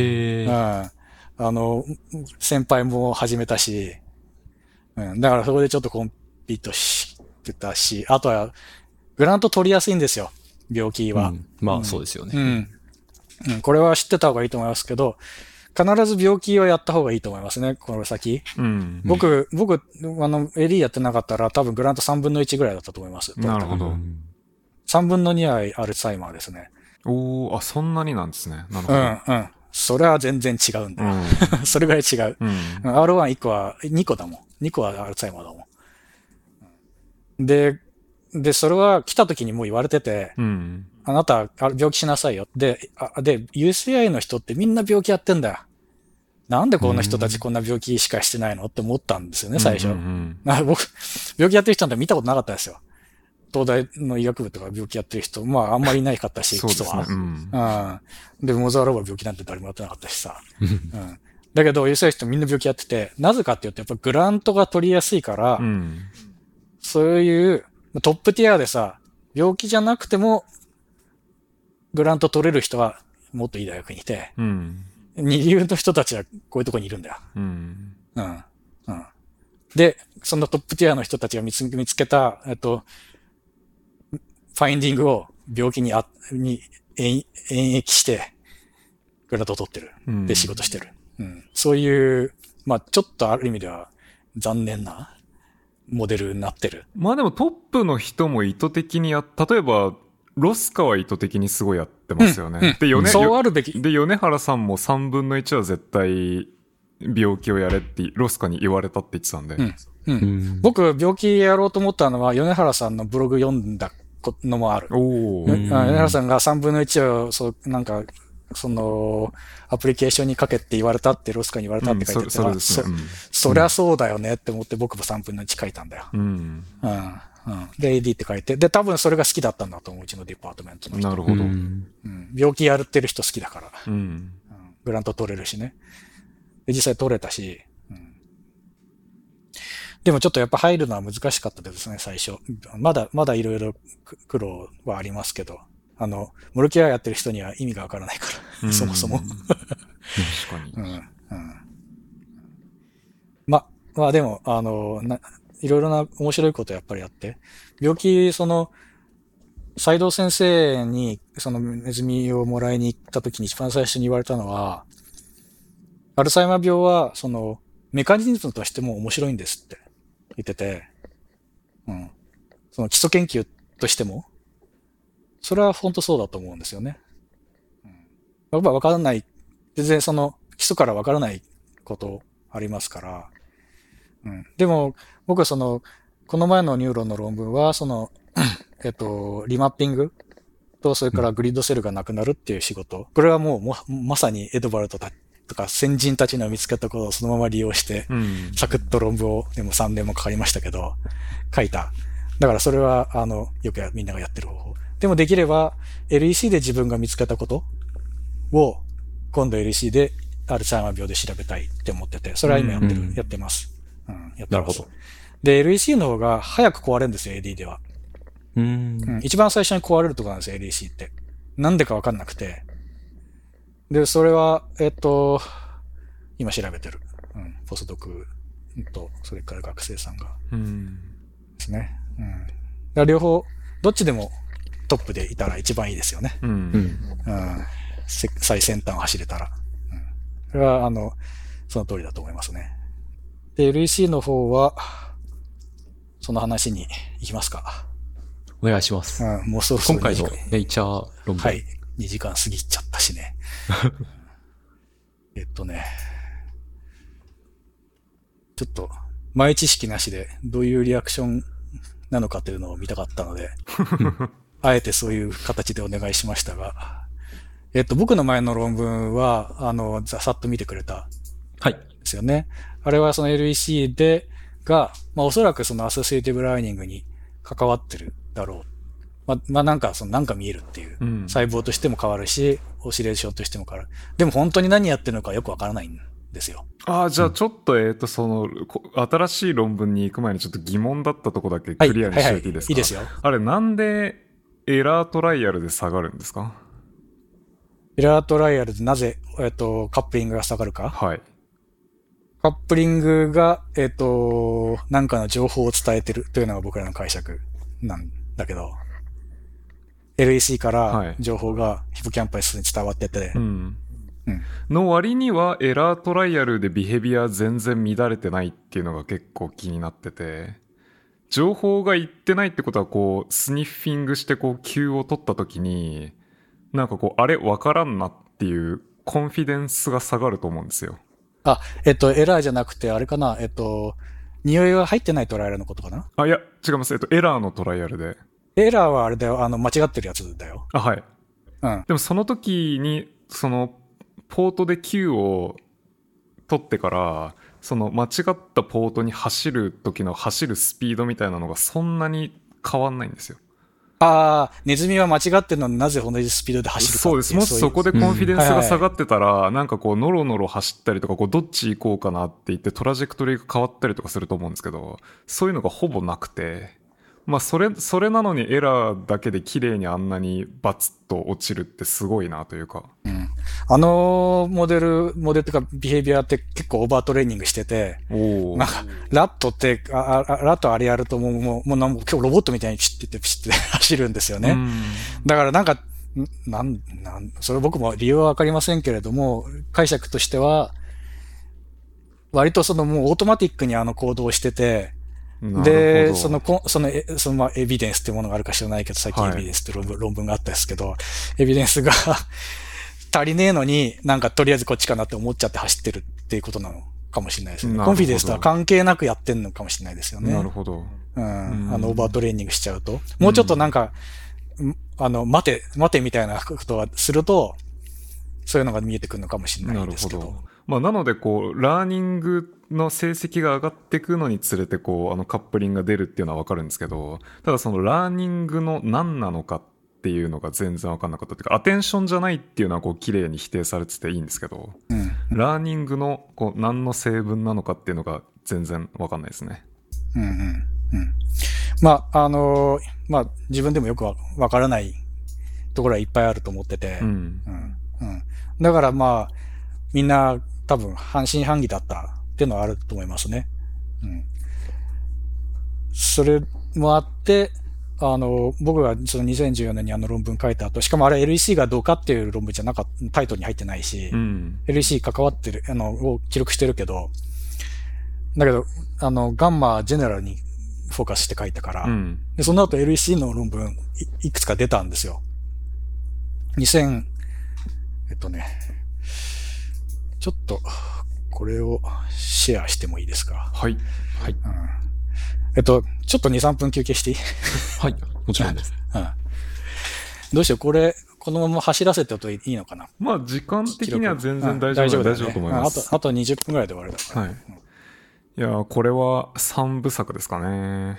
先輩も始めたし、だからそこでちょっとコンピートしてたし、あとは、グラント取りやすいんですよ、病気は。 そうですよね。 これは知ってた方がいいと思いますけど、必ず病気をやった方がいいと思いますね、この先。僕、AD やってなかったら多分グラント3分の1ぐらいだったと思います。 なるほど。 3分の2はアルツハイマーですね。 そんなになんですね。なるほど。 それは全然違うんだよ。それぐらい違う。R1 1個は、2個だもん。2個はアルツハイマーだもん。で、それは来た時にもう言われてて、あなた、病気しなさいよ。で、UCI の人ってみんな病気やってんだよ。なんでこんな人たちこんな病気しかしてないのって思ったんですよね、最初。僕、病気やってる人なんて見たことなかったですよ。東大の医学部とか病気やってる人、あんまりいないかったし、基礎は。で、モーザーラボは病気なんて誰もやってなかったしさ。だけど、UCI の人みんな病気やってて、なぜかっていうと、やっぱグラントが取りやすいから、そういうトップティアでさ、病気じゃなくても、グラント取れる人はもっといい大学にいて、二流の人たちはこういうとこにいるんだよ。で、そのトップティアの人たちが見つけた、ファインディングを病気に演繹して、グラントを取ってる。で、仕事してる。そういう、ちょっとある意味では残念なモデルになってる。 でもトップの人も意図的に例えば、ロスカは意図的にすごいやってますよね。 そうあるべき。 で、米原さんも3分の1は絶対病気をやれってロスカに言われたって言ってたんで。 僕、病気やろうと思ったのは、米原さんのブログ読んだのもある。米原さんが3分の1を、アプリケーションにかけって言われたって、ロスカに言われたって書いてあって、そりゃそうだよねって思って僕も3分の1書いたんだよ。で、AD って書いて、で、多分それが好きだったんだと思う、うちのデパートメントの人。 なるほど。 病気やってる人好きだから。グラント取れるしね。で、実際取れたし。でもちょっとやっぱ入るのは難しかったですね、最初。まだいろいろ苦労はありますけど。モルキュアやってる人には意味がわからないから、そもそも。 確かに。 でも、いろいろな面白いことやっぱりやって、病気、斉藤先生に、ネズミをもらいに行った時に一番最初に言われたのは、アルツハイマー病は、メカニズムとしても面白いんですって言ってて、基礎研究としても、それは本当そうだと思うんですよね。やっぱ分からない、全然基礎から分からないことありますから、でも、僕はこの前のニューロンの論文は、リマッピングと、それからグリッドセルがなくなるっていう仕事。これはもう、まさにエドバルトとか先人たちの見つけたことをそのまま利用して、サクッと論文を、でも3年もかかりましたけど、書いた。だからそれは、よくみんながやってる方法。でもできれば、LEC で自分が見つけたことを、今度 LEC でアルツハイマー病で調べたいって思ってて、それは今やってます。やってます。なるほど。で、LEC の方が早く壊れるんですよ、AD では。一番最初に壊れるところなんですよ、LEC って。なんでかわかんなくて。で、それは、今調べてる。ポスドクと、それから学生さんが。ですね。両方、どっちでもトップでいたら一番いいですよね。最先端を走れたら。それは、その通りだと思いますね。 で、LEC の方は、その話に行きますか。 お願いします。 もうそろそろ今回のネイチャー論文。 はい。2時間過ぎちゃったしね。ちょっと、前知識なしでどういうリアクションなのかというのを見たかったので、あえてそういう形でお願いしましたが、僕の前の論文は、さっと見てくれた。 はい。 ですよね。あれはその LEC が、おそらくそのアソシエイティブラーニングに関わってるだろう。なんか見えるっていう。細胞としても変わるし、オシレーションとしても変わる。でも本当に何やってるのかよくわからないんですよ。 じゃあちょっと、新しい論文に行く前にちょっと疑問だったとこだけクリアにしておいていいですか？ いいですよ。 あれ、なんでエラートライアルで下がるんですか？ エラートライアルでなぜ、カップリングが下がるか？ はい。 カップリングが、なんかの情報を伝えてるというのが僕らの解釈なんだけど、LEC から情報がヒポキャンパスに伝わってて、 の割にはエラートライアルでビヘビア全然乱れてないっていうのが結構気になってて、情報がいってないってことはこうスニッフィングしてこう Q を取った時になんかこうあれわからんなっていうコンフィデンスが下がると思うんですよ。 エラーじゃなくてあれかな、匂いが入ってないトライアルのことかな？ いや違います。エラーのトライアルで。 エラーはあれだよ、間違ってるやつだよ。 はい。 うん。 でもその時にそのポートで Q を取ってからその間違ったポートに走る時の走るスピードみたいなのがそんなに変わんないんですよ。 ネズミは間違ってるのになぜ同じスピードで走るかって。 そうです。もしそこでコンフィデンスが下がってたら、なんかこうノロノロ走ったりとかこうどっち行こうかなって言ってトラジェクトリーが変わったりとかすると思うんですけど、そういうのがほぼなくて、それなのにエラーだけで綺麗にあんなにバツッと落ちるってすごいなというか。 モデルっていうかビヘビアって結構オーバートレーニングしてて、なんかラットってラットあれやるともう今日ロボットみたいにピシッて走るんですよね。だからなんかそれ僕も理由はわかりませんけれども、解釈としては割とそのもうオートマティックに行動をしてて。で、そのエビデンスっていうものがあるか知らないけど、最近エビデンスって論文があったんですけど、エビデンスが足りねえのになんかとりあえずこっちかなって思っちゃって走ってるっていうことなのかもしれないですね。コンフィデンスとは関係なくやってんのかもしれないですよね。 なるほど。 オーバートレーニングしちゃうと。もうちょっとなんか、待てみたいなことがすると、そういうのが見えてくるのかもしれないですけど。なるほど。 なのでこうラーニングの成績が上がっていくのにつれてこうカップリングが出るっていうのは分かるんですけど、ただそのラーニングの何なのかっていうのが全然分かんなかったっていうか、アテンションじゃないっていうのはこう綺麗に否定されてていいんですけど、ラーニングのこう何の成分なのかっていうのが全然分かんないですね。 自分でもよく分からないところはいっぱいあると思ってて、だからみんな多分半信半疑だったっていうのはあると思いますね。それもあって、僕がその2014年に論文書いた後、しかもあれ LEC がどうかっていう論文じゃなかった、タイトルに入ってないし、LEC 関わってる、を記録してるけど、だけど、ガンマジェネラルにフォーカスして書いたから、でその後 LEC の論文いくつか出たんですよ。ちょっと、これをシェアしてもいいですか？ はい。はい。 ちょっと2、3分休憩していい？ はい。もちろんです。 どうしよう、このまま走らせておくといいのかな？ 時間的には全然大丈夫と思います。 あと20分ぐらいで終わるだから。 はい。いや、これは3部作ですかね。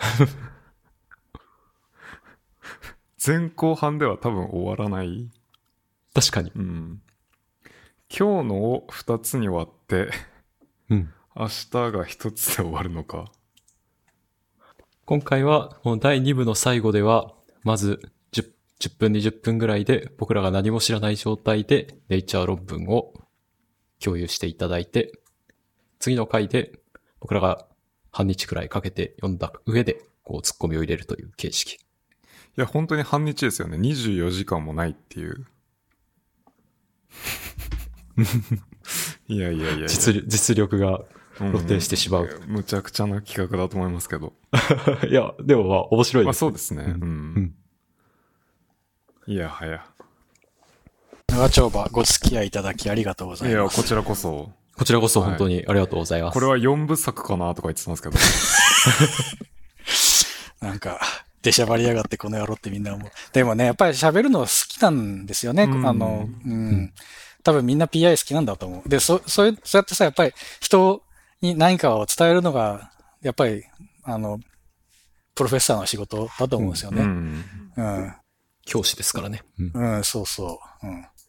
前後半では多分終わらない。 確かに。 今日のを2つに割って、明日が1つで終わるのか。 今回はこの第2部の最後では、まず10分20分ぐらいで僕らが何も知らない状態でネイチャー論文を共有していただいて、次の回で僕らが半日くらいかけて読んだ上でこうツッコミを入れるという形式。 いや本当に半日ですよね。24時間もないっていう。いや実力が露呈してしまう。 むちゃくちゃな企画だと思いますけど。 いや、でもまあ面白いです。 そうですね。いやはや。 長丁場ご付き合いいただきありがとうございます。 いや、こちらこそ。 こちらこそ本当にありがとうございます。 これは4部作かなとか言ってますけど。 なんか、出しゃばりやがってこの野郎ってみんな思う。でもね、やっぱり喋るの好きなんですよね。多分みんな PI 好きなんだと思う。で、そうやってさ、やっぱり人に何かを伝えるのが、やっぱり、プロフェッサーの仕事だと思うんですよね。 教師ですからね。 そうそう。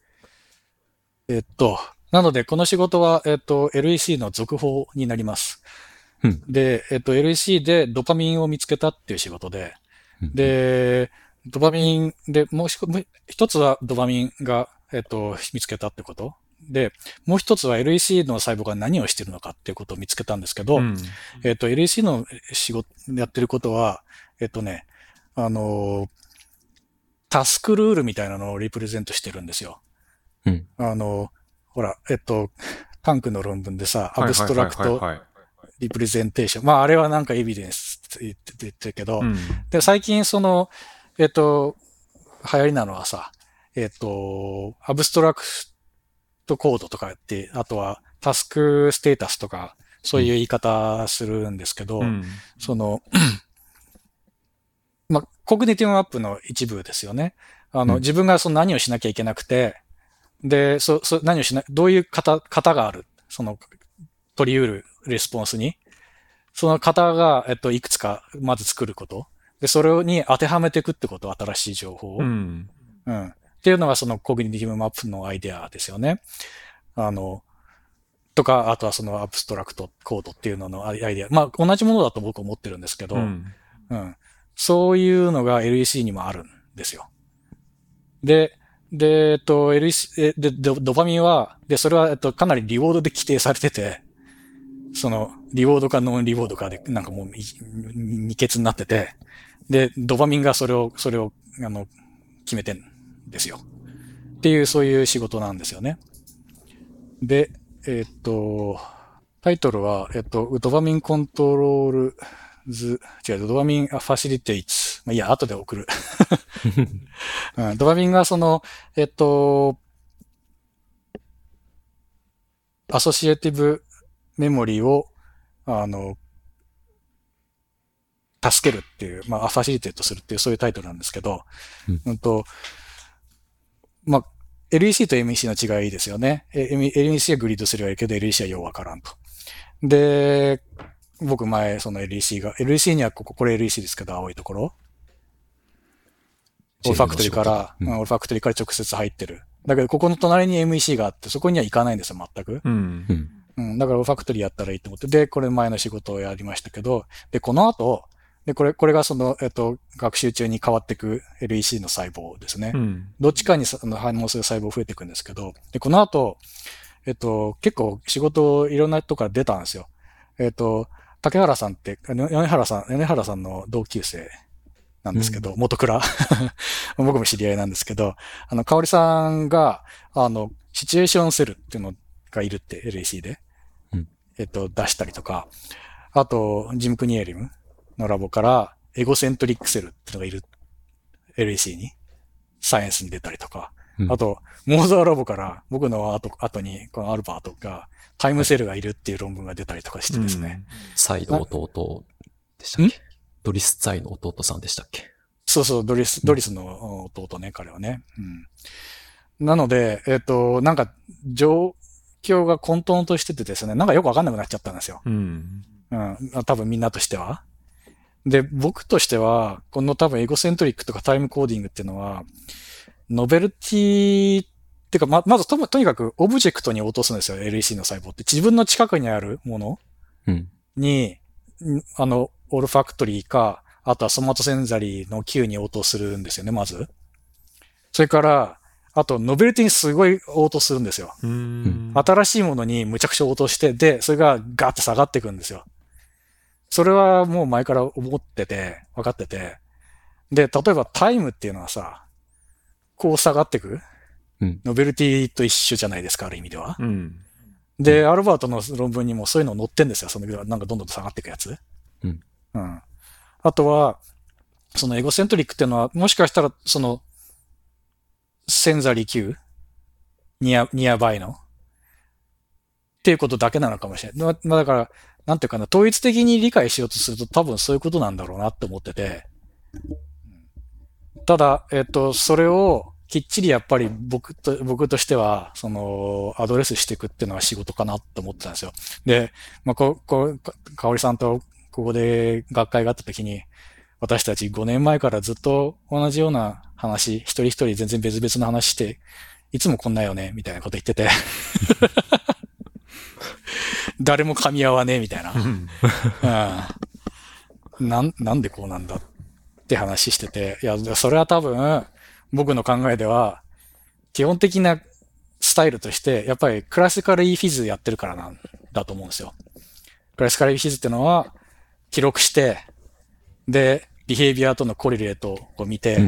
なので、この仕事は、LEC の続報になります。で、LEC でドパミンを見つけたっていう仕事で、で、ドパミンで、もう一つはドパミンが、見つけたってこと。で、もう一つは LEC の細胞が何をしているのかっていうことを見つけたんですけど、LEC の仕事、やってることは、タスクルールみたいなのをリプレゼントしてるんですよ。ほら、タンクの論文でさ、アブストラクトリプレゼンテーション。まあ、あれはなんかエビデンスって言ってるけど、で、最近流行りなのはさ、アブストラクトコードとかって、あとはタスクステータスとか、そういう言い方するんですけど、まあ、コグニティブマップの一部ですよね。自分が何をしなきゃいけなくて、で、何をしない、どういう型がある、取り得るレスポンスに、その型が、いくつかまず作ること。で、それに当てはめていくってこと、新しい情報を。っていうのがそのコグニティブマップのアイデアですよね。とか、あとはそのアブストラクトコードっていうののアイデア。まあ、同じものだと僕は思ってるんですけど、そういうのが LEC にもあるんですよ。で、LEC、ドパミンは、それは、かなりリウォードで規定されてて、リウォードかノンリウォードかで、なんかもう、二欠になってて、で、ドパミンがそれを、決めてんですよ。っていう、そういう仕事なんですよね。で、タイトルは、ドパミンコントロールドパミンファシリテイツ。まあ、いや、後で送る。ドパミンがアソシエティブメモリーを、助けるっていう、まあ、ファシリテートするっていう、そういうタイトルなんですけど、まあ、LEC と MEC の違いですよね。LEC はグリッドすればいいけど、LEC はようわからんと。で、僕前、LEC にはこれ LEC ですけど、青いところ。オルファクトリーから、オルファクトリーから直接入ってる。だけど、ここの隣に MEC があって、そこには行かないんですよ、全く。だからオルファクトリーやったらいいと思って。で、これ前の仕事をやりましたけど、で、この後、で、これが学習中に変わっていく LEC の細胞ですね。どっちかに反応する細胞増えていくんですけど、で、この後、結構仕事いろんなとこから出たんですよ。竹原さんって、米原さんの同級生なんですけど、元倉。僕も知り合いなんですけど、香織さんが、シチュエーションセルっていうのがいるって、LEC で、出したりとか、あと、ジム・クニエリムのラボから、エゴセントリックセルっていうのがいる、LEC に、サイエンスに出たりとか、あと、モーザーラボから、僕の後に、このアルバートが、タイムセルがいるっていう論文が出たりとかしてですね。 サイの弟でしたっけ？ドリス・ツァイの弟さんでしたっけ？ そう、ドリスの弟ね、彼はね。なので、なんか、状況が混沌としててですね、なんかよくわかんなくなっちゃったんですよ。多分みんなとしては。で、僕としては、この多分エゴセントリックとかタイムコーディングっていうのは、ノベルティっていうか、まずとにかくオブジェクトに落とすんですよ、LEC の細胞って。自分の近くにあるものに、オルファクトリーか、あとはソマトセンザリーの Q に応答するんですよね、まず。それから、あと、ノベルティにすごい応答するんですよ。新しいものにむちゃくちゃ応答して、で、それがガーって下がっていくんですよ。それはもう前から思ってて、分かってて。で、例えばタイムっていうのはさ、こう下がっていく、ノベルティと一緒じゃないですか、ある意味では。 で、アルバートの論文にもそういうの載ってんですよ。そのなんかどんどん下がっていくやつ。 うん。 うん。あとは、そのエゴセントリックっていうのは、もしかしたら、その、潜在利休ニアバイのっていうことだけなのかもしれない。まあだから、なんていうかな、統一的に理解しようとすると多分そういうことなんだろうなって思ってて。ただ、それをきっちりやっぱり僕としては、その、アドレスしていくっていうのは仕事かなって思ってたんですよ。で、まあ、かおりさんとここで学会があった時に、私たち5年前からずっと同じような話、一人一人全然別々の話して、いつもこんなよね、みたいなこと言ってて。誰も噛み合わねえ、みたいな。なんでこうなんだって話してて。いや、それは多分、僕の考えでは、基本的なスタイルとして、やっぱりクラシカル E フィズやってるからなんだと思うんですよ。クラシカル E フィズってのは、記録して、で、ビヘイビアとのコリレートを見て、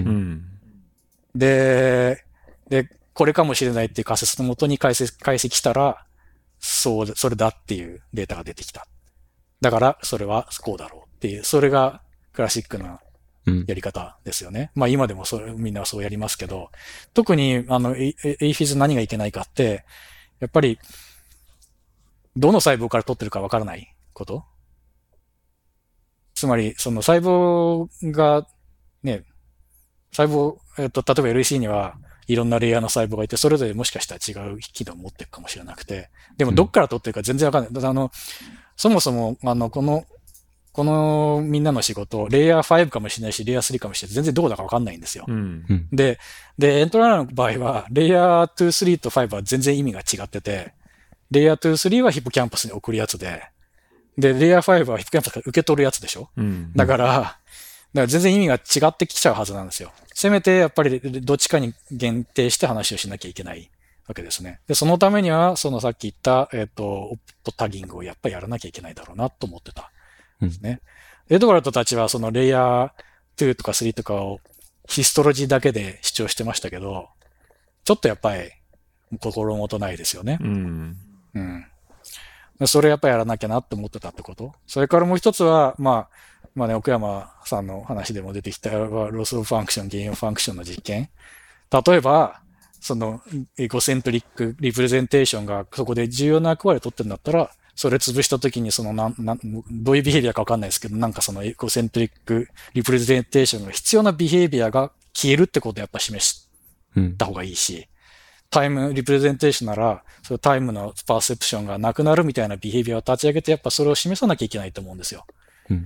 で、これかもしれないっていう仮説のもとに解析したら、それだっていうデータが出てきた。だから、それはこうだろうっていう、それがクラシックなやり方ですよね。まあ今でもみんなそうやりますけど、特にエイフィズ何がいけないかって、やっぱり、どの細胞から取ってるかわからないこと。つまり、その細胞が、ね、細胞、例えば LEC にはいろんなレイヤーの細胞がいて、それぞれもしかしたら違う機能を持っていくかもしれなくて、でもどっから取ってるか全然わかんない。だからそもそも、このみんなの仕事、レイヤー5かもしれないし、レイヤー3かもしれない。全然どこだかわかんないんですよ。で、エントラーナの場合は、レイヤー2、3と5は全然意味が違ってて、レイヤー2、3はヒポキャンパスに送るやつで、レイヤー5はヒポキャンパスから受け取るやつでしょ。だから全然意味が違ってきちゃうはずなんですよ。せめてやっぱりどっちかに限定して話をしなきゃいけないわけですね。で、そのためには、そのさっき言った、オプトタギングをやっぱりやらなきゃいけないだろうなと思ってたんですね。エドワルドたちはそのレイヤー2とか3とかをヒストロジーだけで主張してましたけど、ちょっとやっぱり心もとないですよね。それやっぱりやらなきゃなって思ってたってこと。それからもう一つは、まあね、奥山さんの話でも出てきたロスオブファンクション、ゲインオブファンクションの実験。例えば、そのエゴセントリックリプレゼンテーションがそこで重要な役割を取ってるんだったら、それ潰したときにどういうビヘイビアかわかんないですけど、なんかそのエゴセントリックリプレゼンテーションが必要なビヘイビアが消えるってことをやっぱ示した方がいいし、タイムリプレゼンテーションなら、そのタイムのパーセプションがなくなるみたいなビヘイビアを立ち上げて、やっぱそれを示さなきゃいけないと思うんですよ。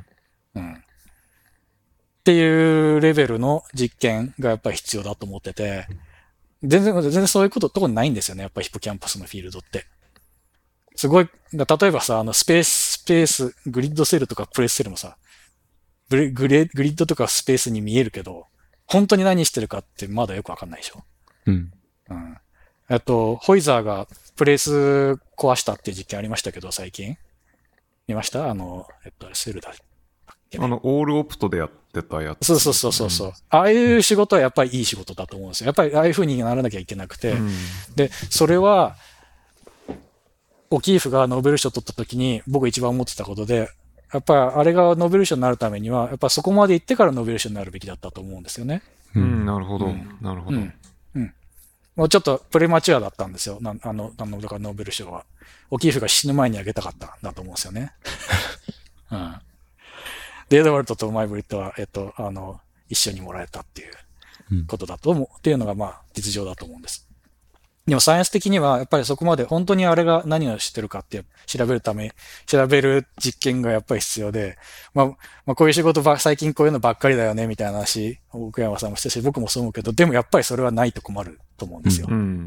っていうレベルの実験がやっぱり必要だと思ってて、全然そういうとこにないんですよね。やっぱりヒポキャンパスのフィールドって。すごい、例えばさ、スペース、グリッドセルとかプレスセルもさ、グリッドとかスペースに見えるけど、本当に何してるかってまだよくわかんないでしょ。ホイザーがプレス壊したっていう実験ありましたけど、最近。見ましたセルだ。 オールオプトでやってたやつ。 そう。ああいう仕事はやっぱりいい仕事だと思うんですよ。やっぱりああいう風にならなきゃいけなくて。で、それは、オキーフがノーベル賞を取った時に僕一番思ってたことで、やっぱりあれがノーベル賞になるためには、やっぱそこまで行ってからノーベル賞になるべきだったと思うんですよね。 なるほど。なるほど。 もうちょっとプレマチュアだったんですよ。だからノーベル賞は。オキーフが死ぬ前にあげたかったんだと思うんですよね。で、エドワルドとマイブリットは、一緒にもらえたっていうことだと思う。っていうのが、まあ、実情だと思うんです。でも、サイエンス的には、やっぱりそこまで本当にあれが何を知ってるかって調べる実験がやっぱり必要で、まあ、こういう仕事最近こういうのばっかりだよね、みたいな話、奥山さんもしてるし、僕もそう思うけど、でもやっぱりそれはないと困ると思うんですよ。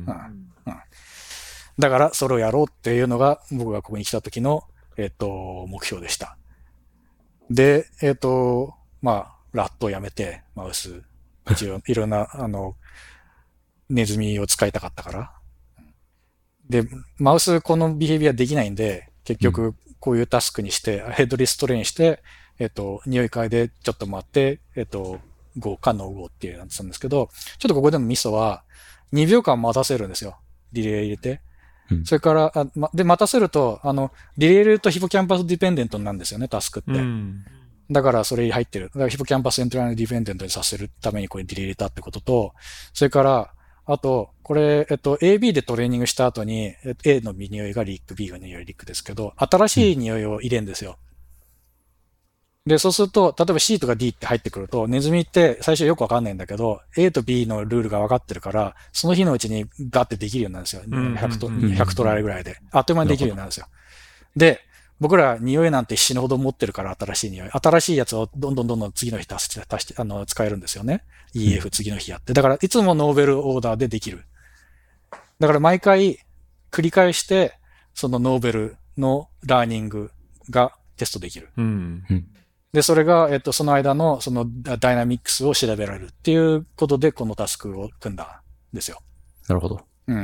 だから、それをやろうっていうのが、僕がここに来た時の、目標でした。で、まあ、ラットをやめて、マウス、一応、いろんな、ネズミを使いたかったから。で、マウスこのビヘイビアできないんで、結局、こういうタスクにして、ヘッドリストレインして、匂い嗅いでちょっと待って、GO か NO GO っていうやつなんですけど、ちょっとここでのミソは、2秒間待たせるんですよ。リレー入れて。 それから、で、待たせると、リレールとヒポキャンパスディペンデントなんですよね、タスクって。だからそれ入ってる。だからヒポキャンパスエントラインディペンデントにさせるためにこれディレイ入れたってことと、それから、あと、これ、AB でトレーニングした後に、A の匂いがリック、B の匂いがリックですけど、新しい匂いを入れるんですよ。で、そうすると、例えば C とか D って入ってくると、ネズミって最初よくわかんないんだけど、A と B のルールが分かってるから、その日のうちにガッてできるようになるんですよ。100トライぐらいで。あっという間にできるようになるんですよ。で、僕ら匂いなんて死ぬほど持ってるから、新しい匂い。新しいやつをどんどん次の日足して、使えるんですよね。EF 次の日やって。だから、いつもノーベルオーダーでできる。だから毎回繰り返して、そのノーベルのラーニングがテストできる。で、それが、その間の、そのダイナミックスを調べられるっていうことで、このタスクを組んだんですよ。 なるほど。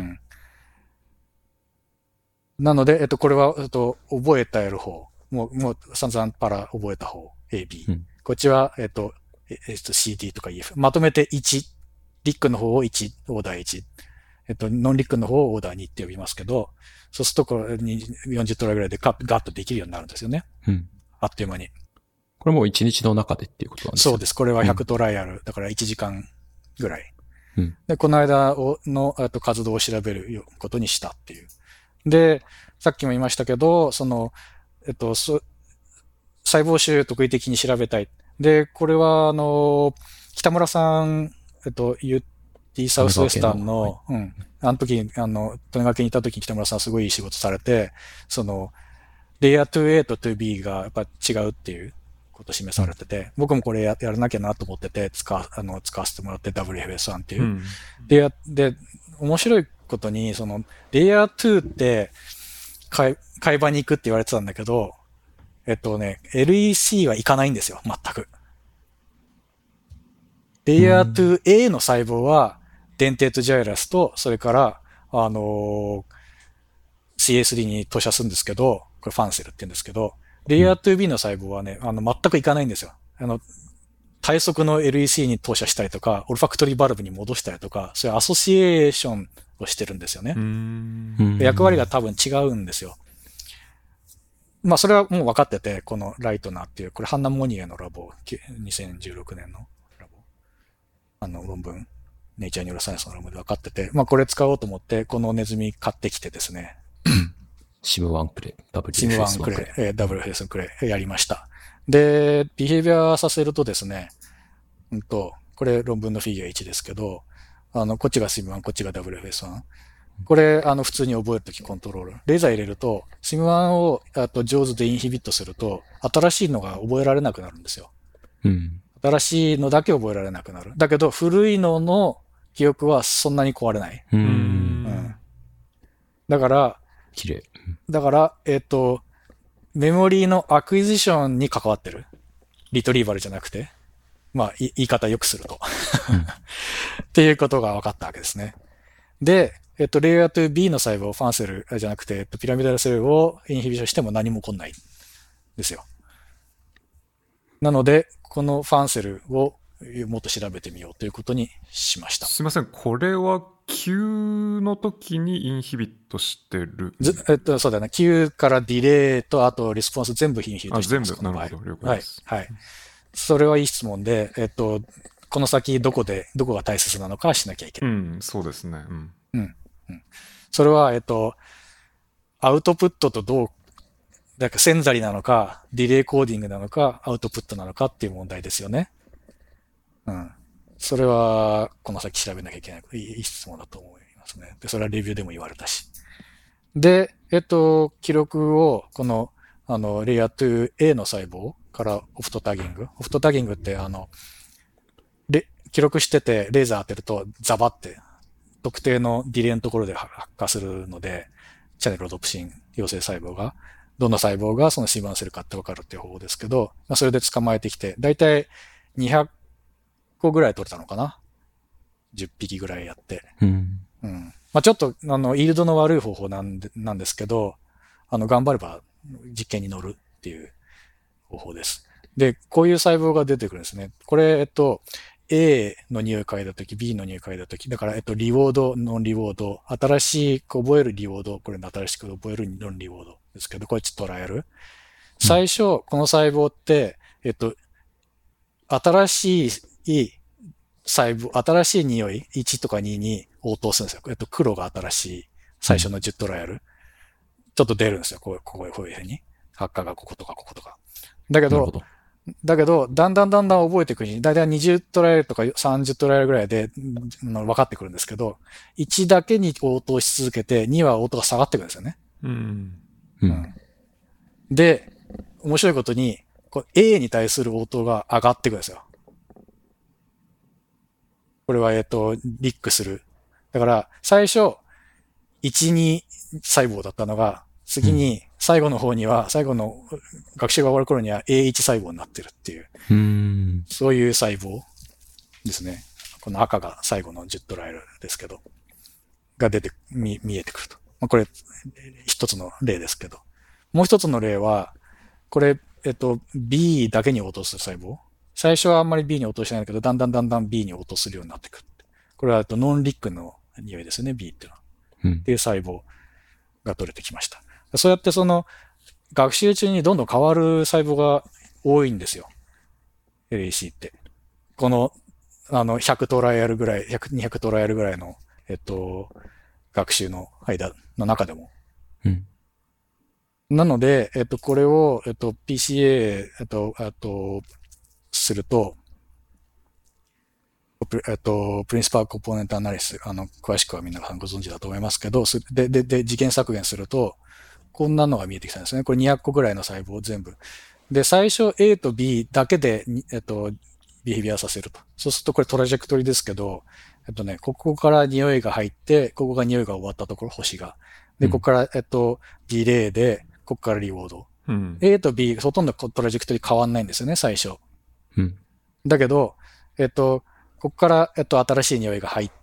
なので、これは、覚えたやる方。もう散々パラ覚えた方、A、B。こっちは、CD とか EF。まとめて1。リックの方を1、オーダー1。ノンリックの方をオーダー2って呼びますけど、そうするとこれに40トライぐらいでガッとできるようになるんですよね。あっという間に。 これもう1日の中でっていうことなんですか？ そうです。これは100トライアル。だから1時間ぐらい。で、この間の活動を調べることにしたっていう。で、さっきも言いましたけど、細胞種得意的に調べたい。で、これは、北村さん、UT サウスウェスタンの、あの時、利根川県にいた時に北村さんすごいいい仕事されて、レイヤー 2A と 2B がやっぱ違うっていうことを示されてて、僕もこれやらなきゃなと思ってて、使わせてもらって WFS1 っていう。で、面白いことに、レイヤー2って、買い場に行くって言われてたんだけど、LEC は行かないんですよ、全く。レイヤー 2A の細胞は、デンテートジャイラスと、それから、CS3 に投射するんですけど、これファンセルって言うんですけど、レイヤー 2B の細胞はね、全く行かないんですよ。体側の LEC に投射したりとか、オルファクトリーバルブに戻したりとか、そういうアソシエーションをしてるんですよね。役割が多分違うんですよ。まあ、それはもう分かってて、このライトナーっていう、これハンナ・モニエのラボ、2016年のラボ、論文、ネイチャーニューロサイエンスの論文で分かってて、まあ、これ使おうと思って、このネズミ買ってきてですね。 シム1クレイ、 WFS1 クレイ、WFS1 クレイやりました。で、ビヘイビアさせるとですね、これ論文のフィギュア1ですけど、こっちが SIM1、こっちが WFS1。これ、普通に覚えるときコントロール。レーザー入れると、SIM1 を、上手でインヒビットすると、新しいのが覚えられなくなるんですよ。新しいのだけ覚えられなくなる。だけど、古いのの記憶はそんなに壊れない。だから、 綺麗。 だから、メモリーのアクイジションに関わってる。リトリーバルじゃなくて。まあ、言い方よくすると。っていうことが分かったわけですね。で、レイヤー 2B の細胞、ファンセルじゃなくて、ピラミダルセルをインヒビションしても何も起こんないんですよ。なので、このファンセルをもっと調べてみようということにしました。 すいません、これは Q の時にインヒビットしてる？ そうだね。Q からディレイと、あとリスポンス全部インヒビットしてます。 全部、なるほど、了解です。 はい。それはいい質問で、この先どこが大切なのかしなきゃいけない。 そうですね。 それは、アウトプットとだからセンザリなのか、ディレイコーディングなのか、アウトプットなのかっていう問題ですよね。それは、この先調べなきゃいけない。いい質問だと思いますね。で、それはレビューでも言われたし。で、記録を、この、レイヤー 2A の細胞からオフトタギング。オフトタギングって、記録してて、レーザー当てると、ザバって、特定のディレイのところで発火するので、チャネルロドプシン陽性細胞が、どの細胞がそのシーバンセルかってわかるっていう方法ですけど、それで捕まえてきて、だいたい200個ぐらい取れたのかな ?10 匹ぐらいやって。まあちょっと、イールドの悪い方法なんですけど、頑張れば実験に乗るっていう方法です。で、こういう細胞が出てくるんですね。これ、 A の匂い嗅いだとき、B の匂い嗅いだとき、だから、リウォード、ノンリウォード、新しく覚えるリウォード、これ新しく覚えるノンリウォードですけど、これちょっとトライアル。最初、この細胞って、新しい細胞、新しい匂い、1とか2に応答するんですよ。黒が新しい、最初の10トライアル。ちょっと出るんですよ。こういうふうに。発火がこことかこことか。だけど、だんだん覚えていくうちに、だいたい20トライアルとか30トライアルぐらいで分かってくるんですけど、1だけに応答し続けて、2は応答が下がってくるんですよね。で、面白いことに、A に対する応答が上がってくるんですよ。これは、リックする。だから、最初、1、2細胞だったのが、次に、最後の方には、最後の学習が終わる頃には A1 細胞になってるっていう、そういう細胞ですね。この赤が最後の10トライアルですけど、が見えてくると。これ、一つの例ですけど。もう一つの例は、これ、B だけに応答する細胞。最初はあんまり B に応答しないんだけど、だんだん B に応答するようになってくる。これはノンリックの匂いですね、B っていうのは。っていう細胞が取れてきました。そうやって学習中にどんどん変わる細胞が多いんですよ。LAC って。この、100トライアルぐらい、200トライアルぐらいの、学習の間の中でも。なので、これを、PCA、すると、プリンシパルコンポーネントアナリシス、詳しくはみんなご存知だと思いますけど、で、時限削減すると、こんなのが見えてきたんですね。これ200個ぐらいの細胞全部。で、最初 A と B だけで、ビヘビアさせると。そうするとこれトラジェクトリですけど、ここから匂いが入って、ここが匂いが終わったところ、星が。で、ここから、ディレイで、ここからリウォード。A と B、ほとんどトラジェクトリ変わんないんですよね、最初。だけど、ここから、新しい匂いが入って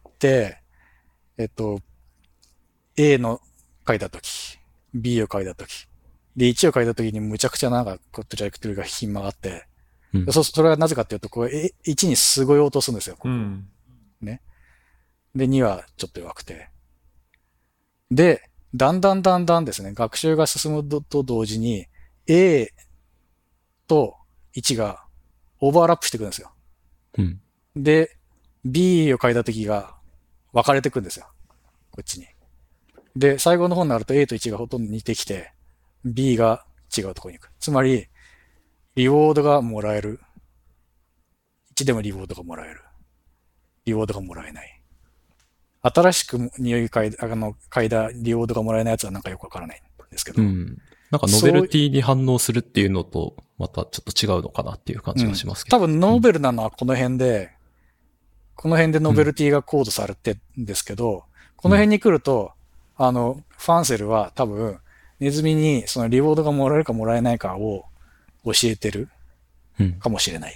、A の書いたとき、B を書いたとき、で、1を書いたときにむちゃくちゃトラジェクトリがひん曲がって、それはなぜかっていうと、1にすごい応答するんですよ。ね。で、2はちょっと弱くて。で、だんだんですね、学習が進むと同時に、A と1がオーバーラップしてくるんですよ。で、B を書いたときが分かれてくるんですよ。こっちに。で、最後の方になると A と1がほとんど似てきて、B が違うところに行く。つまり、リウォードがもらえる。1でもリウォードがもらえる。リウォードがもらえない。新しく匂い嗅いだリウォードがもらえないやつはなんかよくわからないんですけど。 なんかノベルティに反応するっていうのと、またちょっと違うのかなっていう感じがしますけど。 多分ノーベルなのはこの辺で、ノベルティがコードされてるんですけど、この辺に来ると、ファンセルは多分、ネズミにそのリウォードがもらえるかもらえないかを教えてるかもしれない。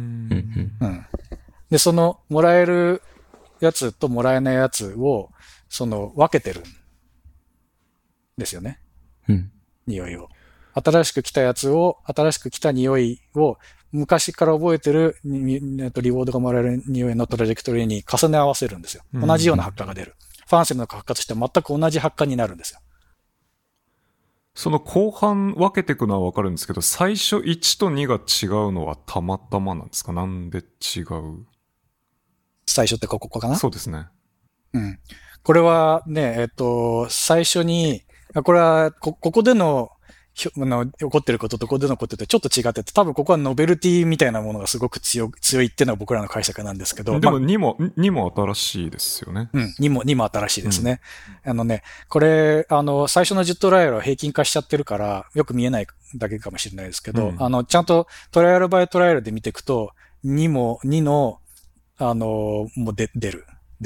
で、そのもらえるやつともらえないやつを、分けてるんですよね。匂いを。新しく来た匂いを昔から覚えてるリウォードがもらえる匂いのトラジェクトリーに重ね合わせるんですよ。同じような発火が出る。ファンセルの発火としては全く同じ発火になるんですよ。 その後半分けていくのはわかるんですけど、最初1と2が違うのはたまたまなんですか？なんで違う？ 最初ってここかな？ そうですね。 これはね、最初に、これはここでの起こってることとここでのことってちょっと違ってて、多分ここはノベルティみたいなものがすごく強いっていうのが僕らの解釈なんですけど。 でも2も新しいですよね。 2も新しいですね。これ、最初の10トライアルは平均化しちゃってるから、よく見えないだけかもしれないですけど、ちゃんとトライアルバイトライアルで見ていくと、2の、もう出る。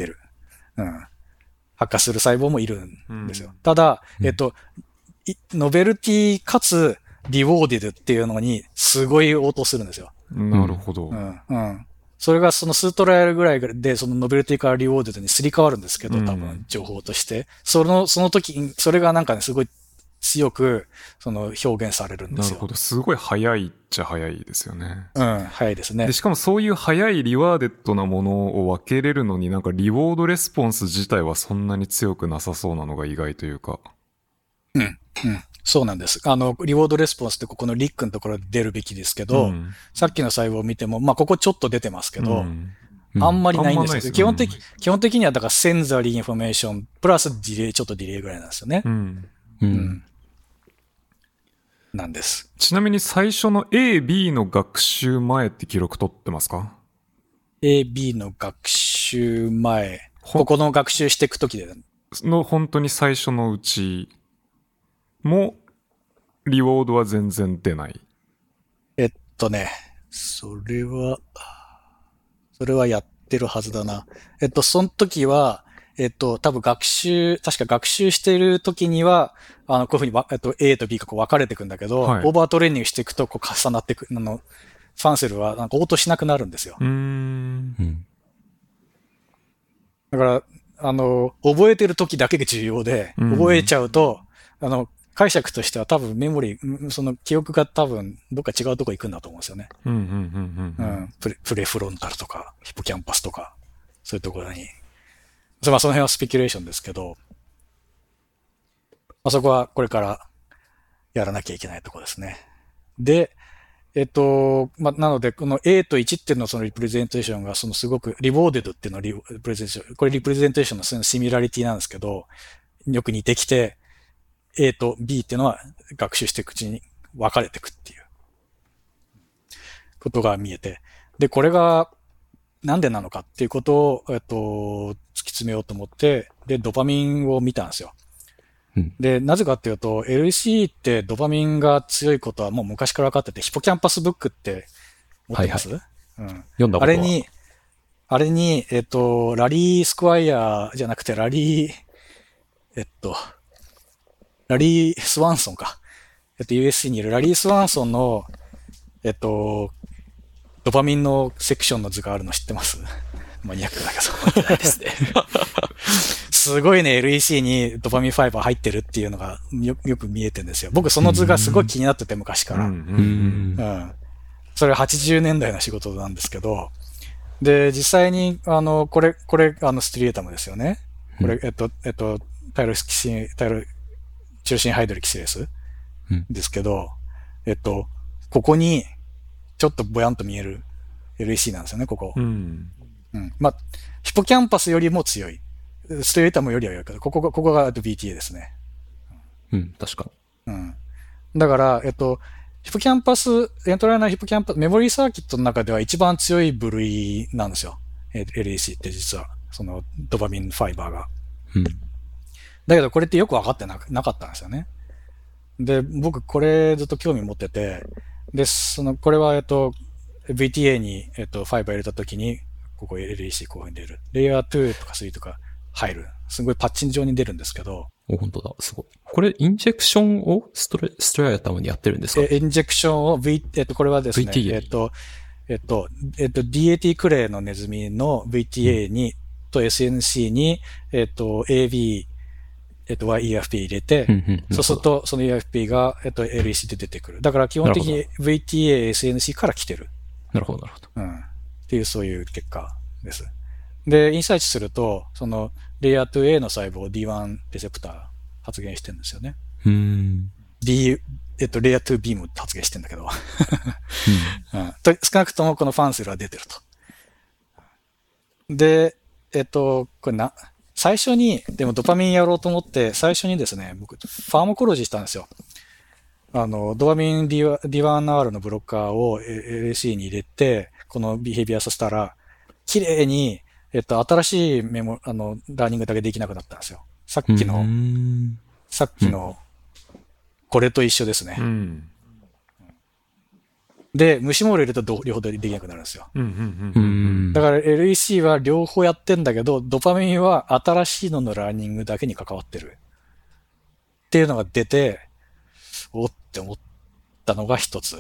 発火する細胞もいるんですよ。ただ、ノベルティかつリウォーディドっていうのにすごい応答するんですよ。 なるほど。 それがその数トライアルぐらいでそのノベルティからリウォーディドにすり替わるんですけど、多分情報として。その時、それがなんかね、すごい強く、その表現されるんですよ。 なるほど。すごい早いっちゃ早いですよね。 うん、早いですねで、。しかもそういう早いリワーデッドなものを分けれるのになんかリウォードレスポンス自体はそんなに強くなさそうなのが意外というか。 そうなんです。リウォードレスポンスってここのリックのところで出るべきですけど、さっきの細胞を見ても、まあ、ここちょっと出てますけど、あんまりないんですよ。基本的にはだからセンザリーインフォメーション、プラスディレイ、ちょっとディレイぐらいなんですよね。なんです。 ちなみに最初の A、B の学習前って記録取ってますか？ A、B の学習前、ここの学習していくときで。 本当に最初のうちも、リウォードは全然出ない。 それはやってるはずだな。その時は、多分確か学習している時には、こういうふうに、A と B がこう分かれていくんだけど、オーバートレーニングしていくと、こう重なっていく、ファンセルはなんか応答しなくなるんですよ。だから、覚えてる時だけが重要で、覚えちゃうと、解釈としては多分メモリー、その記憶が多分どっか違うとこ行くんだと思うんですよね。プレフロンタルとか、ヒポキャンパスとか、そういうところに。まあその辺はスペキュレーションですけど、まあそこはこれからやらなきゃいけないところですね。で、まあ、なので、この A と1っていうのそのリプレゼンテーションが、そのすごく、リボーデッドっていうのリプレゼンテーション、これリプレゼンテーションのそのシミュラリティなんですけど、よく似てきて、A と B っていうのは学習していくうちに分かれていくっていうことが見えて。で、これがなんでなのかっていうことを、突き詰めようと思って、で、ドパミンを見たんですよ。で、なぜかっていうと、LEC ってドパミンが強いことはもう昔から分かってて、ヒポキャンパスブックって持ってます？ 読んだことは。 あれに、ラリー・スクワイヤーじゃなくて、ラリー・スワンソンか。USC にいるラリー・スワンソンの、ドパミンのセクションの図があるの知ってます？マニアックだけど。 覚えてないですね。 すごいね、LEC にドパミンファイバー入ってるっていうのがよく見えてるんですよ。僕その図がすごい気になってて昔から。それ80年代の仕事なんですけど、で、実際に、これ、ステリエタムですよね。これ、タイロ中心ハイドリキシレスですけど、ここに、ちょっとぼやんと見える LEC なんですよね、ここ。まあ、ヒポキャンパスよりも強い。ステレータムよりは弱いけど、ここがBTA ですね。 確かに。だから、ヒポキャンパス、エントライナーヒポキャンパス、メモリーサーキットの中では一番強い部類なんですよ。LEC って実は、そのドパミンファイバーが。だけどこれってよく分かってなかったんですよね。で、僕これずっと興味持ってて、で、これはVTA にファイバー入れたときに、ここ LEC こういう風に出る。レイヤー2とか3とか入る。すごいパッチン状に出るんですけど。 本当だ、すごい。これ、インジェクションをストレアタムにやってるんですか？ インジェクションをこれはですね、 VTA DAT クレイのネズミの VTA に、と SNC に、AB、EFP 入れて、そうすると、その EFP が、LEC で出てくる。だから基本的に VTA、SNC から来てる。 なるほど、なるほど。 っていう、そういう結果です。で、インサイチすると、その、レイヤー 2A の細胞 D1 レセプター発現してるんですよね。レイヤー 2B も発現してるんだけど。少なくともこのファンセルは出てると。で、これ最初に、でもドパミンやろうと思って、最初にですね、僕、ファーマコロジーしたんですよ。ドパミン D1R のブロッカーを LEC に入れて、このビヘイビアさせたら、綺麗に、新しいラーニングだけできなくなったんですよ。さっきの、これと一緒ですね。で、虫モール入れると両方できなくなるんですよ。だから LEC は両方やってんだけど、ドパミンは新しいののラーニングだけに関わってる。っていうのが出て、おって思ったのが一つ。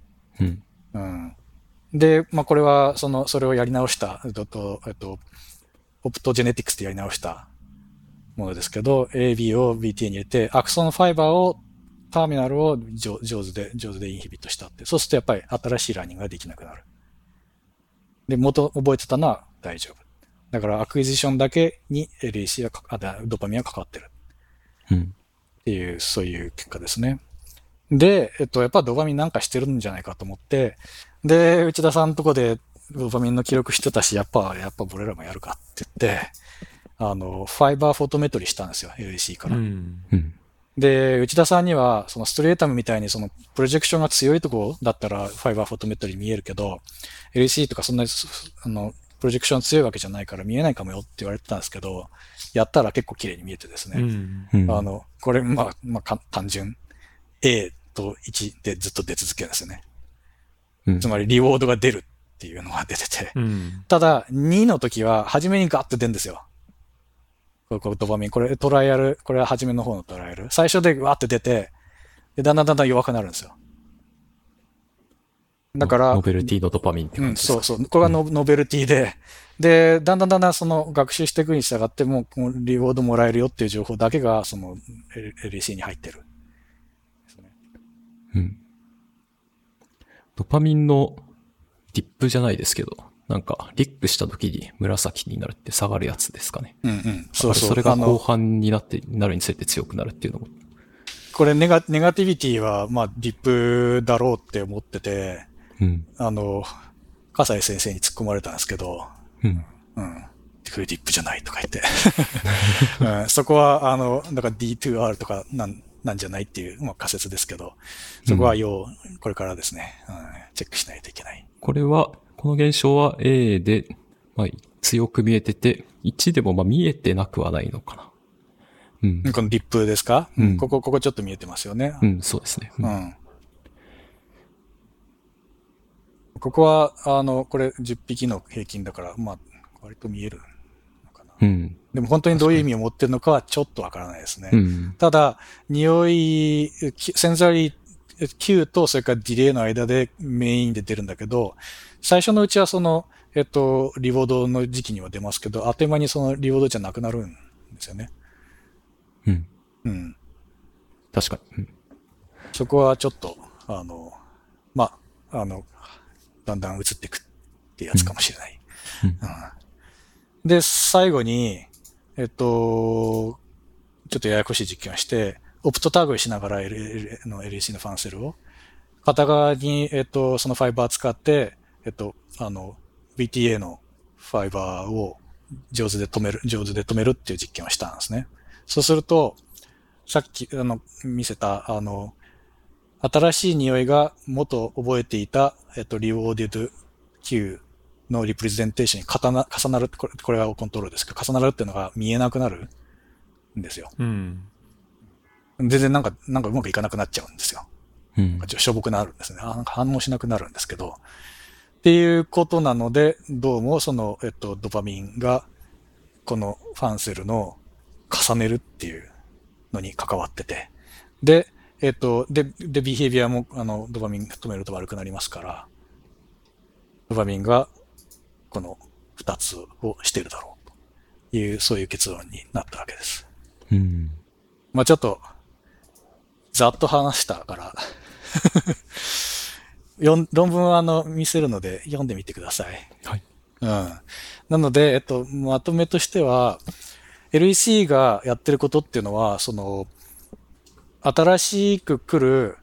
で、まあ、これは、それをやり直した、オプトジェネティクスでやり直したものですけど、AB を BTA に入れて、アクソンファイバーをターミナルを上手でインヒビットしたって。そうするとやっぱり新しいラーニングができなくなる。で、元覚えてたのは大丈夫。だからアクイジションだけに LEC ドパミンがかかってる。っていう、そういう結果ですね。で、やっぱドパミンなんかしてるんじゃないかと思って、で、内田さんのとこでドパミンの記録してたし、やっぱ俺らもやるかって言って、ファイバーフォトメトリしたんですよ、LEC から。で、内田さんには、そのストレータムみたいにそのプロジェクションが強いところだったらファイバーフォトメトリ見えるけど、LEC とかそんなに、プロジェクション強いわけじゃないから見えないかもよって言われてたんですけど、やったら結構綺麗に見えてですね。これ、単純。A と1でずっと出続けるんですよね。つまり、リウォードが出るっていうのが出てて。ただ、2の時は、初めにガッと出るんですよ。これドパミン。これトライアル、これは初めの方のトライアル。最初でわーって出て、で、だんだん弱くなるんですよ。だから、 ノベルティのドパミンって感じですか？ そう。これがノベルティで、で、だんだんその学習していくに従って、もうリウォードもらえるよっていう情報だけが、その LEC に入ってる。 ドパミンのディップじゃないですけど、なんか、リックした時に紫になるって下がるやつですかね。そう。それが後半になるにつれて強くなるっていうのも。 これネガティビティは、ディップだろうって思ってて、笠井先生に突っ込まれたんですけど、これディップじゃないとか言って。そこは、だから D2R とかなんじゃないっていう、仮説ですけど、そこはこれからですね、チェックしないといけない。 この現象は A で、強く見えてて、1でも見えてなくはないのかな。 このディップですか？ここちょっと見えてますよね。 そうですね。 ここは、これ10匹の平均だから、割と見えるのかな。でも本当にどういう意味を持ってるのかはちょっとわからないですね。ただ、匂い、センサリー Q とそれからディレイの間でメインで出るんだけど、最初のうちはその、リボードの時期には出ますけど、あっという間にそのリボードじゃなくなるんですよね。 確かに。 そこはちょっと、だんだん移っていくってやつかもしれない。で、最後に、ちょっとややこしい実験をして、オプトタグしながら LEC のファンセルを、片側に、そのファイバー使って、VTA のファイバーを上手で止めるっていう実験をしたんですね。そうすると、さっき、見せた、新しい匂いが元覚えていた、リウォーディド Q のリプレゼンテーションに重なる、これがコントロールですけど、重なるっていうのが見えなくなるんですよ。全然なんかうまくいかなくなっちゃうんですよ。しょぼくなるんですね。なんか反応しなくなるんですけど。っていうことなので、どうもその、ドパミンが、このファンセルの重ねるっていうのに関わってて。で、ビヘイビアも、ドパミン止めると悪くなりますから、ドパミンが、この二つをしてるだろうという、そういう結論になったわけです。ちょっと、ざっと話したから論文は見せるので読んでみてください。なので、まとめとしては、LEC がやってることっていうのは、その、新しく来る、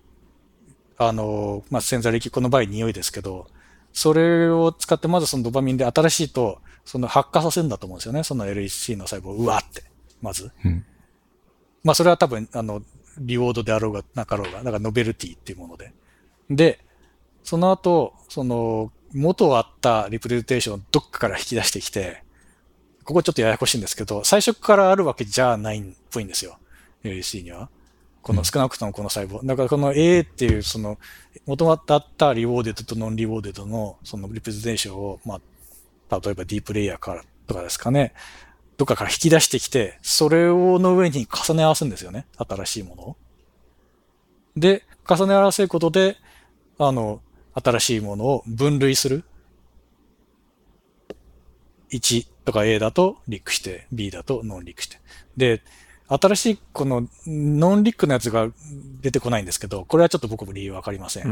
潜在力、この場合匂いですけど、それを使ってまずそのドパミンで新しいと、その発火させるんだと思うんですよね。その LEC の細胞をうわって、まず。それは多分、リウォードであろうがなかろうが、だからノベルティっていうもので。で、その後、その、元あったリプレゼンテーションをどっかから引き出してきて、ここちょっとややこしいんですけど、最初からあるわけじゃないっぽいんですよ。LEC には。少なくともこの細胞。だからこの A っていう、その、元々あったリウォーデッドとノンリウォーデッドの、そのリプレゼンテーションを、例えばディープレイヤーからとかですかね。どっかから引き出してきて、それをの上に重ね合わせるんですよね。新しいものを。で、重ね合わせることで、新しいものを分類する。1とか A だとリックして、B だとノンリックして。で、 新しいこのノンリックのやつが出てこないんですけど、これはちょっと僕も理由わかりません。 うん。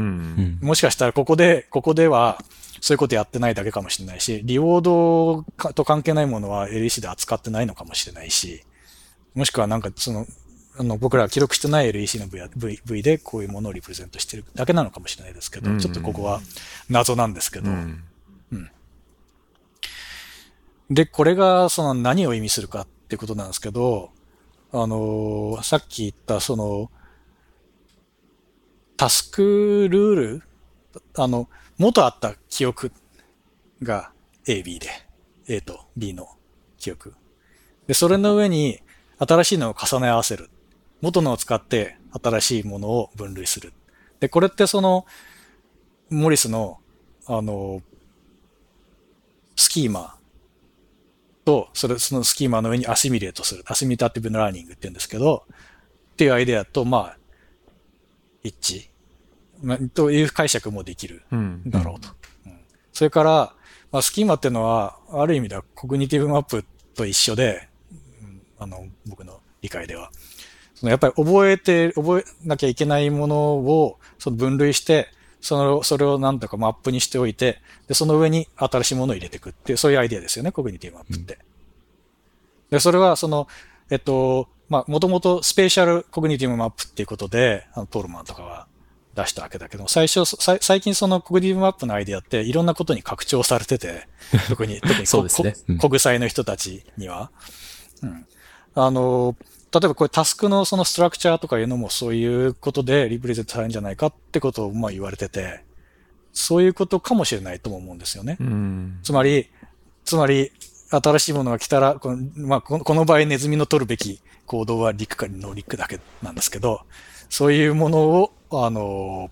もしかしたらここではそういうことやってないだけかもしれないし、リオードと関係ないものは LEC で扱ってないのかもしれないし、もしくはなんか僕らが記録してない LEC の V でこういうものをリプレゼントしてるだけなのかもしれないですけど、ちょっとここは謎なんですけど、で、これがその何を意味するかっていうことなんですけど、さっき言ったタスクルール、元あった記憶が A、B で、A と B の記憶。で、それの上に新しいのを重ね合わせる。元のを使って新しいものを分類する。で、これってモリスの、スキーマと、そのスキーマの上にアシミレートする。アシミタティブラーニングって言うんですけど、っていうアイデアと、一致。という解釈もできるだろうと。それから、スキーマっていうのは、ある意味ではコグニティブマップと一緒で、僕の理解では。やっぱり覚えなきゃいけないものを分類して、それをなんとかマップにしておいて、で、その上に新しいものを入れていくっていう、そういうアイデアですよね、コグニティブマップって。で、それはもともとスペーシャルコグニティブマップっていうことで、トールマンとかは出したわけだけど、最近そのコグニティブマップのアイデアっていろんなことに拡張されてて、特にそうですね。 コグサイの人たちには。例えばこれタスクのそのストラクチャーとかいうのもそういうことでリプレゼントされるんじゃないかってことを言われてて、そういうことかもしれないとも思うんですよね。つまり、新しいものが来たら、この場合ネズミの取るべき行動はリックかノーリックだけなんですけど、そういうものを、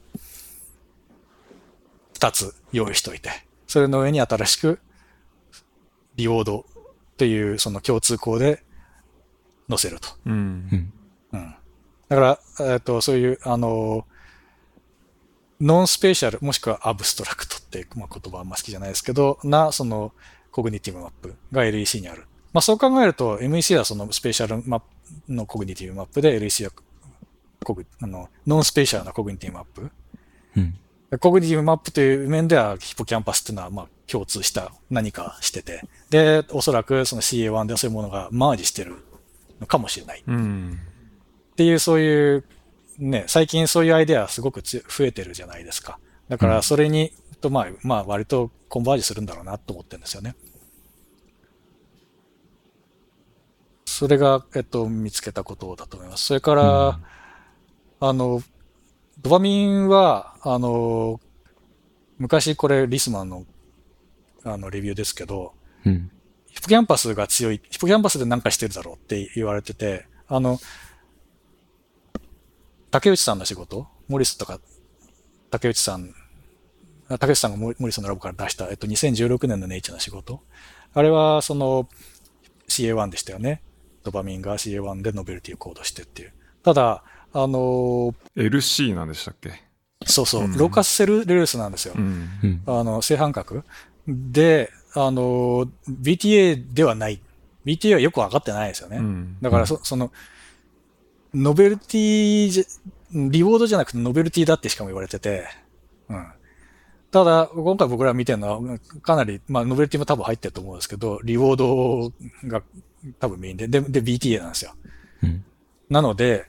二つ用意しておいて、それの上に新しくリオードというその共通項で載せると。だから、そういう、ノンスペーシャル、もしくはアブストラクトって、言葉はあんま好きじゃないですけど、コグニティブマップが LEC にある。そう考えると、MEC はそのスペーシャルマップのコグニティブマップで、LEC はノンスペーシャルなコグニティブマップ。コグニティブマップという面では、ヒポキャンパスっていうのは、共通した何かしてて、で、おそらくその CA1 ではそういうものがマージしてるのかもしれない。っていう、そういう、ね、最近そういうアイデアすごく増えてるじゃないですか。だから、それに、割とコンバージするんだろうなと思ってるんですよね。それが、見つけたことだと思います。それから、ドパミンは、昔これリスマンの、レビューですけど、ヒポキャンパスが強い、ヒポキャンパスで何かしてるだろうって言われてて、竹内さんの仕事、モリスとか、竹内さんがモリスのラボから出した、2016年のネイチャーの仕事。あれは、CA1 でしたよね。ドパミンが CA1 でノベルティをコードしてっていう。ただ、 LC なんでしたっけ？ そうそう、ローカスセルレルスなんですよ。正半角。で、BTA ではない。BTA はよくわかってないですよね。だから、ノベルティリウォードじゃなくてノベルティだってしかも言われてて、ただ、今回僕ら見てるのは、かなり、ノベルティも多分入ってると思うんですけど、リウォードが多分メインで、BTA なんですよ。なので、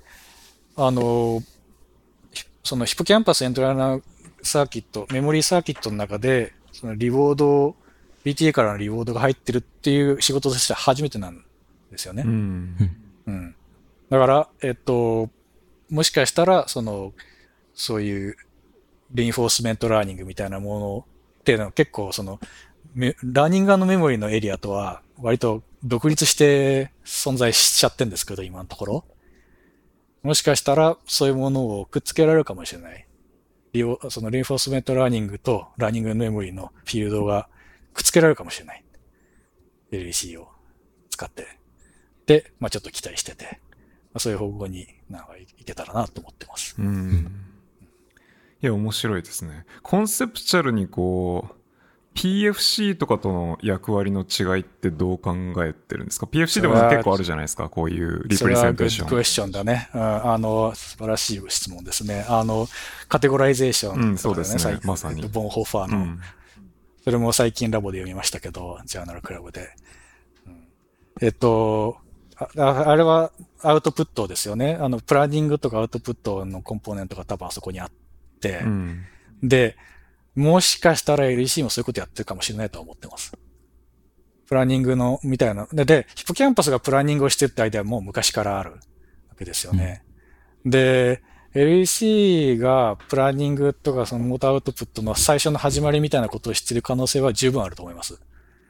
そのヒポキャンパスエントライナーサーキット、メモリーサーキットの中で、そのリウォード、BTA からのリウォードが入ってるっていう仕事としては初めてなんですよね。だから、もしかしたら、そういう、リインフォースメントラーニングみたいなものっていうのは結構ラーニングメモリのエリアとは割と独立して存在しちゃってるんですけど、今のところ。もしかしたらそういうものをくっつけられるかもしれない。そのリインフォースメントラーニングとラーニングメモリのフィールドがくっつけられるかもしれない。LEC を使って。で、ちょっと期待してて。そういう方向にいけたらなと思ってます。 いや、面白いですね。コンセプチャルに PFC とかとの役割の違いってどう考えてるんですか？ PFC でも結構あるじゃないですか、こういうリプレゼンテーション。 それはグッドクエスチョンだね。素晴らしい質問ですね。カテゴライゼーションとかね、 そうですね、まさに。 ボンホッファーの、それも最近ラボで読みましたけど、ジャーナルクラブで。あれはアウトプットですよね。プランニングとかアウトプットのコンポーネントが多分あそこにあって、で、もしかしたら LEC もそういうことやってるかもしれないと思ってます。プランニングの、みたいな。で、ヒポキャンパスがプランニングをしてるってアイデアはもう昔からあるわけですよね。で、LEC がプランニングとかそのモーターアウトプットの最初の始まりみたいなことを知っている可能性は十分あると思います。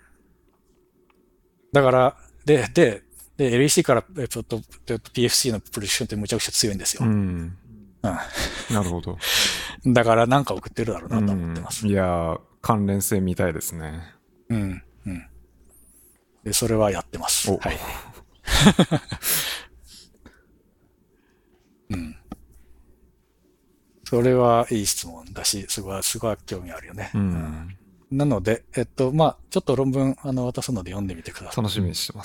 だから、で、LEC からPFC のプロジェクションってむちゃくちゃ強いんですよ。 なるほど。 だからなんか送ってるだろうなと思ってます。 いや、関連性みたいですね。 で、それはやってます。はい。それはいい質問だし、すごい興味あるよね。なので、ちょっと論文、渡すので読んでみてください。 楽しみにしてます。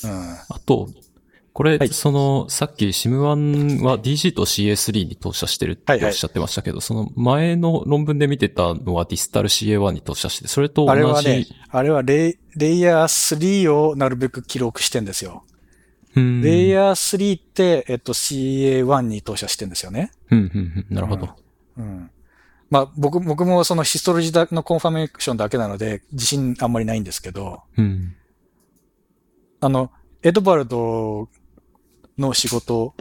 あと、これ、さっき SIM1 は DG と CA3 に投射してるっておっしゃってましたけど、その前の論文で見てたのはディスタル CA1 に投射して、それと同じ。 あれはレイヤー3をなるべく記録してんですよ。レイヤー3って、CA1 に投射してんですよね。 なるほど。 僕もそのヒストロジーのコンファメーションだけなので、自信あんまりないんですけど、エドバルドの仕事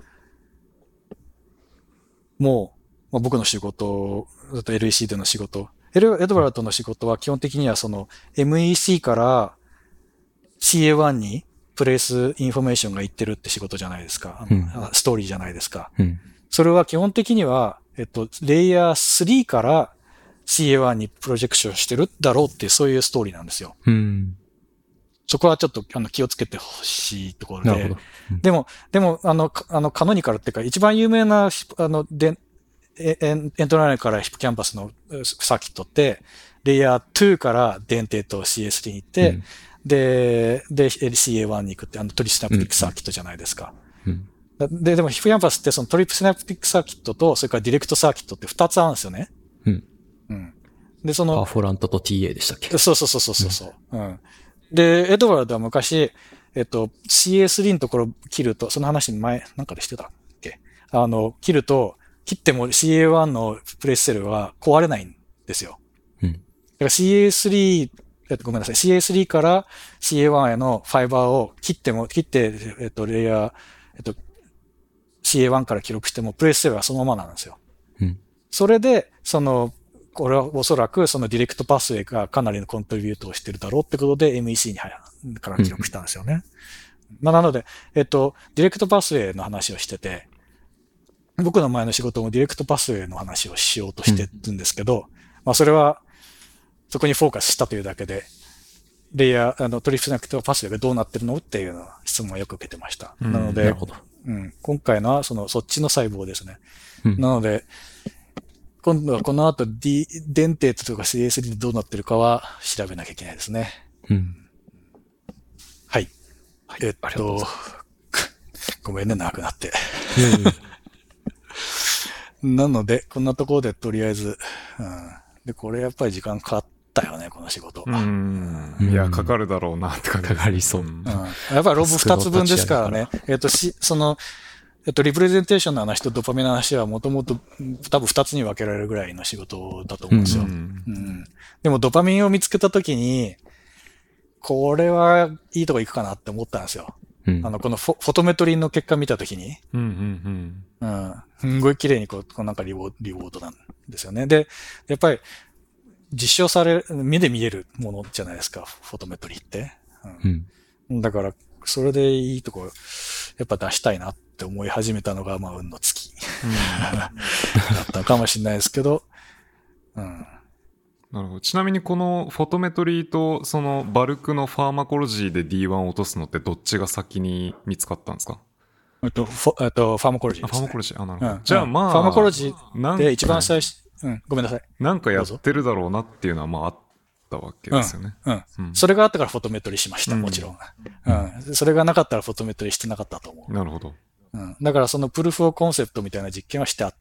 も、僕の仕事、あと LEC での仕事、エドバルドの仕事は基本的にはその MEC から CA1 にプレイスインフォメーションがいってるって仕事じゃないですか。ストーリーじゃないですか。それは基本的には、レイヤー3から CA1 にプロジェクションしてるだろうっていうそういうストーリーなんですよ。そこはちょっと気をつけてほしいところで。でも、カノニカルっていうか、一番有名な、エントラインからヒップキャンパスのサーキットって、レイヤー2からデンテと CS3 に行って、で、CA1 に行くって、トリシナプティックサーキットじゃないですか。でもヒップキャンパスってそのトリプシナプティックサーキットと、それからディレクトサーキットって2つあるんですよね。で、 パーフォラントと TA でしたっけ？ そう。で、エドワルドは昔、CA3 のところ切ると、その話前、なんかでしてたっけ？切ると、切っても CA1 のプレイスセルは壊れないんですよ。だから CA3、ごめんなさい。CA3 から CA1 へのファイバーを切って、レイヤー、CA1 から記録しても、プレイスセルはそのままなんですよ。それで、これはおそらくそのディレクトパスウェイがかなりのコントリビュートをしてるだろうってことで MEC から記録したんですよね。なので、ディレクトパスウェイの話をしてて、僕の前の仕事もディレクトパスウェイの話をしようとしてるんですけど、それはそこにフォーカスしたというだけで、レイヤー、トリプシナクトパスウェイがどうなってるのっていうのは質問をよく受けてました。なので、今回のはそっちの細胞ですね。なので、今度はこの後デンテートとか CS3 でどうなってるかは調べなきゃいけないですね。はい。ごめんね、長くなって。なので、こんなところでとりあえず、で、これやっぱり時間かかったよね、この仕事。 いや、かかるだろうなって感じ。 かかりそう。 やっぱり論文2つ分ですからね。リプレゼンテーションの話とドパミンの話はもともと多分2つに分けられるぐらいの仕事だと思うんですよ。でもドパミンを見つけたときに、これはいいとこ行くかなって思ったんですよ。このフォトメトリーの結果見たときに、すんごい綺麗になんかリボートなんですよね。で、やっぱり実証目で見えるものじゃないですか、フォトメトリーって。だから、それでいいとこ、やっぱ出したいなって思い始めたのが、運の尽きだったのかもしれないですけど、 なるほど。ちなみにこのフォトメトリーとそのバルクのファーマコロジーで D1 を落とすのってどっちが先に見つかったんですか？ ファーマコロジーですね。 ファーマコロジー。なるほど。じゃあファーマコロジーで一番最初、ごめんなさい。 なんかやってるだろうなっていうのはあったわけですよね。 それがあったからフォトメトリしました、もちろん。それがなかったらフォトメトリしてなかったと思う。 なるほど。 だからそのプルーフオブコンセプトみたいな実験はしてあって、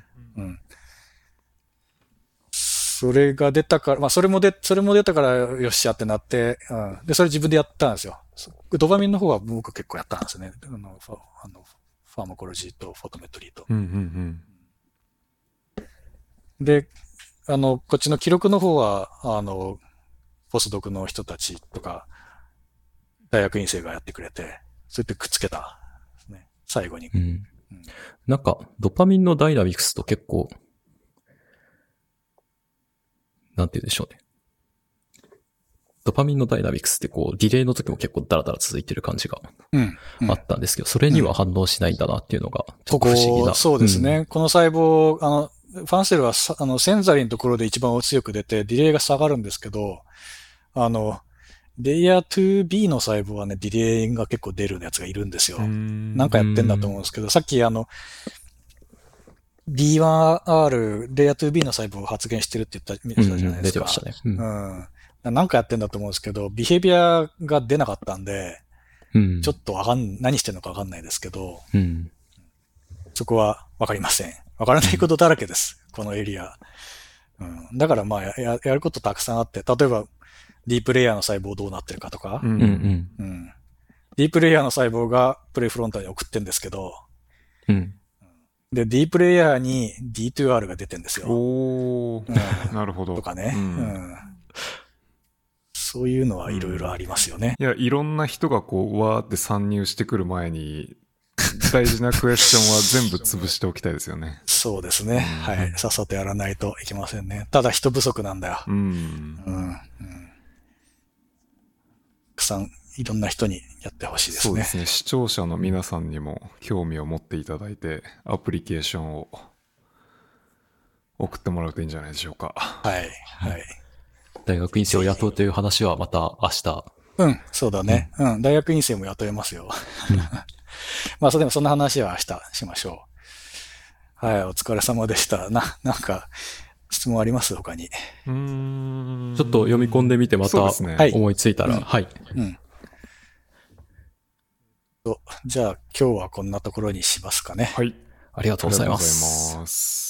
それが出たから、それも出たからよっしゃってなって、で、それ自分でやったんですよ。ドパミンの方は僕結構やったんですね。ファーマコロジーとフォトメトリーと。で、こっちの記録の方は、ポスドクの人たちとか、大学院生がやってくれて、そうやってくっつけた、ね、最後に。 なんか、ドパミンのダイナミクスと結構、なんて言うんでしょうね。ドパミンのダイナミクスってこう、ディレイの時も結構ダラダラ続いてる感じがあったんですけど、それには反応しないんだなっていうのが、ちょっと不思議な。 そうですね。この細胞、ファンセルはセンザリのところで一番強く出て、ディレイが下がるんですけど、レイヤー 2B の細胞はね、ディレイが結構出るやつがいるんですよ。なんかやってんだと思うんですけど、さっきB1R、レイヤー 2B の細胞を発現してるって言ったじゃないですか。 出てましたね。 なんかやってんだと思うんですけど、ビヘビアが出なかったんで、ちょっと何してんのかわかんないですけど、そこはわかりません。わからないことだらけです。このエリア。だからやることたくさんあって、例えば、ディープレイヤーの細胞どうなってるかとか、ディープレイヤーの細胞がプレフロンタルに送ってんですけど、で、ディープレイヤーに D2R が出てんですよ。 なるほど。 とかね。そういうのはいろいろありますよね。 いや、いろんな人がわーって参入してくる前に、大事なクエスチョンは全部潰しておきたいですよね。 そうですね。はい。さっさとやらないといけませんね。ただ人不足なんだよ。たくさんいろんな人にやってほしいですね。 そうですね。視聴者の皆さんにも興味を持っていただいて、アプリケーションを送ってもらうといいんじゃないでしょうか。 はい。 大学院生を雇うという話はまた明日。 そうだね。大学院生も雇えますよ。でもそんな話は明日しましょう。はい、お疲れ様でした。なんか、質問あります他に。 ちょっと読み込んでみてまた思いついたら。はい。 じゃあ今日はこんなところにしますかね。 はい。 ありがとうございます。 ありがとうございます。